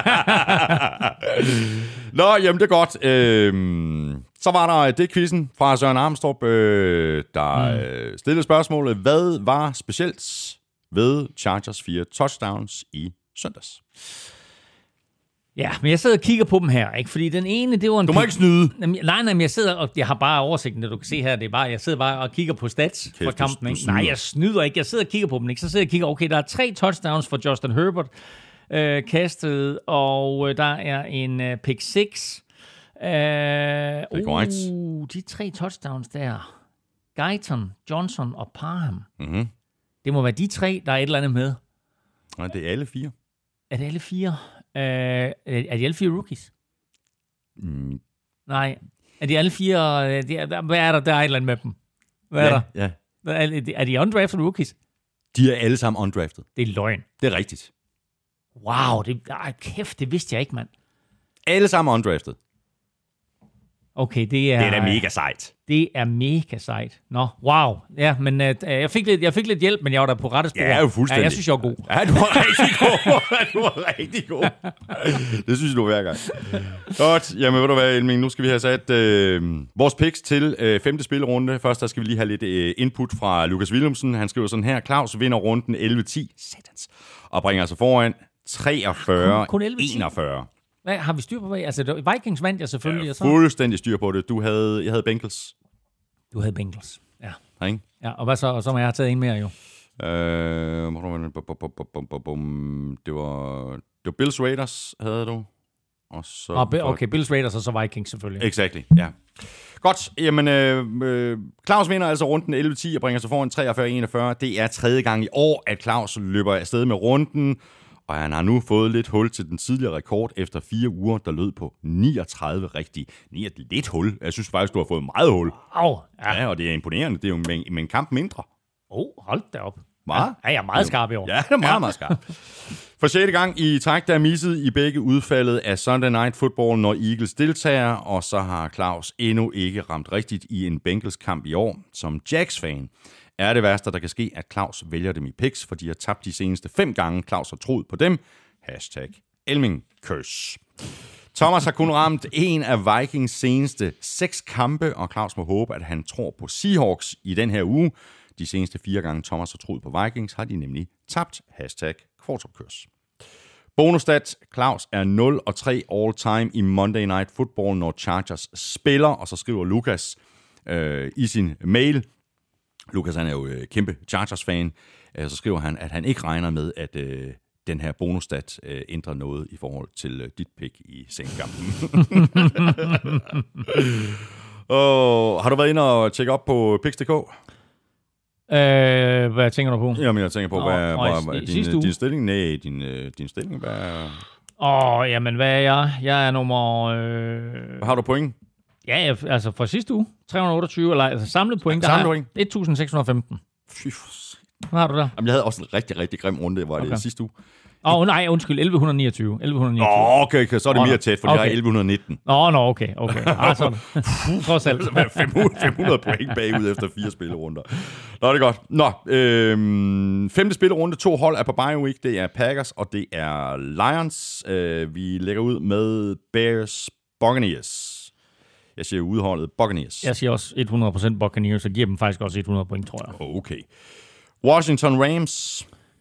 Nå, jamen det er godt. Så var der det quizzen fra Søren Armstrong, der stillede spørgsmålet. Hvad var specielt ved Chargers 4 touchdowns i søndags? Ja, men jeg sidder og kigger på dem her, ikke? Fordi den ene, det var en... Du må ikke snyde. Nej, men jeg sidder og... Jeg har bare oversigten, det du kan se her. Det er bare, jeg sidder bare og kigger på stats fra kampen, ikke? Nej, jeg snyder ikke. Jeg sidder og kigger på dem, ikke? Så sidder jeg og kigger, okay, der er 3 touchdowns for Justin Herbert kastet, og der er en pick 6. De 3 touchdowns der. Guyton, Johnson og Parham. Mm-hmm. Det må være de 3, der er et eller andet med. Nej, det er alle 4. Er det alle 4? Er de alle 4 rookies? Nej. Er de alle 4... hvad er der? Der er et eller andet med dem. Hvad er der? Ja. Er de undrafted rookies? De er alle sammen undrafted. Det er løgn. Det er rigtigt. Wow, kæft, det vidste jeg ikke, mand. Alle sammen undrafted. Okay, det er da mega sejt. Det er mega sejt. Nå, wow. Ja, men jeg fik lidt hjælp, men jeg var der på rette spor. Ja, jo fuldstændig. Ja, jeg synes, jeg var god. Ja, du var rigtig god. Du var rigtig god. Det synes du hver gang. Godt. Jamen, ved du hvad, Elming, nu skal vi have sat vores picks til 5. spillerunde. Først der skal vi lige have lidt input fra Lukas Willumsen. Han skriver sådan her: Claus vinder runden 11-10. Satans. Og bringer altså foran 43-41. Hvad, har vi styr på hvad? Altså, Vikings vandt jeg selvfølgelig. Ja, fuldstændig styr på det. Jeg havde Bengals. Du havde Bengals, ja. Ikke? Ja, og hvad så? Og så må jeg have taget en mere, jo. Det var Bills Raiders, havde du. Og så okay, Bills Raiders og så Vikings selvfølgelig. Exactly, ja. Godt, jamen Claus vinder altså runden 11-10 og bringer sig foran 43-41. Det er 3. gang i år, at Claus løber afsted med runden. Og han har nu fået lidt hul til den tidligere rekord efter 4 uger, der lød på 39 rigtige. Lidt hul. Jeg synes faktisk, du har fået meget hul. Wow. Ja, og det er imponerende. Det er jo med en kamp mindre. Hold da op. Hvad? Ja, jeg er meget skarp i år. Ja, det er meget, meget skarp. For 6. gang i træk, der er misset i begge udfaldet af Sunday Night Football, når Eagles deltager, og så har Claus endnu ikke ramt rigtigt i en Bengals-kamp i år. Som Jags-fan er det værste, der kan ske, at Claus vælger dem i picks, for de har tabt de seneste 5 gange. Claus har troet på dem. #Elming Curse. Thomas har kun ramt en af Vikings seneste 6 kampe, og Claus må håbe, at han tror på Seahawks i den her uge. De seneste 4 gange Thomas har troet på Vikings, har de nemlig tabt. #QuarterCurse. Bonusstat: Claus er 0-3 all-time i Monday Night Football, når Chargers spiller, og så skriver Lukas i sin mail. Lukas han er jo kæmpe Chargers-fan. Så skriver han, at han ikke regner med, at den her bonusstat ændrer noget i forhold til dit pick i senkampen. Har du været inde og tjekke op på picks.dk? Hvad tænker du på? Jamen, jeg tænker på, hvad din stilling? Nej, din stilling, hvad jamen, hvad er jeg? Jeg er nummer... Har du point? Ja, altså for sidste uge, 328, eller altså samlet point, der har 1615. Fy. Hvad har du der? Jamen, jeg havde også en rigtig, rigtig grim runde, var det sidste uge. Nej, undskyld, 1129. Okay, så er det mere tæt, for jeg er 1119. Okay. Altså, trods alt. 500 point bagud efter 4 spillerunder. Nå, det er godt. Nå, 5. spillerunde, 2 hold er på bye week. Det er Packers, og det er Lions. Vi lægger ud med Bears Buccaneers. Jeg siger udholdet Buccaneers. Jeg siger også 100% Buccaneers, så giver dem faktisk også 100 point, tror jeg. Okay. Washington Rams.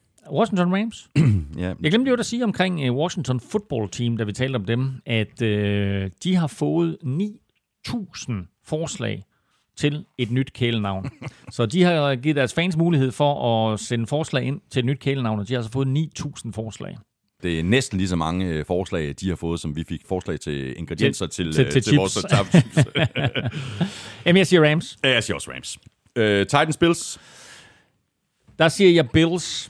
Ja. Jeg glemte jo at sige omkring Washington Football Team, da vi talte om dem, at de har fået 9.000 forslag til et nyt kælenavn. Så de har givet deres fans mulighed for at sende forslag ind til et nyt kælenavn, og de har altså fået 9.000 forslag. Det er næsten lige så mange forslag, de har fået, som vi fik forslag til ingredienser til vores chips. Jamen, jeg siger Rams. Jeg siger også Rams. Titans Bills. Der siger jeg Bills.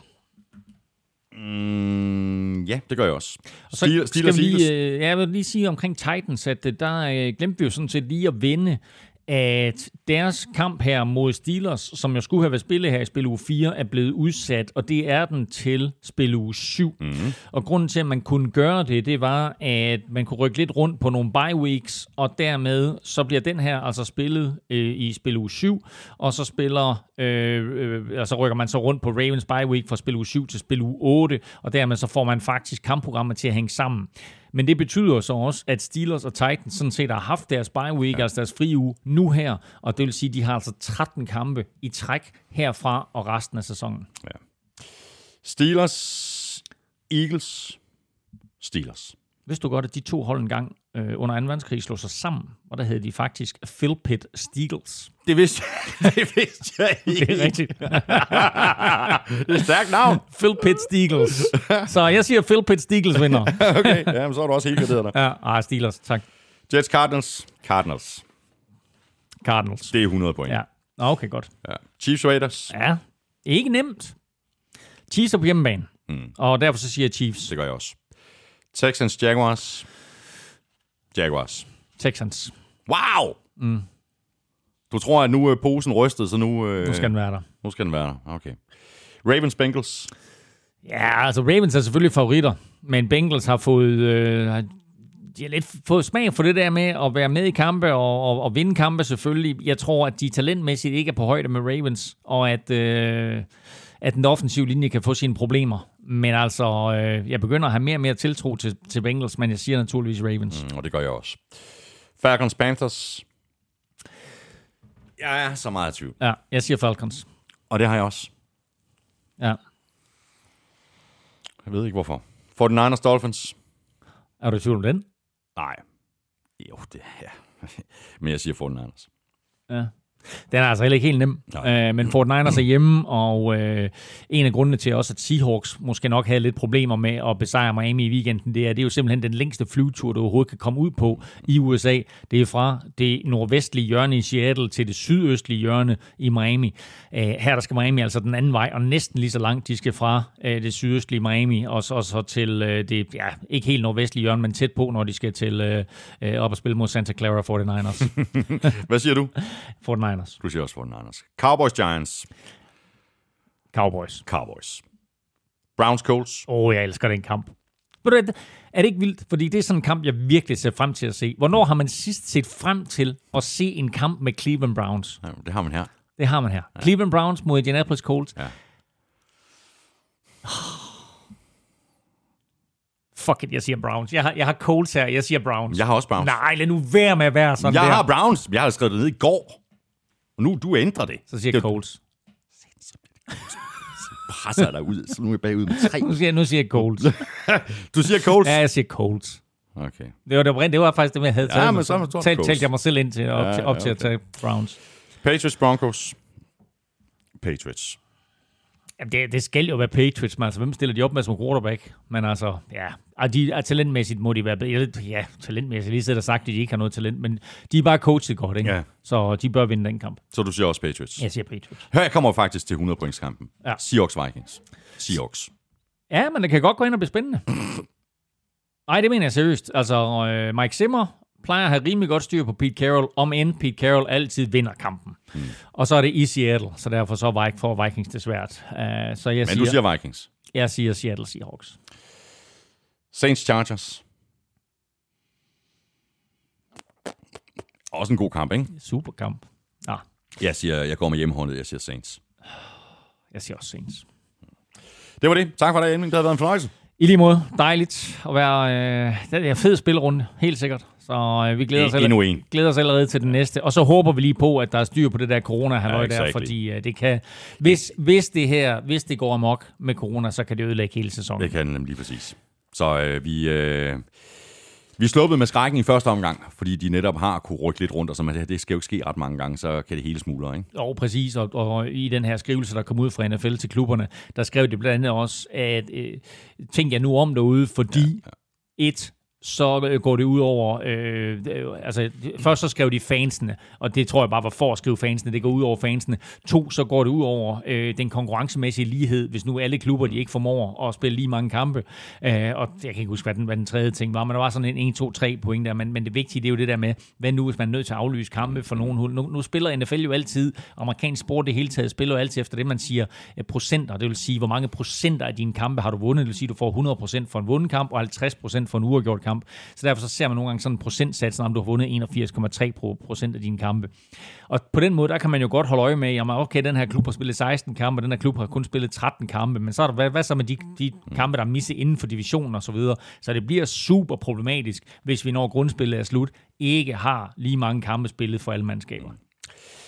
Ja, det gør jeg også. Og så skal jeg vil lige sige omkring Titans, at der glemte vi jo sådan set lige at vende, at deres kamp her mod Steelers, som jeg skulle have været spillet her i spil uge 4, er blevet udsat, og det er den til spil uge 7. Mm-hmm. Og grunden til, at man kunne gøre det var, at man kunne rykke lidt rundt på nogle bye weeks, og dermed så bliver den her altså spillet i spil uge 7, og så så rykker man så rundt på Ravens bye week fra spil uge 7 til spil uge 8, og dermed så får man faktisk kampprogrammer til at hænge sammen. Men det betyder så også, at Steelers og Titans sådan set har haft deres bye week, altså deres frie uge, nu her. Og det vil sige, at de har altså 13 kampe i træk herfra og resten af sæsonen. Ja. Steelers, Eagles, Steelers. Vidste du godt, at de to hold engang under 2. verdenskrig slog sig sammen, og der hed de faktisk Phil Pitt Steagles. Det vidste jeg ikke. Det er rigtigt. Det er et stærkt navn. Phil Pitt Steagles. Så jeg siger Phil Pitt Steagles vinder. Okay, ja, men så er du også helt graderet der. Ja, Steelers, tak. Jets Cardinals. Cardinals. Det er 100 point. Ja, okay, godt. Ja. Chiefs Raiders. Ja, ikke nemt. Chiefs er på hjemmebane, og derfor så siger jeg Chiefs. Det gør jeg også. Texans Jaguars. Jaguars. Texans. Wow! Du tror, at nu er posen rystet, så nu... Nu skal den være der. Nu skal den være der, okay. Ravens Bengals. Ja, altså Ravens er selvfølgelig favoritter, men Bengals har fået... de har lidt fået smag for det der med at være med i kampe og vinde kampe selvfølgelig. Jeg tror, at de talentmæssigt ikke er på højde med Ravens, og at den offensive linje kan få sine problemer. Men altså, jeg begynder at have mere og mere tiltro til Bengals, men jeg siger naturligvis Ravens. Og det gør jeg også. Falcons Panthers. Jeg er så meget i tvivl. Ja, jeg siger Falcons. Og det har jeg også. Ja. Jeg ved ikke hvorfor. 49ers Dolphins. Er du i tvivl om den? Nej. Jo, det er men jeg siger 49ers. Ja. Den er altså heller ikke helt nem, men 49ers er hjemme, og en af grundene til også, at Seahawks måske nok havde lidt problemer med at besejre Miami i weekenden, det er jo simpelthen den længste flyvetur, du overhovedet kan komme ud på i USA. Det er fra det nordvestlige hjørne i Seattle til det sydøstlige hjørne i Miami. Her der skal Miami altså den anden vej, og næsten lige så langt de skal fra det sydøstlige Miami, og så til det ikke helt nordvestlige hjørne, men tæt på, når de skal til op og spille mod Santa Clara 49ers. Hvad siger du? 49ers. Du siger også 49ers. Cowboys Giants. Cowboys. Browns Colts. Jeg elsker den kamp. Er det ikke vildt? Fordi det er sådan en kamp, jeg virkelig ser frem til at se. Hvornår har man sidst set frem til at se en kamp med Cleveland Browns? Ja, det har man her. Det har man her. Ja. Cleveland Browns mod Indianapolis Colts. Ja. Fuck it, jeg siger Browns. Jeg har Colts her, jeg siger Browns. Jeg har også Browns. Nej, lad nu være med at være sådan jeg der. Jeg har Browns. Jeg har skrevet det ned i går. Og nu du ændrer det. Så siger jeg Colts. Presser dig ud, så nu er jeg bagud med 3. Nu siger jeg Colts. Du siger Colts? Ja, jeg siger Colts. Okay. Det var faktisk det, jeg havde taget. Ja, men så talte jeg mig selv ind til op til at tage Browns. Patriots Broncos. Patriots. Jamen, det skal jo være Patriots, men altså, hvem stiller de op med som quarterback? Men altså, ja, talentmæssigt må de være bedre. Ja, talentmæssigt. Lige sidder der sagt, at de ikke har noget talent, men de er bare coachet godt, ikke? Ja. Så de bør vinde den kamp. Så du siger også Patriots? Jeg siger Patriots. Her kommer faktisk til 100-pointskampen. Ja. Seahawks-Vikings. Seahawks. Ja, men det kan godt gå ind og blive spændende. Nej, det mener jeg seriøst. Altså, Mike Zimmer plejer at have rimelig godt styr på Pete Carroll, om end Pete Carroll altid vinder kampen. Og så er det i Seattle, så derfor så får Vikings det svært. Så jeg men du siger Vikings? Jeg siger Seattle Seahawks. Saints Chargers. Også en god kamp, ikke? Super kamp. Ja. Jeg går med hjemmehåndet, jeg siger Saints. Jeg siger også Saints. Det var det. Tak for det, Elming. Det har været en fornøjelse. I lige måde. Dejligt at være... det er en fed spilrunde, helt sikkert. Så vi glæder os allerede til den næste. Og så håber vi lige på, at der er styr på det der corona-halløj der, fordi det kan... Hvis det går amok med corona, så kan det ødelægge hele sæsonen. Det kan det nemlig præcis. Så vi sluppede med skrækken i første omgang, fordi de netop har kunne rykke lidt rundt, og så det skal jo ikke ske ret mange gange, så kan det hele smuldre, ikke? Jo, præcis, og i den her skrivelse, der kom ud fra NFL til klubberne, der skrev det blandt andet også, at tænk jeg nu om derude, fordi så går det ud over... først så skrev de fansene, og det tror jeg bare var for at skrive fansene. Det går ud over fansene. 2, så går det ud over den konkurrencemæssige lighed, hvis nu alle klubber, de ikke formår at spille lige mange kampe. Og jeg kan ikke huske, hvad den tredje ting var, men der var sådan en 1, 2, 3 point der. Men det vigtige, det er jo det der med, hvad nu, hvis man er nødt til at aflyse kampe for nogen. Nu spiller NFL jo altid, amerikansk sport det hele taget, spiller jo altid efter det, man siger procenter. Det vil sige, hvor mange procenter af dine kampe har du vundet. Det vil sige, du får 100% for en vundet kamp, og 50% for en uafgjort kamp. Så derfor så ser man nogle gange sådan en procentsats, om du har vundet 81,3% af dine kampe. Og på den måde, der kan man jo godt holde øje med, at okay, den her klub har spillet 16 kampe, og den her klub har kun spillet 13 kampe, men så er der, hvad så med de kampe, der er misset inden for divisionen og så videre. Så det bliver super problematisk, hvis vi når grundspillet er slut, ikke har lige mange kampe spillet for alle mandskaber.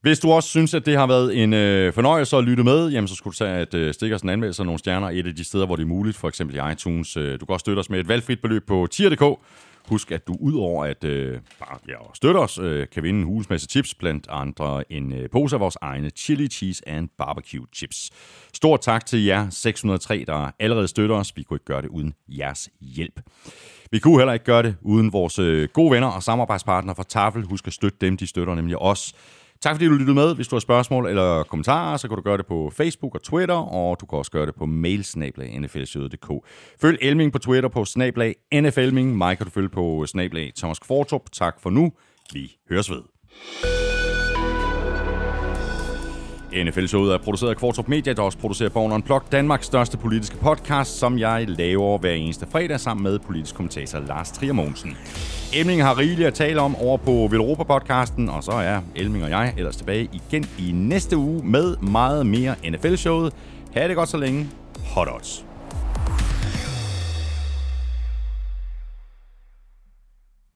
Hvis du også synes, at det har været en fornøjelse at lytte med, jamen så skulle du tage stikke os en anmeldelse af nogle stjerner et af de steder, hvor det er muligt, for eksempel i iTunes. Du kan også støtte os med et valgfrit beløb på tier.dk. Husk, at du udover at støtte os, kan vinde en hulens masse chips, blandt andre en pose af vores egne chili, cheese and barbecue chips. Stort tak til jer 603, der allerede støtter os. Vi kunne ikke gøre det uden jeres hjælp. Vi kunne heller ikke gøre det uden vores gode venner og samarbejdspartnere fra Tafel. Husk at støtte dem, de støtter nemlig os. Tak fordi du lyttede med. Hvis du har spørgsmål eller kommentarer, så kan du gøre det på Facebook og Twitter, og du kan også gøre det på mail@nflshowet.dk. Følg Elming på Twitter på @NFLming. Mig kan du følge på @Thomas Kvartrup. Tak for nu. Vi høres ved. NFL-showet er produceret af Kvartrup Media, der også producerer Born Unplugged, Danmarks største politiske podcast, som jeg laver hver eneste fredag sammen med politisk kommentator Lars Trier Mogensen. Elming har rigeligt at tale om over på Villeuropa-podcasten, og så er Elming og jeg ellers tilbage igen i næste uge med meget mere NFL-showet. Ha' det godt så længe. Hot odds.